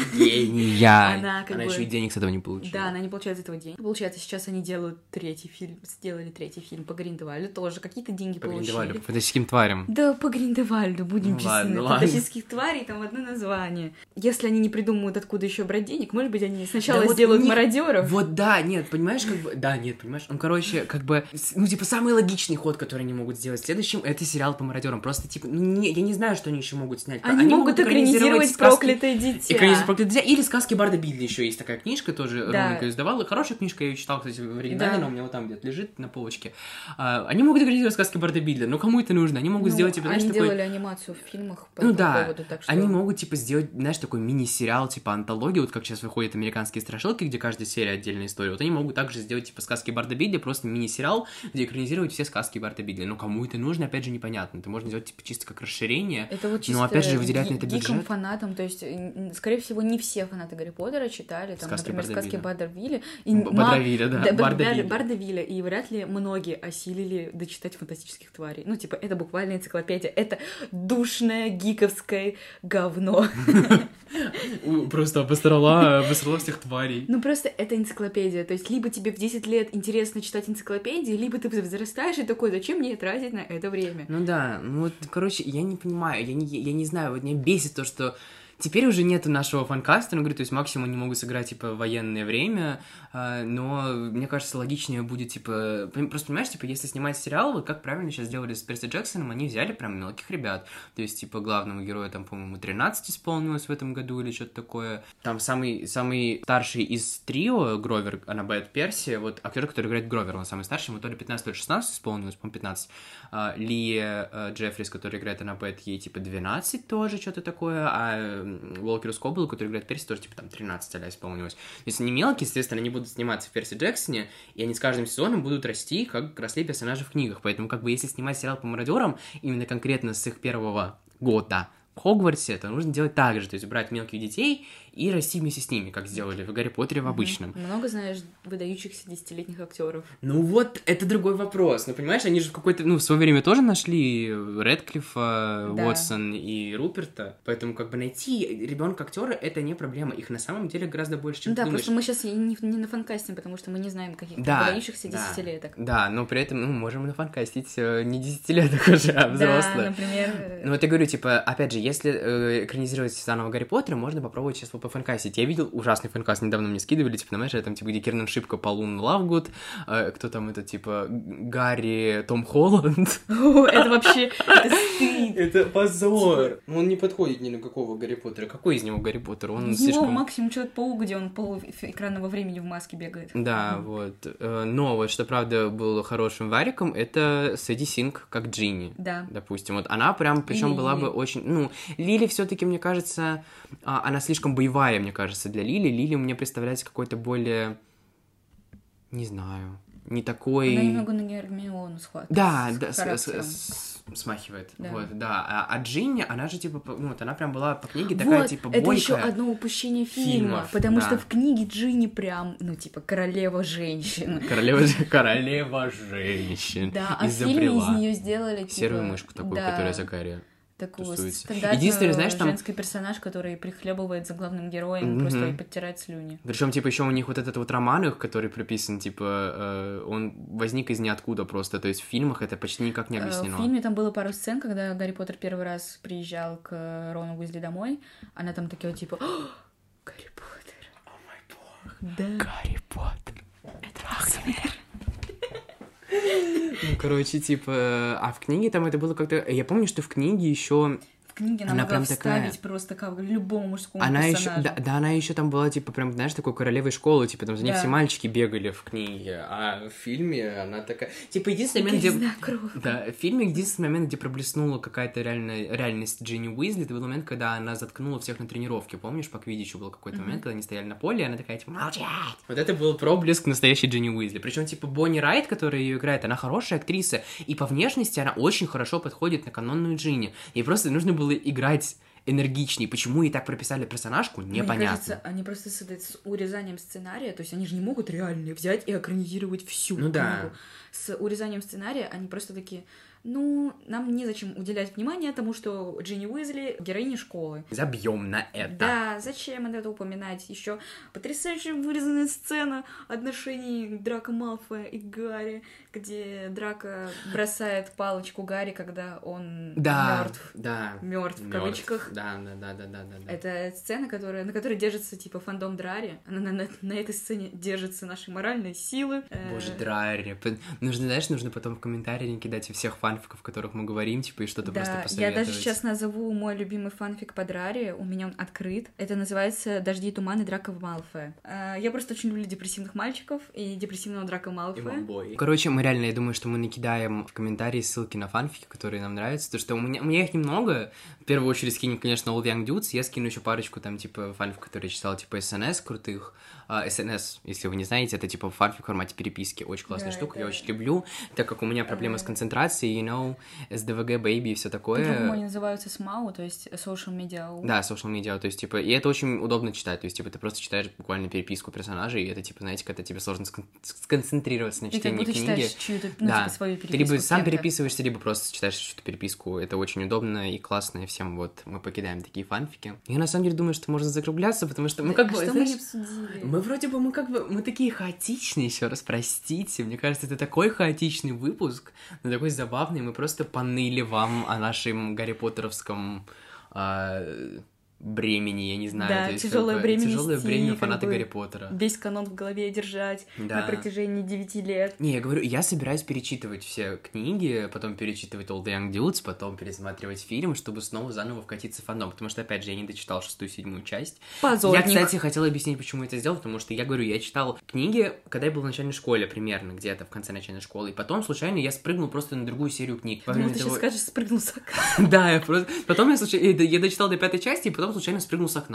[SPEAKER 1] Гения!
[SPEAKER 2] Она, как
[SPEAKER 1] она
[SPEAKER 2] бы...
[SPEAKER 1] еще и денег с этого не получила.
[SPEAKER 2] Да, она не получает из этого денег. Получается, сейчас они делают третий фильм, сделали третий фильм по Гриндевальду, тоже какие-то деньги
[SPEAKER 1] по
[SPEAKER 2] получили.
[SPEAKER 1] По Гриндевальду, по фантастическим тварям.
[SPEAKER 2] Да, по Гриндевальду, будем
[SPEAKER 1] ну,
[SPEAKER 2] честны.
[SPEAKER 1] Ладно,
[SPEAKER 2] фантастических ладно. тварей, там одно название. Если они не придумают, откуда еще брать денег, может быть, они сначала да сделают вот мародеров.
[SPEAKER 1] Вот да, нет, понимаешь, как бы... Да, нет, понимаешь, он, короче, как бы... Ну, типа, самый логичный ход, который они могут сделать следующим, это сериал по мародерам. Просто, типа, ну, не, я не знаю, что они еще могут снять.
[SPEAKER 2] Они, они могут экранизировать «Проклятое дитя».
[SPEAKER 1] Экранизировать «Проклятое дитя» или «Сказки Барда Бидли» еще есть такая книжка, тоже да. Романка издавала. Хорошая книжка, я ее читал, кстати, в оригинале, да. но у меня вот там где-то лежит на полочке. А, они могут экранизировать «Сказки Барда Бидли», но кому это нужно? Они могут ну, сделать, типа,
[SPEAKER 2] они
[SPEAKER 1] знаешь,
[SPEAKER 2] делали
[SPEAKER 1] такой...
[SPEAKER 2] анимацию в фильмах по
[SPEAKER 1] ну,
[SPEAKER 2] этому
[SPEAKER 1] да.
[SPEAKER 2] поводу, так что...
[SPEAKER 1] Они могут, типа, сделать, знаешь, такой мини-сериал, типа, антологию, вот как сейчас выходят американские страшилки, где каждая серия отдельная история. Вот они могут также сделать, типа, «Сказки Барда Бидли», просто мини-сериал, где экранизировать все сказки Барда Бидли. Но кому это нужно, опять же, непонятно. Это можно сделать, типа, чисто как расширение.
[SPEAKER 2] Это вот чисто
[SPEAKER 1] но, опять же, выделять на это бюджет.
[SPEAKER 2] Диким фанатам, то есть, скорее всего, не все фанаты Гарри Поттера читали, там,
[SPEAKER 1] сказки
[SPEAKER 2] например,
[SPEAKER 1] Бардавиля.
[SPEAKER 2] сказки Бардавиля.
[SPEAKER 1] Бардавиля, да,
[SPEAKER 2] Бардавиля. Бардавиля, и вряд ли многие осилили дочитать фантастических тварей. Ну, типа, это буквально энциклопедия, это душное гиковское говно.
[SPEAKER 1] Просто обосрала, обосрала всех тварей.
[SPEAKER 2] Ну, просто это энциклопедия, то есть, либо тебе в десять лет интересно читать энциклопедии, либо ты взрастаешь и такой, зачем мне тратить на это время?
[SPEAKER 1] Ну да, ну вот, короче, я не понимаю, я не, я не знаю, вот меня бесит то, что теперь уже нету нашего фанкаста, ну, говорю, то есть максимум они могут сыграть, типа, военное время, э, но мне кажется, логичнее будет, типа, просто понимаешь, типа, если снимать сериал, вот как правильно сейчас сделали с Перси Джексоном, они взяли прям мелких ребят, то есть, типа, главному герою, там, по-моему, тринадцать исполнилось в этом году или что-то такое, там самый, самый старший из трио, Гровер, Аннабет, Перси, вот актер, который играет Гровер, он самый старший, ему то ли пятнадцать, то ли шестнадцать исполнилось, по-моему, пятнадцать, а, Лия а, Джеффрис, который играет Аннабет, ей, типа, двенадцать тоже, что-то такое, а Уолкеру Скоблу, который играет Перси, тоже, типа, там, тринадцать а-ля исполнилось. То есть они мелкие, естественно, они будут сниматься в Перси Джексоне, и они с каждым сезоном будут расти, как росли персонажи в книгах. Поэтому, как бы, если снимать сериал по мародерам, именно конкретно с их первого года в Хогвартсе, то нужно делать так же, то есть брать мелких детей и расти вместе с ними, как сделали в Гарри Поттере в обычном.
[SPEAKER 2] Mm-hmm. Много знаешь выдающихся десятилетних актеров.
[SPEAKER 1] Ну вот, это другой вопрос. Ну, понимаешь, они же в какой-то, ну, в свое время тоже нашли Рэдклиффа, да. Уотсон и Руперта, поэтому как бы найти ребенка актера это не проблема. Их на самом деле гораздо больше, чем
[SPEAKER 2] да,
[SPEAKER 1] ты думаешь.
[SPEAKER 2] Да, просто мы сейчас не, не на фанкастим, потому что мы не знаем каких-то
[SPEAKER 1] да,
[SPEAKER 2] выдающихся
[SPEAKER 1] да,
[SPEAKER 2] десятилеток.
[SPEAKER 1] Да, но при этом, ну, можем нафанкастить не десятилеток уже, а взрослых.
[SPEAKER 2] Да, например...
[SPEAKER 1] Ну, вот я говорю, типа, опять же, если э, экранизировать заново Гарри Поттера, можно попробовать сейчас пофанкастить. Я видел ужасный фанкаст, недавно мне скидывали, типа, понимаешь, там, типа, где Кернан Шипка, Полун Лавгуд, э, кто там, это, типа, Гарри, Том Холланд.
[SPEAKER 2] Это вообще, это стыд.
[SPEAKER 1] Это позор. Ну, он не подходит ни на какого Гарри Поттера. Какой из него Гарри Поттер? Он
[SPEAKER 2] из него максимум Человек-паук, где он пол экранного времени в маске бегает.
[SPEAKER 1] Да, вот. Но вот, что, правда, было хорошим вариком, это Сэдди Синг, как Джинни.
[SPEAKER 2] Да.
[SPEAKER 1] Допустим. Вот она прям, причем была бы очень... Ну, Лили все-таки, мне кажется, она слишком боевая, мне кажется, для Лили. Лили мне представляется какой-то более... Не знаю... Не такой...
[SPEAKER 2] Она немного на Гермиону схватывает.
[SPEAKER 1] Да, да, с, с, с, смахивает. Да. Вот, да. А, а Джинни, она же, типа, ну, вот она прям была по книге такая,
[SPEAKER 2] вот,
[SPEAKER 1] типа,
[SPEAKER 2] это
[SPEAKER 1] бойкая.
[SPEAKER 2] еще одно упущение фильма,
[SPEAKER 1] фильмов,
[SPEAKER 2] потому
[SPEAKER 1] да.
[SPEAKER 2] что в книге Джинни прям, ну, типа, королева женщин.
[SPEAKER 1] Королева, королева женщин.
[SPEAKER 2] Да, а в фильме из нее сделали, типа...
[SPEAKER 1] Серую мышку такую,
[SPEAKER 2] да.
[SPEAKER 1] которая за Гарри.
[SPEAKER 2] Такую
[SPEAKER 1] Единственное, знаешь, там...
[SPEAKER 2] женский персонаж, который прихлебывает за главным героем, mm-hmm. просто подтирает слюни.
[SPEAKER 1] Причем, типа, еще у них вот этот вот роман их, который прописан, типа, э, он возник из ниоткуда просто, то есть в фильмах это почти никак не объяснено.
[SPEAKER 2] В фильме там было пару сцен, когда Гарри Поттер первый раз приезжал к Рону Уизли домой, она там такая, типа, Гарри Поттер.
[SPEAKER 1] О мой бог.
[SPEAKER 2] Да.
[SPEAKER 1] Гарри Поттер.
[SPEAKER 2] Это Максимер.
[SPEAKER 1] Ну, короче, типа, а в книге там это было как-то... Я помню, что в книге еще...
[SPEAKER 2] В книге она, она могла вставить такая... просто как любому мужскому
[SPEAKER 1] она
[SPEAKER 2] персонажу.
[SPEAKER 1] Еще, да, да, она еще там была, типа, прям, знаешь, такой королевой школы, типа, там за ней да. все мальчики бегали в книге, а в фильме она такая... Типа, единственный момент, где... Да, в фильме единственный момент, где проблеснула какая-то реальная реальность Джинни Уизли, это был момент, когда она заткнула всех на тренировке, помнишь, по Квиддичу был какой-то mm-hmm. момент, когда они стояли на поле, и она такая, типа, молчать! Вот это был проблеск настоящей Джинни Уизли. Причем, типа, Бонни Райт, которая ее играет, она хорошая актриса, и по внешности она очень хорошо подходит на канонную Джинни. Ей просто нужно было играть энергичней. Почему и так прописали персонажку, непонятно.
[SPEAKER 2] Мне кажется, они просто с, с урезанием сценария, то есть они же не могут реально взять и экранизировать всю
[SPEAKER 1] ну,
[SPEAKER 2] книгу.
[SPEAKER 1] Да.
[SPEAKER 2] С урезанием сценария они просто такие... Ну, нам незачем уделять внимание тому, что Джинни Уизли — героиня школы.
[SPEAKER 1] Забьем на это.
[SPEAKER 2] Да, зачем это упоминать? Еще потрясающе вырезанная сцена отношений Драко Малфоя и Гарри, где Драко бросает палочку Гарри, когда он
[SPEAKER 1] да,
[SPEAKER 2] мертв.
[SPEAKER 1] Да,
[SPEAKER 2] мертв в кавычках.
[SPEAKER 1] Да, да, да, да, да, да.
[SPEAKER 2] Это сцена, которая, на которой держится типа фандом Драри. На, на, на, на этой сцене держатся наши моральные силы.
[SPEAKER 1] Боже, Драри. Нужно, знаешь, нужно потом в комментарии кидать всех фанфиков, о которых мы говорим, типа, и что-то
[SPEAKER 2] да,
[SPEAKER 1] просто посоветовать.
[SPEAKER 2] Я даже сейчас назову мой любимый фанфик по Драри, у меня он открыт. Это называется «Дожди и туманы Драко Малфоя». Я просто очень люблю депрессивных мальчиков и депрессивного Драко Малфоя.
[SPEAKER 1] Короче, мы реально, я думаю, что мы накидаем в комментарии ссылки на фанфики, которые нам нравятся, потому что у меня, у меня их немного. В первую очередь скинем, конечно, Old Young Dudes, я скину еще парочку там, типа, фанфиков, которые я читал, типа, эс эн эс крутых. Uh, эс эн эс, если вы не знаете, это, типа, фанфик в формате переписки. Очень классная
[SPEAKER 2] да,
[SPEAKER 1] штука,
[SPEAKER 2] это...
[SPEAKER 1] я очень люблю, так как у меня проблема uh... с концентрацией, you know, эс ди ви джи Baby и все такое.
[SPEAKER 2] По-другому они называются смау, то есть social media.
[SPEAKER 1] Да, social media, то есть, типа, и это очень удобно читать, то есть, типа, ты просто читаешь буквально переписку персонажей, и это, типа, знаете, когда тебе сложно скон- сконцентрироваться на чтении книги.
[SPEAKER 2] И как будто читаешь чью-то, ну,
[SPEAKER 1] да.
[SPEAKER 2] типа, свою переписку.
[SPEAKER 1] Ты либо сам переписываешься, либо просто читаешь чью-то переписку, это очень удобно и классно, и всем вот мы покидаем такие фанфики. Я на самом деле думаю, что можно закругляться, потому что мы как
[SPEAKER 2] а
[SPEAKER 1] бы,
[SPEAKER 2] что
[SPEAKER 1] знаешь,
[SPEAKER 2] мы не обсудили?
[SPEAKER 1] Мы вроде бы, мы как бы, мы такие хаотичные, еще раз простите, мне кажется, это такой хаотичный выпуск, но такой забавный, мы просто поныли вам о нашем Гарри Поттеровском а, бремени, я не знаю.
[SPEAKER 2] Да,
[SPEAKER 1] то есть,
[SPEAKER 2] тяжелое
[SPEAKER 1] как бы,
[SPEAKER 2] бремя
[SPEAKER 1] тяжелое
[SPEAKER 2] нести,
[SPEAKER 1] бремя
[SPEAKER 2] как
[SPEAKER 1] фаната
[SPEAKER 2] бы
[SPEAKER 1] Гарри Поттера.
[SPEAKER 2] Весь канон в голове держать
[SPEAKER 1] Да.
[SPEAKER 2] на протяжении девяти лет.
[SPEAKER 1] Не, я говорю, я собираюсь перечитывать все книги, потом перечитывать Old Young Dudes, потом пересматривать фильм, чтобы снова заново вкатиться в фандом, потому что, опять же, я не дочитал шестую, седьмую часть.
[SPEAKER 2] Позорник.
[SPEAKER 1] Я, кстати, хотел объяснить, почему я это сделал, потому что, я говорю, я читал книги, когда я был в начальной школе, примерно, где-то в конце начальной школы, и потом, случайно, я спрыгнул просто на другую серию книг.
[SPEAKER 2] Думала, ты
[SPEAKER 1] того...
[SPEAKER 2] сейчас скажешь, спрыгнул с окна.
[SPEAKER 1] Да, я просто... Потом я, случайно... я дочитал до пятой части, и потом случайно спрыгнул с окна.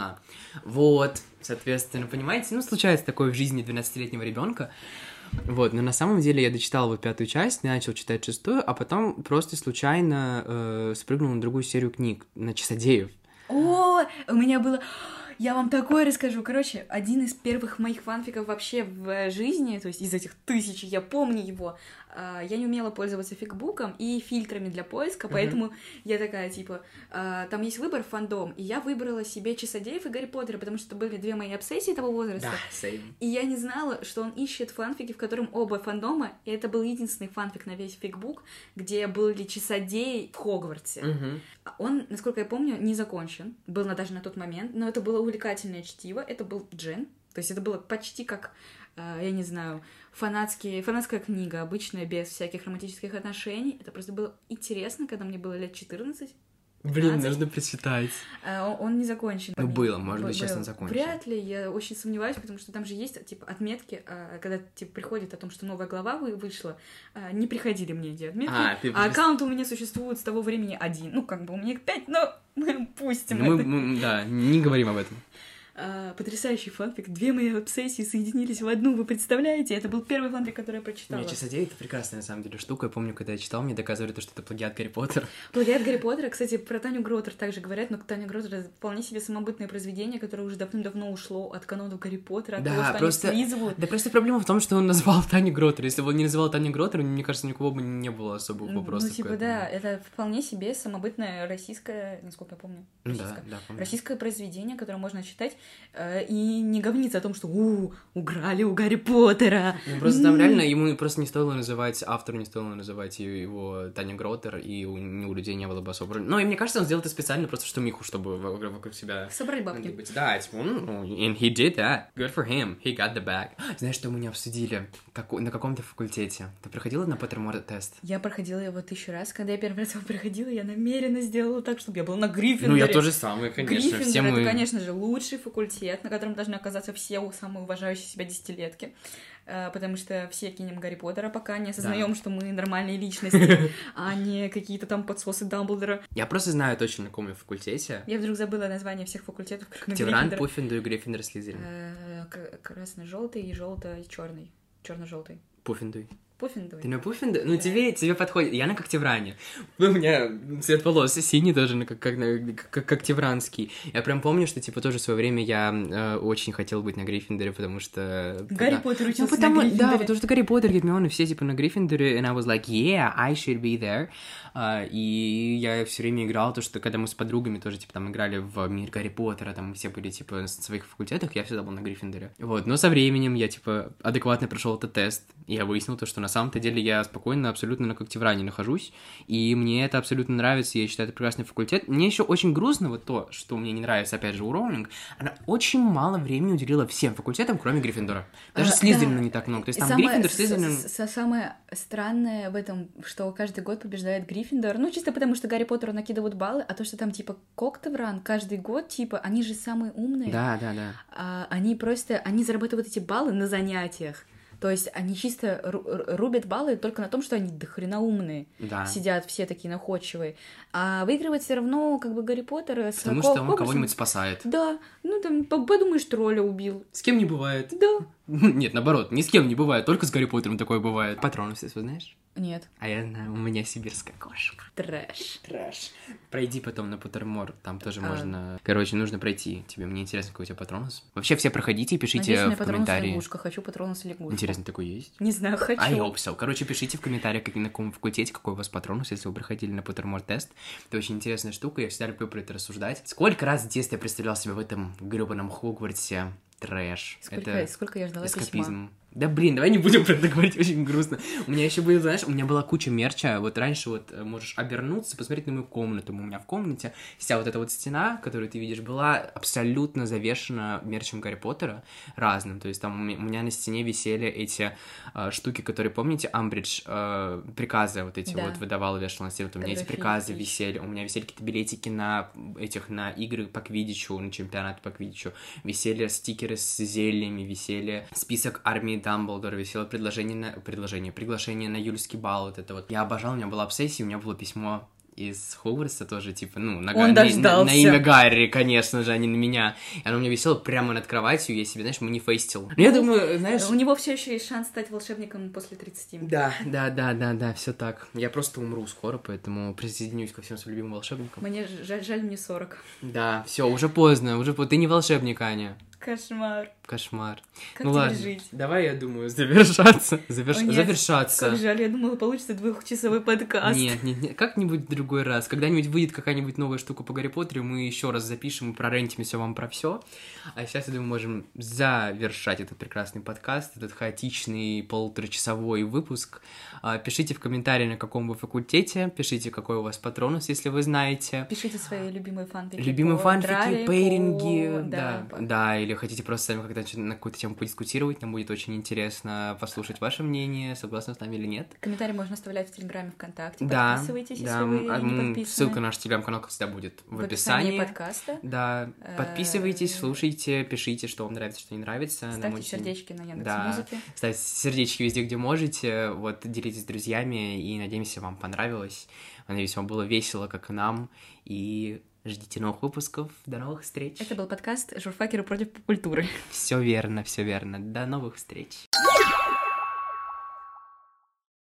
[SPEAKER 1] Вот, соответственно, понимаете, ну, случается такое в жизни двенадцатилетнего ребенка. Вот, но на самом деле я дочитал вот пятую часть, начал читать шестую, а потом просто случайно э, спрыгнул на другую серию книг, на Часодеев.
[SPEAKER 2] О, у меня было... Я вам такое расскажу. Короче, один из первых моих фанфиков вообще в жизни, то есть из этих тысяч, я помню его, я не умела пользоваться фигбуком и фильтрами для поиска, uh-huh. поэтому я такая, типа, там есть выбор фандом, и я выбрала себе Часодеев и Гарри Поттера, потому что это были две мои обсессии того возраста.
[SPEAKER 1] Да, same.
[SPEAKER 2] И я не знала, что он ищет фанфики, в котором оба фандома, и это был единственный фанфик на весь фигбук, где были часодеи в Хогвартсе.
[SPEAKER 1] Uh-huh.
[SPEAKER 2] Он, насколько я помню, не закончен, был на, даже на тот момент, но это было увлекательное чтиво, это был джен, то есть это было почти как, э, я не знаю, фанатские, фанатская книга, обычная, без всяких романтических отношений. Это просто было интересно, когда мне было лет четырнадцать.
[SPEAKER 1] Блин, нужно прочитать.
[SPEAKER 2] Он, он не закончен.
[SPEAKER 1] Ну, было, может
[SPEAKER 2] Б-
[SPEAKER 1] быть, сейчас
[SPEAKER 2] был.
[SPEAKER 1] он закончен.
[SPEAKER 2] Вряд ли, я очень сомневаюсь, потому что там же есть, типа, отметки, когда, типа, приходит о том, что новая глава вышла, не приходили мне эти отметки,
[SPEAKER 1] а, ты...
[SPEAKER 2] а аккаунт у меня существует с того времени один. Ну, как бы, у меня их пять, но мы пустим
[SPEAKER 1] мы,
[SPEAKER 2] это.
[SPEAKER 1] Мы, да, не говорим об этом.
[SPEAKER 2] Uh, потрясающий фанфик. Две мои обсессии соединились в одну, вы представляете? Это был первый фанфик, который я прочитала.
[SPEAKER 1] Не, Часодей — это прекрасная, на самом деле, штука. Я помню, когда я читал, мне доказывали, то, что это плагиат Гарри Поттера.
[SPEAKER 2] Плагиат Гарри Поттера, кстати, про Таню Гротер также говорят, но Таня Гротер — вполне себе самобытное произведение, которое уже давным-давно ушло от канонов Гарри Поттера, от
[SPEAKER 1] да,
[SPEAKER 2] того, что
[SPEAKER 1] просто...
[SPEAKER 2] они слизывают.
[SPEAKER 1] Да, просто проблема в том, что он назвал Таню Гротер. Если бы он не называл Таню Гротер, мне кажется, никого бы не было особых вопросов.
[SPEAKER 2] Ну, типа, да, это вполне себе самобытное российское, насколько я помню, российское,
[SPEAKER 1] да, да, помню.
[SPEAKER 2] российское произведение, которое можно читать, э, и И не говниться о том, что у уграли у Гарри Поттера.
[SPEAKER 1] Ну, просто там реально ему просто не стоило называть, автору не стоило называть его Таня Гротер, и у, у людей не было бы особо... Ну, и мне кажется, он сделал это специально, просто что Миху, чтобы вокруг себя...
[SPEAKER 2] Собрать бабки.
[SPEAKER 1] Быть. Да, типа, ну, and he did that. Good for him. He got the bag. Знаешь, что мы не обсудили? Как, на каком-то факультете. Ты проходила на Поттермор тест?
[SPEAKER 2] Я проходила его тысячу раз. Когда я первый раз его проходила, я намеренно сделала так, чтобы я была на Гриффиндоре.
[SPEAKER 1] Ну, я тоже самое, конечно.
[SPEAKER 2] Гриффиндор
[SPEAKER 1] все
[SPEAKER 2] —
[SPEAKER 1] мы...
[SPEAKER 2] это, конечно же, лучший факультет, на котором должны оказаться все самые уважающие себя десятилетки. Потому что все кинем Гарри Поттера, пока не осознаем, да. что мы нормальные личности, а не какие-то там подсосы Дамблдора.
[SPEAKER 1] Я просто знаю точно, на каком я факультете.
[SPEAKER 2] Я вдруг забыла название всех факультетов.
[SPEAKER 1] Тевран, Пуффиндуй, Гриффиндор, Слизерин.
[SPEAKER 2] Красно-желтый и желто-черный. Черно-желтый.
[SPEAKER 1] Пуффиндуй.
[SPEAKER 2] Пуффиндуй.
[SPEAKER 1] Ты на Пуффиндуй? Ну, да. тебе, тебе подходит. Я на Когтевране. У меня цвет волос синий тоже, как, как, как, как Тевранский. Я прям помню, что, типа, тоже в свое время я э, очень хотел быть на Гриффиндоре, потому что...
[SPEAKER 2] Гарри Поттер учился
[SPEAKER 1] ну, потому,
[SPEAKER 2] на Гриффиндоре.
[SPEAKER 1] Да, потому что Гарри Поттер, Гермиона, все, типа, на Гриффиндоре, and I was like, yeah, I should be there. Uh, и я все время играл, то, что когда мы с подругами тоже, типа, там, играли в мир Гарри Поттера, там, мы все были, типа, на своих факультетах, я всегда был на Гриффиндоре. Вот, но со временем я, типа, адекватно прошел этот тест, и я выяснил то, что на самом-то деле я спокойно абсолютно на Когтевране нахожусь, и мне это абсолютно нравится, я считаю, это прекрасный факультет. Мне еще очень грустно вот то, что мне не нравится, опять же, у Роулинг, она очень мало времени уделила всем факультетам, кроме Гриффиндора. Даже а, Слизерина да. не так много. То есть там
[SPEAKER 2] самое,
[SPEAKER 1] Гриффиндор, Слизерин...
[SPEAKER 2] с- с- самое странное в этом, что каждый год побеждает Гриффиндор, ну, чисто потому, что Гарри Поттеру накидывают баллы, а то, что там, типа, Когтевран каждый год, типа, они же самые умные.
[SPEAKER 1] Да, да, да.
[SPEAKER 2] А, они просто, они зарабатывают эти баллы на занятиях. То есть они чисто ру- рубят баллы только на том, что они дохрена умные.
[SPEAKER 1] Да.
[SPEAKER 2] Сидят все такие находчивые. А выигрывает все равно как бы Гарри Поттер с
[SPEAKER 1] Потому
[SPEAKER 2] Ко-
[SPEAKER 1] что он
[SPEAKER 2] Хогвартсом.
[SPEAKER 1] кого-нибудь спасает.
[SPEAKER 2] Да, ну там, по- подумаешь, тролля убил.
[SPEAKER 1] С кем не бывает.
[SPEAKER 2] Да.
[SPEAKER 1] Нет, наоборот, ни с кем не бывает, только с Гарри Поттером такое бывает. Патронус, если знаешь?
[SPEAKER 2] Нет.
[SPEAKER 1] А я знаю, у меня сибирская кошка.
[SPEAKER 2] Трэш.
[SPEAKER 1] Трэш. Пройди потом на Поттермор, там тоже
[SPEAKER 2] А.
[SPEAKER 1] можно... Короче, нужно пройти. Тебе, мне интересно, какой у тебя патронус. Вообще все проходите и пишите
[SPEAKER 2] Надеюсь, у меня
[SPEAKER 1] в
[SPEAKER 2] патронус
[SPEAKER 1] комментарии.
[SPEAKER 2] лягушка. Хочу патронус лягушка.
[SPEAKER 1] Интересно, такой есть?
[SPEAKER 2] Не знаю, хочу.
[SPEAKER 1] А я описал. Короче, пишите в комментариях, как, на каком факультете, какой у вас патронус, если вы проходили на Поттермор тест. Это очень интересная штука, я всегда люблю про это рассуждать. Сколько раз в детстве я представлял себя в этом грёбаном Хогвартсе. Трэш.
[SPEAKER 2] Сколько,
[SPEAKER 1] это
[SPEAKER 2] сколько я ждала
[SPEAKER 1] эскапизм.
[SPEAKER 2] письма.
[SPEAKER 1] Да блин, давай не будем про это говорить, очень грустно. У меня еще было, знаешь, у меня была куча мерча. Вот раньше вот можешь обернуться, посмотреть на мою комнату. У меня в комнате вся вот эта вот стена, которую ты видишь, была абсолютно завешена мерчем Гарри Поттера разным. То есть там у меня на стене висели эти э, штуки, которые, помните, Амбридж э, приказы вот эти
[SPEAKER 2] Да.
[SPEAKER 1] вот выдавал и вешал на стену. Вот у меня эти приказы
[SPEAKER 2] Филиппович.
[SPEAKER 1] висели. У меня висели какие-то билетики на этих, на игры по квиддичу, на чемпионат по квиддичу. Висели стикеры с зельями, висели список армии Дамблдора, висело предложение на... предложение, приглашение на июльский бал, вот это вот. Я обожал, у меня была обсессия, у меня было письмо из Хогвартса тоже, типа, ну, на,
[SPEAKER 2] Он
[SPEAKER 1] на,
[SPEAKER 2] дождался.
[SPEAKER 1] на, на имя Гарри, конечно же, а не на меня. И оно у меня висело прямо над кроватью, я себе, знаешь, манифестил. Ну, я думаю, знаешь...
[SPEAKER 2] У него все еще есть шанс стать волшебником после тридцати.
[SPEAKER 1] Да, да, да, да, да, все так. Я просто умру скоро, поэтому присоединюсь ко всем своим любимым волшебникам.
[SPEAKER 2] Мне жаль, жаль мне сорок.
[SPEAKER 1] Да, все, уже поздно, уже поздно. Ты не волшебник, Аня.
[SPEAKER 2] Кошмар.
[SPEAKER 1] Кошмар.
[SPEAKER 2] Как
[SPEAKER 1] ну
[SPEAKER 2] тебе
[SPEAKER 1] ладно,
[SPEAKER 2] жить?
[SPEAKER 1] давай, я думаю, завершаться. Заверш...
[SPEAKER 2] О, нет,
[SPEAKER 1] Завершаться.
[SPEAKER 2] Как жаль, я думала, получится двухчасовой подкаст.
[SPEAKER 1] Нет, нет, нет, как-нибудь в другой раз. Когда-нибудь выйдет какая-нибудь новая штука по Гарри Поттеру, мы еще раз запишем и прорентимся вам про все. А сейчас, я думаю, можем завершать этот прекрасный подкаст, этот хаотичный полуторачасовой выпуск. А, Пишите в комментарии, на каком вы факультете, пишите, какой у вас патронус, если вы знаете.
[SPEAKER 2] Пишите свои любимые фанфики.
[SPEAKER 1] Любимые
[SPEAKER 2] по
[SPEAKER 1] фанфики,
[SPEAKER 2] Драли,
[SPEAKER 1] пейринги,
[SPEAKER 2] по-
[SPEAKER 1] да,
[SPEAKER 2] по-
[SPEAKER 1] да, или хотите просто сами когда на какую-то тему подискутировать, нам будет очень интересно послушать ваше мнение, согласны с нами или нет.
[SPEAKER 2] Комментарии можно оставлять в Телеграме, ВКонтакте.
[SPEAKER 1] Да,
[SPEAKER 2] Подписывайтесь,
[SPEAKER 1] да,
[SPEAKER 2] если вы
[SPEAKER 1] а,
[SPEAKER 2] не
[SPEAKER 1] м,
[SPEAKER 2] подписаны.
[SPEAKER 1] ссылка на наш телеграм-канал, как всегда, будет в,
[SPEAKER 2] в
[SPEAKER 1] описании.
[SPEAKER 2] подкаста.
[SPEAKER 1] Да,
[SPEAKER 2] Э,
[SPEAKER 1] подписывайтесь, слушайте, пишите, что вам нравится, что не нравится. Нам
[SPEAKER 2] Ставьте
[SPEAKER 1] очень-
[SPEAKER 2] сердечки на
[SPEAKER 1] Да,
[SPEAKER 2] Яндекс.Музыке.
[SPEAKER 1] ставьте сердечки везде, где можете, вот, делитесь с друзьями, и надеемся, вам понравилось. Надеюсь, вам было весело, как и нам, и ждите новых выпусков. До новых встреч.
[SPEAKER 2] Это был подкаст «Журфакеры против культуры».
[SPEAKER 1] Все верно, все верно. До новых встреч.